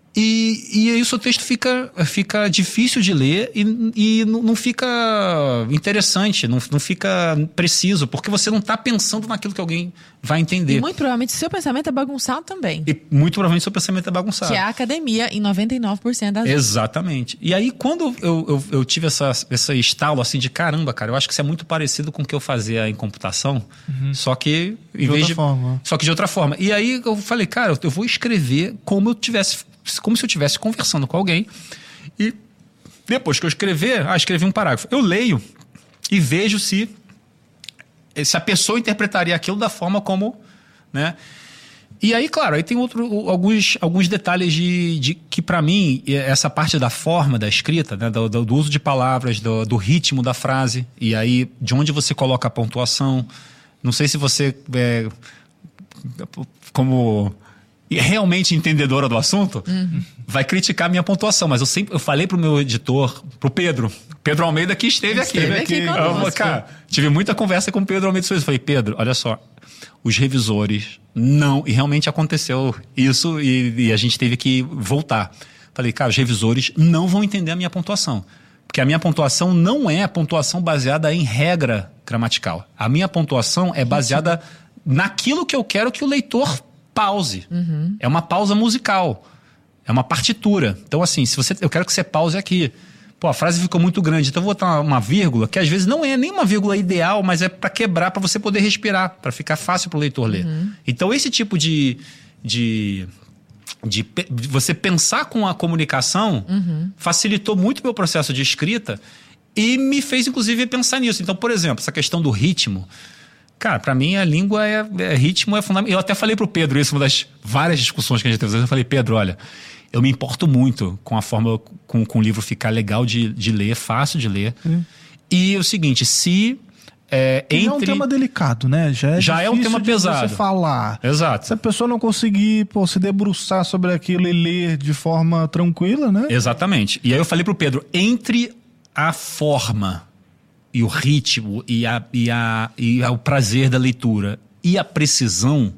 E, e aí o seu texto fica, fica difícil de ler e, e não, não fica interessante, não, não fica preciso, porque você não está pensando naquilo que alguém vai entender. E muito provavelmente o seu pensamento é bagunçado também. E muito provavelmente o seu pensamento é bagunçado. Que é a academia em noventa e nove por cento das vezes. Exatamente. E aí quando eu, eu, eu tive essa, esse estalo assim de caramba, cara, eu acho que isso é muito parecido com o que eu fazia em computação, uhum. só que em de vez outra de, forma. Só que de outra forma. E aí eu falei, cara, eu vou escrever como eu tivesse como se eu estivesse conversando com alguém e depois que eu escrever, ah, escrevi um parágrafo, eu leio e vejo se se a pessoa interpretaria aquilo da forma como, né? E aí, claro, aí tem outro, alguns, alguns detalhes de, de que para mim, essa parte da forma da escrita, né, do, do uso de palavras, do, do ritmo da frase, e aí de onde você coloca a pontuação. Não sei se você é, como realmente entendedora do assunto, uhum. vai criticar a minha pontuação. Mas eu sempre eu falei pro meu editor, pro Pedro, Pedro Almeida, que esteve aqui. Esteve aqui, aqui eu, cara, tive muita conversa com o Pedro Almeida sobre isso. Falei, Pedro, olha só, os revisores não... E realmente aconteceu isso e, e a gente teve que voltar. Falei, cara, os revisores não vão entender a minha pontuação. Porque a minha pontuação não é a pontuação baseada em regra gramatical. A minha pontuação é baseada naquilo que eu quero que o leitor pause. Uhum. É uma pausa musical. É uma partitura. Então, assim, se você, eu quero que você pause aqui. Pô, a frase ficou muito grande, então eu vou botar uma, uma vírgula, que às vezes não é nem uma vírgula ideal, mas é para quebrar, para você poder respirar, para ficar fácil para o leitor ler. Uhum. Então, esse tipo de, de, de, de você pensar com a comunicação uhum. facilitou muito o meu processo de escrita e me fez, inclusive, pensar nisso. Então, por exemplo, essa questão do ritmo. Cara, pra mim a língua é, é ritmo é fundamental. Eu até falei pro Pedro isso, uma das várias discussões que a gente teve. Eu falei, Pedro, olha, eu me importo muito com a forma, com, com o livro ficar legal de, de ler, fácil de ler. Hum. E o seguinte, se... É, entre... é um tema delicado, né? Já é, Já é um tema pesado. Você falar. Exato. Se a pessoa não conseguir pô, se debruçar sobre aquilo e ler de forma tranquila, né? Exatamente. E aí eu falei pro Pedro, entre a forma... e o ritmo e, a, e, a, e a, o prazer da leitura e a precisão,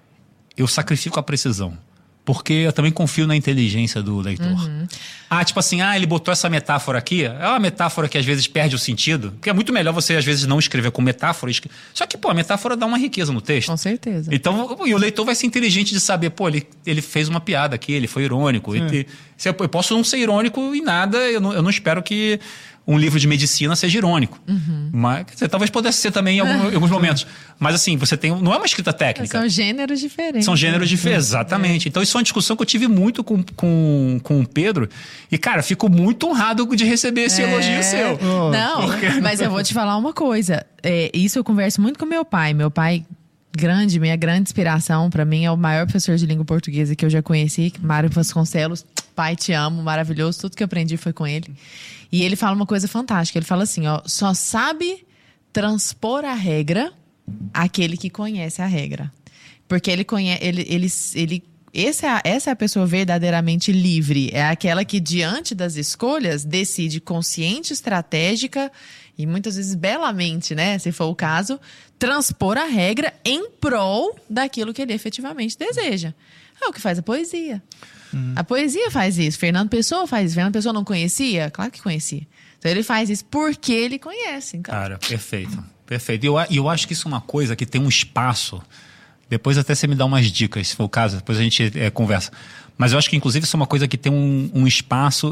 eu sacrifico a precisão. Porque eu também confio na inteligência do leitor. Uhum. Ah, tipo assim, ah, ele botou essa metáfora aqui. É uma metáfora que às vezes perde o sentido. Porque é muito melhor você, às vezes, não escrever com metáfora. Só que, pô, a metáfora dá uma riqueza no texto. Com certeza. Então, e o leitor vai ser inteligente de saber, pô, ele, ele fez uma piada aqui, ele foi irônico. Ele, eu posso não ser irônico em nada, eu não, eu não espero que um livro de medicina seja irônico. Uhum. Mas, quer dizer, talvez pudesse ser também em, algum, em alguns momentos. Mas assim, você tem... Não é uma escrita técnica. São gêneros diferentes. São gêneros diferentes, exatamente. É. Então isso é uma discussão que eu tive muito com, com, com o Pedro. E, cara, fico muito honrado de receber esse é. elogio seu. Oh. Não, porque... mas eu vou te falar uma coisa. É, isso eu converso muito com meu pai. Meu pai... grande, minha grande inspiração pra mim é o maior professor de língua portuguesa que eu já conheci, Mário Vasconcelos. Pai, te amo, maravilhoso, tudo que eu aprendi foi com ele. E ele fala uma coisa fantástica, ele fala assim, ó, só sabe transpor a regra aquele que conhece a regra. Porque ele conhece, ele, ele, ele, esse é a, essa é a pessoa verdadeiramente livre, é aquela que diante das escolhas decide consciente, estratégica e muitas vezes belamente, né, se for o caso, transpor a regra em prol daquilo que ele efetivamente deseja. É o que faz a poesia. Uhum. A poesia faz isso. Fernando Pessoa faz isso. Fernando Pessoa não conhecia? Claro que conhecia. Então ele faz isso porque ele conhece. Então. Cara, perfeito. Perfeito. E eu, eu acho que isso é uma coisa que tem um espaço. Depois até você me dá umas dicas, se for o caso. Depois a gente é, conversa. Mas eu acho que inclusive isso é uma coisa que tem um, um espaço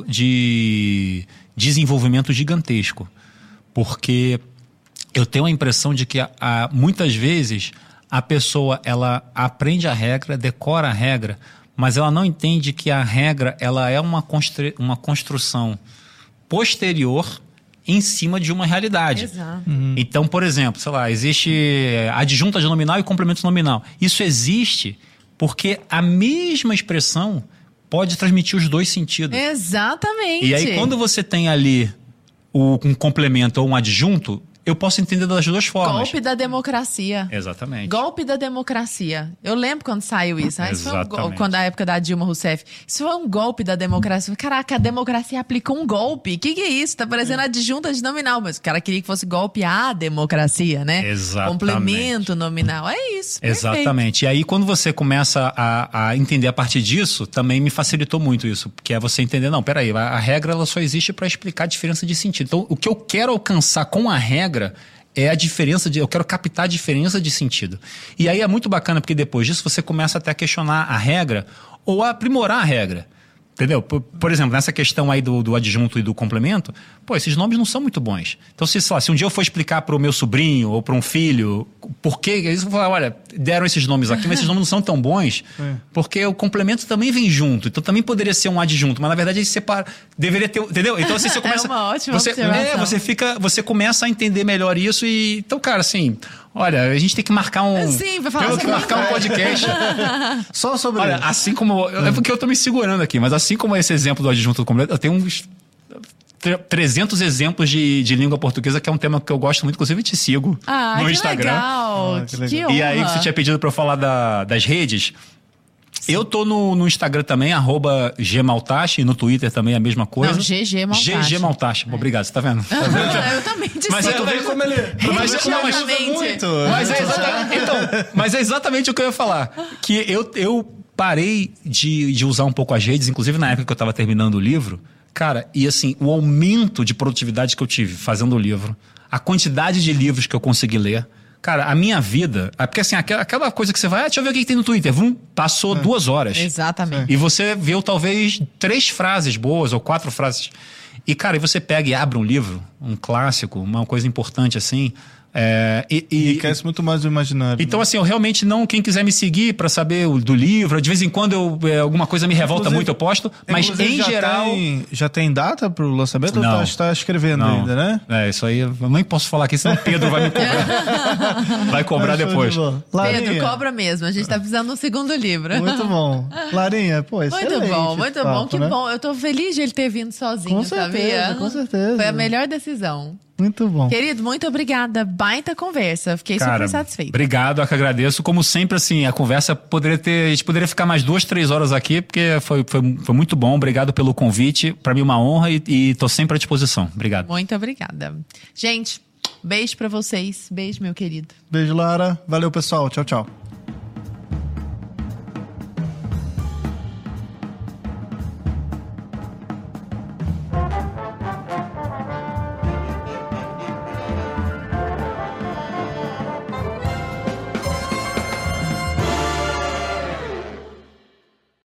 de desenvolvimento gigantesco. Porque eu tenho a impressão de que a, a, muitas vezes a pessoa ela aprende a regra, decora a regra, mas ela não entende que a regra ela é uma, constru, uma construção posterior em cima de uma realidade. Exato. Uhum. Então, por exemplo, sei lá, existe adjunta de nominal e complemento nominal. Isso existe porque a mesma expressão pode transmitir os dois sentidos. Exatamente. E aí, quando você tem ali o, um complemento ou um adjunto, eu posso entender das duas formas. Golpe da democracia. Exatamente. Golpe da democracia. Eu lembro quando saiu isso. Ah, isso foi um Exatamente. golpe, quando a época da Dilma Rousseff. Isso foi um golpe da democracia. Caraca, a democracia aplicou um golpe. O que, que é isso? Tá parecendo adjunta de nominal. Mas o cara queria que fosse golpe à democracia, né? Exatamente. Complemento nominal. É isso. Exatamente. E aí, quando você começa a, a entender a partir disso, também me facilitou muito isso. Porque é você entender, não, peraí, a, a regra ela só existe para explicar a diferença de sentido. Então, o que eu quero alcançar com a regra é a diferença de... Eu quero captar a diferença de sentido. E aí é muito bacana, porque depois disso você começa até a questionar a regra ou a aprimorar a regra. Entendeu? Por, por exemplo, nessa questão aí do, do adjunto e do complemento, pô, esses nomes não são muito bons. Então, se, sei lá, se um dia eu for explicar para o meu sobrinho ou para um filho por que, eles vão falar, olha, deram esses nomes aqui, mas esses nomes não são tão bons, é. porque o complemento também vem junto. Então, também poderia ser um adjunto, mas na verdade ele separa. Deveria ter, entendeu? Então, assim, você começa... É uma ótima você, observação. é, você fica, você começa a entender melhor isso e... Então, cara, assim... Olha, a gente tem que marcar um... Sim, vai falar Tem que marcar um podcast. Só sobre Olha, isso. assim como... É porque eu tô me segurando aqui, mas assim como esse exemplo do adjunto do complemento, eu tenho uns trezentos exemplos de, de língua portuguesa, que é um tema que eu gosto muito, inclusive te sigo ah, no que Instagram. Legal. Ah, que legal. Que honra. E aí você tinha pedido pra eu falar da, das redes. Sim. Eu tô no, no Instagram também, arroba gmaltache, e no Twitter também é a mesma coisa. Não, G G Maltache. G G Maltache. É. Obrigado, você tá vendo? Tá vendo? Eu também te mas sigo. é, Vê como ele... Mas, não, mas, muito. Mas, é exatamente, então, mas é exatamente o que eu ia falar. Que eu, eu parei de, de usar um pouco as redes, inclusive na época que eu tava terminando o livro. Cara, e assim, o aumento de produtividade que eu tive fazendo o livro, a quantidade de livros que eu consegui ler, cara, a minha vida... Porque assim, aquela, aquela coisa que você vai... Ah, deixa eu ver o que tem no Twitter. Vum, passou é. duas horas. Exatamente. E você viu talvez três frases boas ou quatro frases. E, cara, e você pega e abre um livro, um clássico, uma coisa importante assim... É, e, e, enriquece muito mais o imaginário. Então, né? assim, eu realmente não... Quem quiser me seguir para saber o, do livro, de vez em quando eu, é, alguma coisa me revolta inclusive, muito, eu posto. Mas em já geral... Tem, já tem data pro lançamento não, ou tá, tá escrevendo não. ainda, né? É, isso aí eu nem posso falar aqui, senão o Pedro vai me cobrar. Vai cobrar depois. De Pedro, cobra mesmo. A gente tá precisando de um segundo livro. Muito bom. Larinha, pô, excelente. Muito bom, muito papo, bom. Que né? bom. Eu tô feliz de ele ter vindo sozinho, com certeza, sabia? Com certeza. Foi a melhor decisão. Muito bom. Querido, muito obrigada. Baita conversa. Fiquei Cara, super satisfeita. Obrigado, eu que agradeço. Como sempre, assim, a conversa poderia ter... A gente poderia ficar mais duas, três horas aqui, porque foi, foi, foi muito bom. Obrigado pelo convite. Pra mim, uma honra e, e tô sempre à disposição. Obrigado. Muito obrigada. Gente, beijo pra vocês. Beijo, meu querido. Beijo, Lara. Valeu, pessoal. Tchau, tchau.